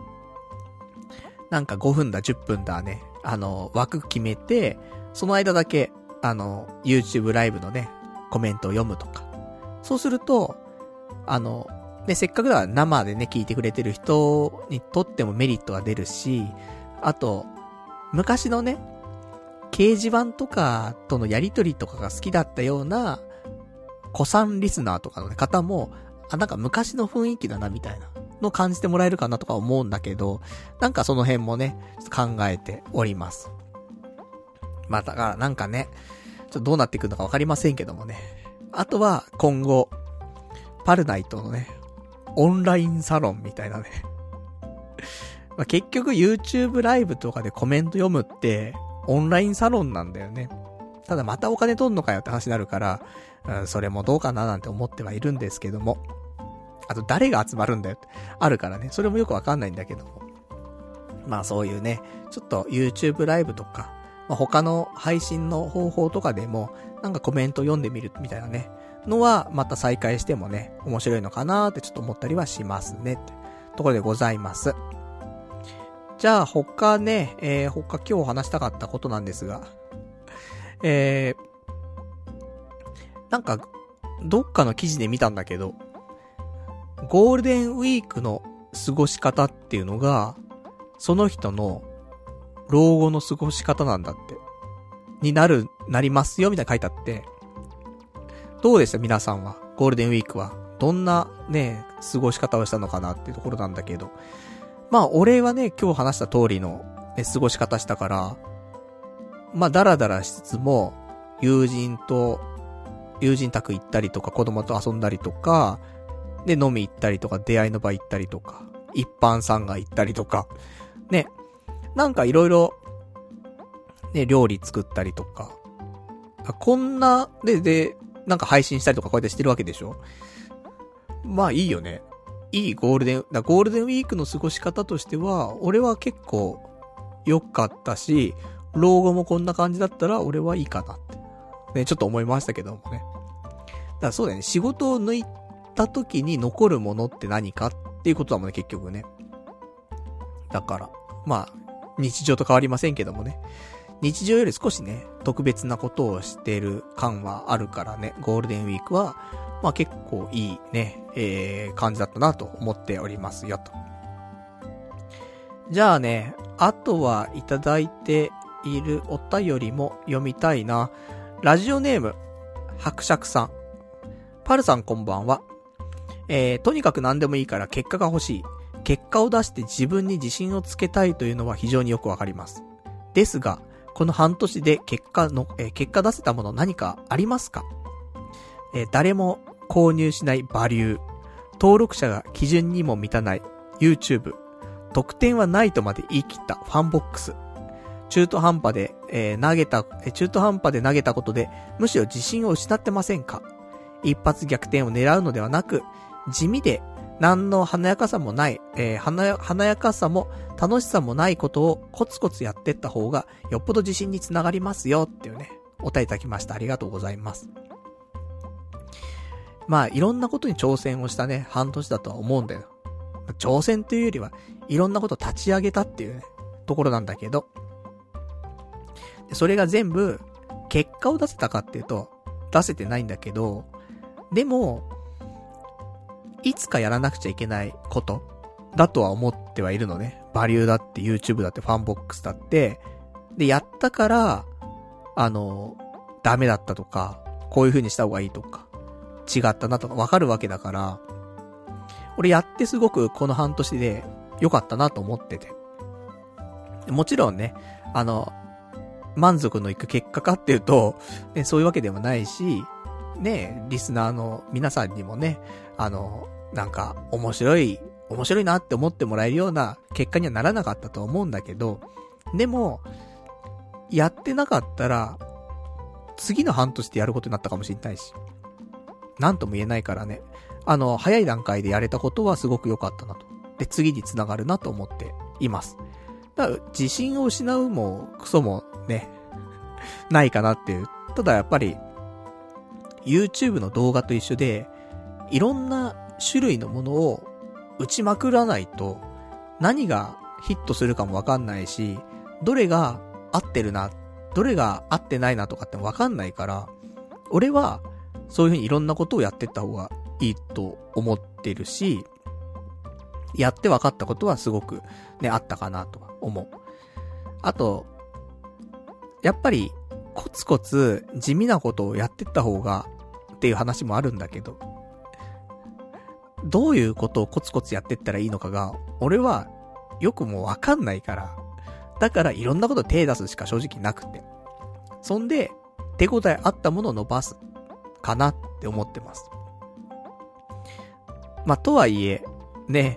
なんか5分だ、10分だね、枠決めて、その間だけ、YouTube ライブのね、コメントを読むとか。そうすると、ね、せっかくだから生でね、聞いてくれてる人にとってもメリットが出るし、あと、昔のね、掲示板とかとのやりとりとかが好きだったような、古参リスナーとかの、ね、方も、なんか昔の雰囲気だなみたいなのを感じてもらえるかなとか思うんだけど、なんかその辺もね、ちょっと考えております。まあだからなんかね、ちょっとどうなっていくのかわかりませんけどもね。あとは今後、パルナイトのね、オンラインサロンみたいなね。まあ結局 YouTube ライブとかでコメント読むって、オンラインサロンなんだよね。ただまたお金取んのかよって話になるから、それもどうかななんて思ってはいるんですけども。あと誰が集まるんだよってあるからね。それもよくわかんないんだけども。まあそういうね、ちょっと YouTube ライブとか、まあ、他の配信の方法とかでも、なんかコメント読んでみるみたいなね、のはまた再開してもね、面白いのかなーってちょっと思ったりはしますね。ってところでございます。じゃあ他ね、他今日話したかったことなんですが、なんか、どっかの記事で見たんだけど、ゴールデンウィークの過ごし方っていうのが、その人の老後の過ごし方なんだって。なりますよみたいな書いてあって、どうでした皆さんは、ゴールデンウィークは。どんなね、過ごし方をしたのかなっていうところなんだけど。まあ、俺はね、今日話した通りの、ね、過ごし方したから、まあ、ダラダラしつつも、友人宅行ったりとか、子供と遊んだりとか、で、飲み行ったりとか、出会いの場行ったりとか、一般参賀行ったりとか、ね、なんかいろいろ、ね、料理作ったりとか、こんな、で、なんか配信したりとかこうやってしてるわけでしょ。まあいいよね。いいゴールデンウィークの過ごし方としては、俺は結構良かったし、老後もこんな感じだったら俺はいいかなって。ね、ちょっと思いましたけどもね。だからそうだよね、仕事を抜いた時に残るものって何かっていうことだもんね、結局ね。だから、まあ、日常と変わりませんけどもね。日常より少しね、特別なことをしている感はあるからね、ゴールデンウィークは、まあ結構いいね、感じだったなと思っておりますよと。じゃあね、あとはいただいているお便りも読みたいな。ラジオネーム、伯爵さん。パルさんこんばんは。とにかく何でもいいから結果が欲しい。結果を出して自分に自信をつけたいというのは非常によくわかります。ですが、この半年で結果出せたもの何かありますか？誰も購入しないバリュー、登録者が基準にも満たない YouTube、得点はないとまで言い切ったファンボックス、中途半端で投げたことでむしろ自信を失ってませんか？一発逆転を狙うのではなく、地味で何の華やかさもない、華やかさも楽しさもないことをコツコツやってった方がよっぽど自信につながりますよっていうね、お便りいただきました。ありがとうございます。 まあいろんなことに挑戦をしたね、半年だとは思うんだよ。挑戦というよりはいろんなことを立ち上げたっていうね、ところなんだけど、それが全部結果を出せたかっていうと出せてないんだけど、でもいつかやらなくちゃいけないことだとは思ってはいるのね。バリューだって YouTube だってファンボックスだって、でやったからダメだったとか、こういう風にした方がいいとか、違ったなとかわかるわけだから、俺やってすごくこの半年で良かったなと思ってて。もちろんね、満足のいく結果かっていうと、ね、そういうわけでもないし、ね、リスナーの皆さんにもね、なんか面白いなって思ってもらえるような結果にはならなかったと思うんだけど、でも、やってなかったら、次の半年でやることになったかもしれないし、なんとも言えないからね、早い段階でやれたことはすごく良かったなと。で、次に繋がるなと思っています。だから、自信を失うもクソもね、ないかなっていう。ただやっぱり、YouTube の動画と一緒で、いろんな種類のものを打ちまくらないと、何がヒットするかもわかんないし、どれが合ってるな、どれが合ってないなとかってわかんないから、俺は、そういう風にいろんなことをやってった方がいいと思ってるし、やって分かったことはすごくね、あったかなとは思う。あと、やっぱり、コツコツ地味なことをやってった方がっていう話もあるんだけど、どういうことをコツコツやってったらいいのかが、俺はよくもう分かんないから、だからいろんなこと手出すしか正直なくて。そんで、手応えあったものを伸ばすかなって思ってます。まあ、とはいえ、ね、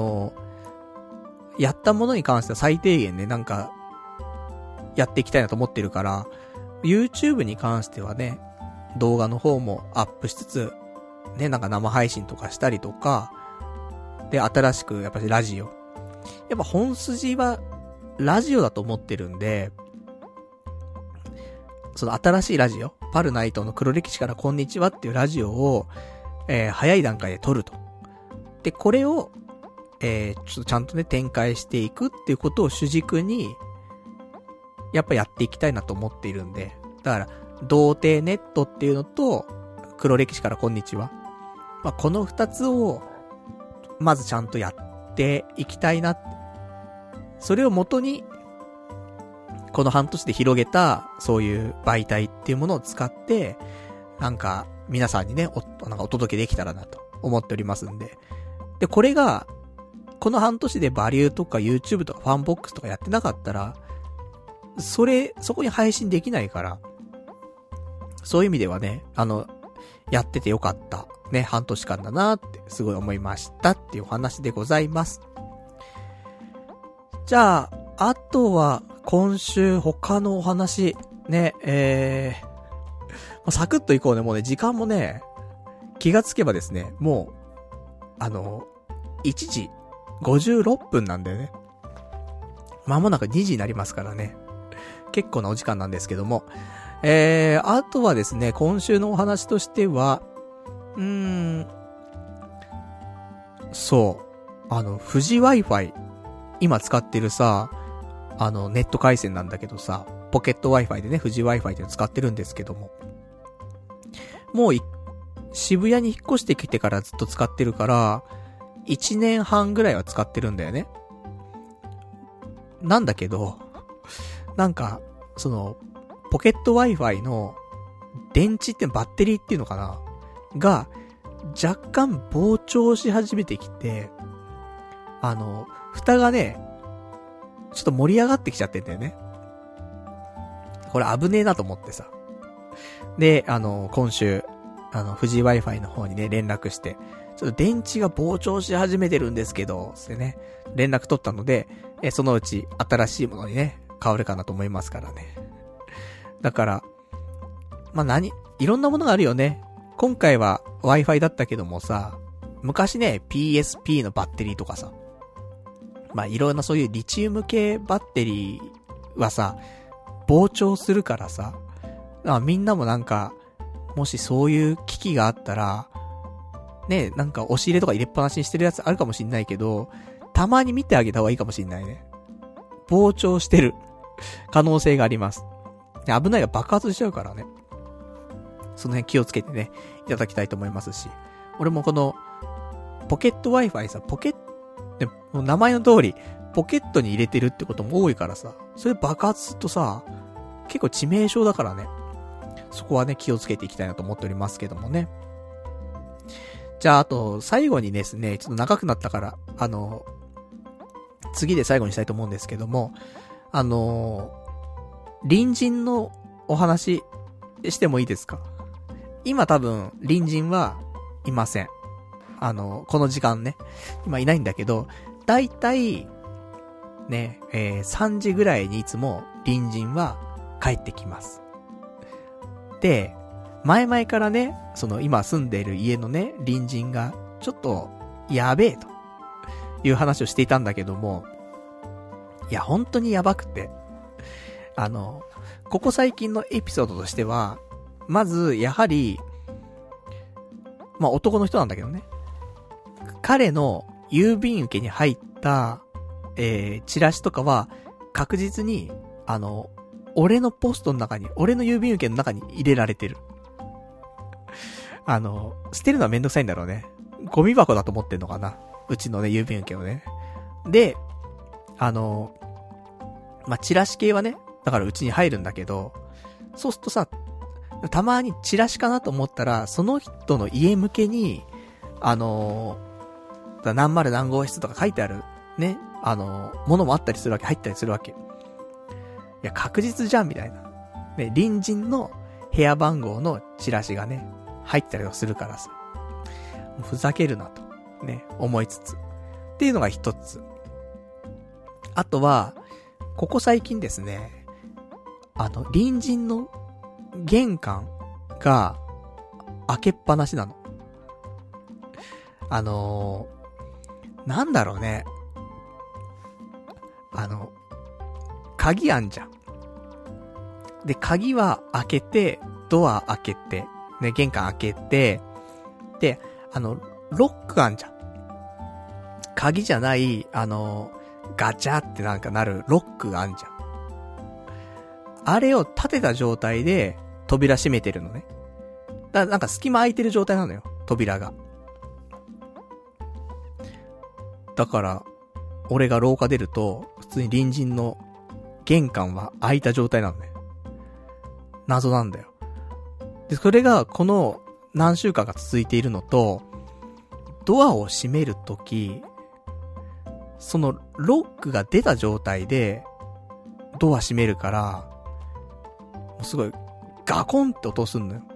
やったものに関しては最低限ね、なんか、やっていきたいなと思ってるから、YouTube に関してはね、動画の方もアップしつつ、ね、なんか生配信とかしたりとか、で、新しくやっぱりラジオ。やっぱ本筋はラジオだと思ってるんで、その新しいラジオ、パルナイトの黒歴史からこんにちはっていうラジオを、早い段階で撮ると。で、これを、ちょっとちゃんとね、展開していくっていうことを主軸に、やっぱやっていきたいなと思っているんで、だから、童貞ネットっていうのと、黒歴史からこんにちは。まあ、この二つを、まずちゃんとやっていきたいなって。それを元に、この半年で広げた、そういう媒体っていうものを使って、なんか、皆さんにね、なんかお届けできたらなと思っておりますんで。で、これが、この半年でバリューとか YouTube とかファンボックスとかやってなかったら、そこに配信できないから、そういう意味ではね、やっててよかった。ね、半年間だなってすごい思いましたっていうお話でございます。じゃあ、あとは今週他のお話、ね、サクッといこうね、もうね、時間もね、気がつけばですね、もう、1時56分なんだよね。間もなく2時になりますからね。結構なお時間なんですけども。あとはですね、今週のお話としては、そう、富士 Wi-Fi、今使ってるさ、ネット回線なんだけどさ、ポケット Wi-Fi でね、富士 Wi-Fi っていうの使ってるんですけども、もう渋谷に引っ越してきてからずっと使ってるから、1年半ぐらいは使ってるんだよね。なんだけど、なんか、ポケット Wi-Fi の電池ってバッテリーっていうのかなが、若干膨張し始めてきて、蓋がね、ちょっと盛り上がってきちゃってんだよね。これ危ねえなと思ってさ。で、今週、富士 Wi-Fi の方にね、連絡して、ちょっと電池が膨張し始めてるんですけど、つってね、連絡取ったので、そのうち新しいものにね、変わるかなと思いますからね。だから、まあ、いろんなものがあるよね。今回は Wi-Fi だったけどもさ、昔ね、PSP のバッテリーとかさ、まあ、いろんなそういうリチウム系バッテリーはさ、膨張するからさ、みんなもなんか、もしそういう機器があったら、 ね、なんか押し入れとか入れっぱなしにしてるやつあるかもしんないけど、たまに見てあげた方がいいかもしんないね。膨張してる可能性があります。危ないが爆発しちゃうからね。その辺気をつけてね、いただきたいと思いますし。俺もこの、ポケット Wi-Fi さ、名前の通り、ポケットに入れてるってことも多いからさ、それ爆発するとさ、結構致命傷だからね。そこはね、気をつけていきたいなと思っておりますけどもね。じゃあ、あと、最後にですね、ちょっと長くなったから、次で最後にしたいと思うんですけども、隣人のお話してもいいですか？今多分、隣人はいません。この時間ね、今いないんだけど、だいたい、ね、3時ぐらいにいつも隣人は帰ってきます。で、前々からね、その今住んでいる家のね、隣人がちょっとやべえという話をしていたんだけども、いや本当にやばくて、ここ最近のエピソードとしては、まずやはり、まあ男の人なんだけどね、彼の郵便受けに入った、チラシとかは確実に俺のポストの中に、俺の郵便受けの中に入れられてる。捨てるのはめんどくさいんだろうね。ゴミ箱だと思ってんのかな。うちのね、郵便受けをね。で、まあ、チラシ系はね、だからうちに入るんだけど、そうするとさ、たまにチラシかなと思ったら、その人の家向けに、何丸何号室とか書いてある、ね、ものもあったりするわけ、入ったりするわけ。いや、確実じゃん、みたいな。ね、隣人の部屋番号のチラシがね、入ったりはするからさ。ふざけるなと、ね、思いつつ。っていうのが一つ。あとは、ここ最近ですね、隣人の玄関が開けっぱなしなの。なんだろうね。鍵あんじゃん。で、鍵は開けて、ドア開けて、ね、玄関開けて、で、ロックあんじゃん。鍵じゃない、ガチャってなんかなるロックがあんじゃん。あれを立てた状態で扉閉めてるのね。なんか隙間空いてる状態なのよ、扉が。だから、俺が廊下出ると、普通に隣人の玄関は開いた状態なのね。謎なんだよ。で、それがこの何週間か続いているのと、ドアを閉めるとき、そのロックが出た状態でドア閉めるから、もうすごいガコンって音すんのよ。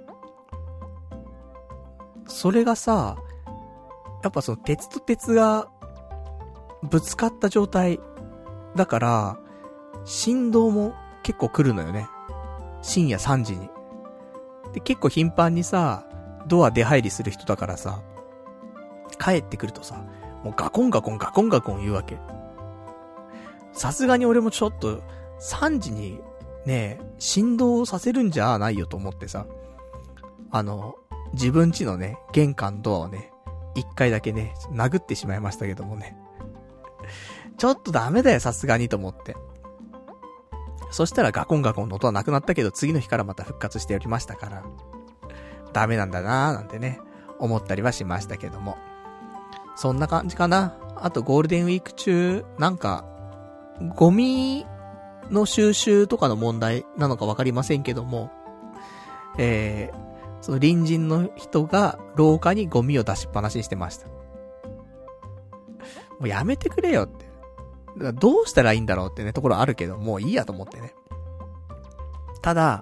それがさ、やっぱその鉄と鉄がぶつかった状態だから、振動も結構来るのよね。深夜3時に。で、結構頻繁にさ、ドア出入りする人だからさ、帰ってくるとさ、もうガコンガコンガコンガコン言うわけ。さすがに俺もちょっと3時にね、振動させるんじゃないよと思ってさ、自分家のね、玄関ドアをね、一回だけね、殴ってしまいましたけどもね。ちょっとダメだよ、さすがにと思って。そしたらガコンガコンの音はなくなったけど、次の日からまた復活しておりましたから、ダメなんだなーなんてね、思ったりはしましたけども。そんな感じかな。あとゴールデンウィーク中、なんか、ゴミの収集とかの問題なのかわかりませんけども、その隣人の人が廊下にゴミを出しっぱなしにしてました。もうやめてくれよって。どうしたらいいんだろうってね、ところあるけど、もういいやと思ってね。ただ、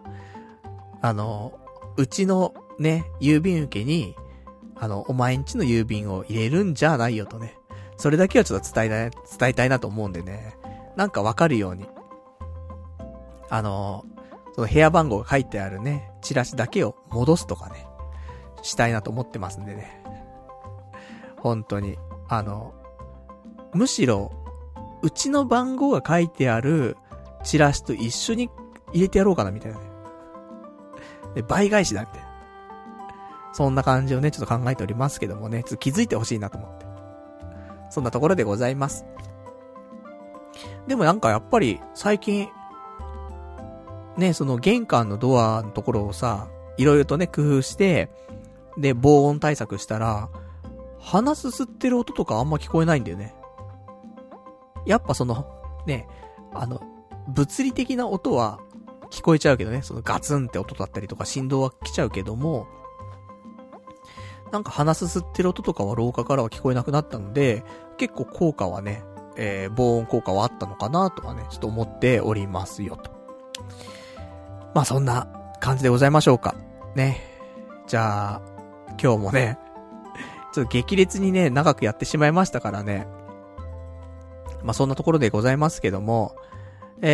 うちのね、郵便受けに、お前んちの郵便を入れるんじゃないよとね。それだけはちょっと伝えたいなと思うんでね。なんかわかるように。その部屋番号が書いてあるね、チラシだけを戻すとかね、したいなと思ってますんでね。本当に。むしろ、うちの番号が書いてあるチラシと一緒に入れてやろうかなみたいなね。で、倍返しだみたいな。 そんな感じをね、ちょっと考えておりますけどもね、ちょっと気づいてほしいなと思って。そんなところでございます。でもなんかやっぱり最近、ね、その玄関のドアのところをさ、いろいろとね、工夫して、で、防音対策したら、鼻すすってる音とかあんま聞こえないんだよね。やっぱその、ね、物理的な音は聞こえちゃうけどね、そのガツンって音だったりとか振動は来ちゃうけども、なんか鼻すすってる音とかは廊下からは聞こえなくなったので、結構効果はね、防音効果はあったのかなとかね、ちょっと思っておりますよと。まあそんな感じでございましょうか。ね。じゃあ、今日もね、ちょっと激烈にね、長くやってしまいましたからね。まあそんなところでございますけども、じ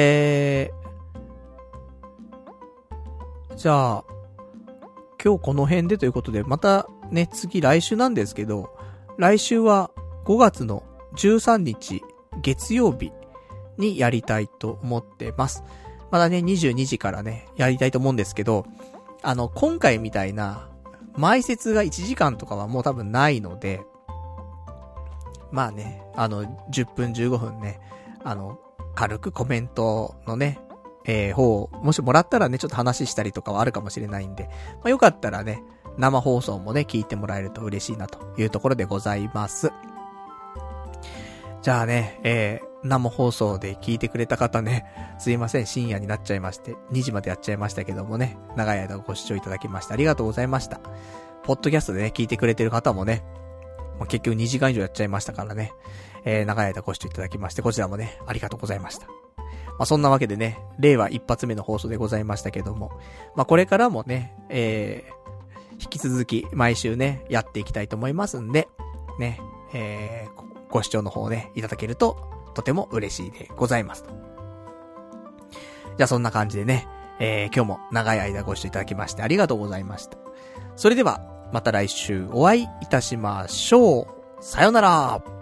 ゃあ、今日この辺でということで、またね、次来週なんですけど、来週は5月の13日月曜日にやりたいと思ってます。まだね、22時からね、やりたいと思うんですけど、今回みたいな、前説が1時間とかはもう多分ないので、まあね、10分15分ね、軽くコメントのね、方を、もしもらったらね、ちょっと話したりとかはあるかもしれないんで、まあよかったらね、生放送もね、聞いてもらえると嬉しいなというところでございます。じゃあね、生放送で聞いてくれた方ね、すいません、深夜になっちゃいまして、2時までやっちゃいましたけどもね、長い間ご視聴いただきましてありがとうございました。ポッドキャストでね、聞いてくれてる方もね、もう結局2時間以上やっちゃいましたからね、長い間ご視聴いただきまして、こちらもね、ありがとうございました。まあ、そんなわけでね、令和一発目の放送でございましたけども、まあ、これからもね、引き続き毎週ね、やっていきたいと思いますんで、ね、ご視聴の方ね、いただけると、とても嬉しいでございます。じゃあそんな感じでね、今日も長い間ご視聴いただきましてありがとうございました。それでは、また来週お会いいたしましょう。さよなら。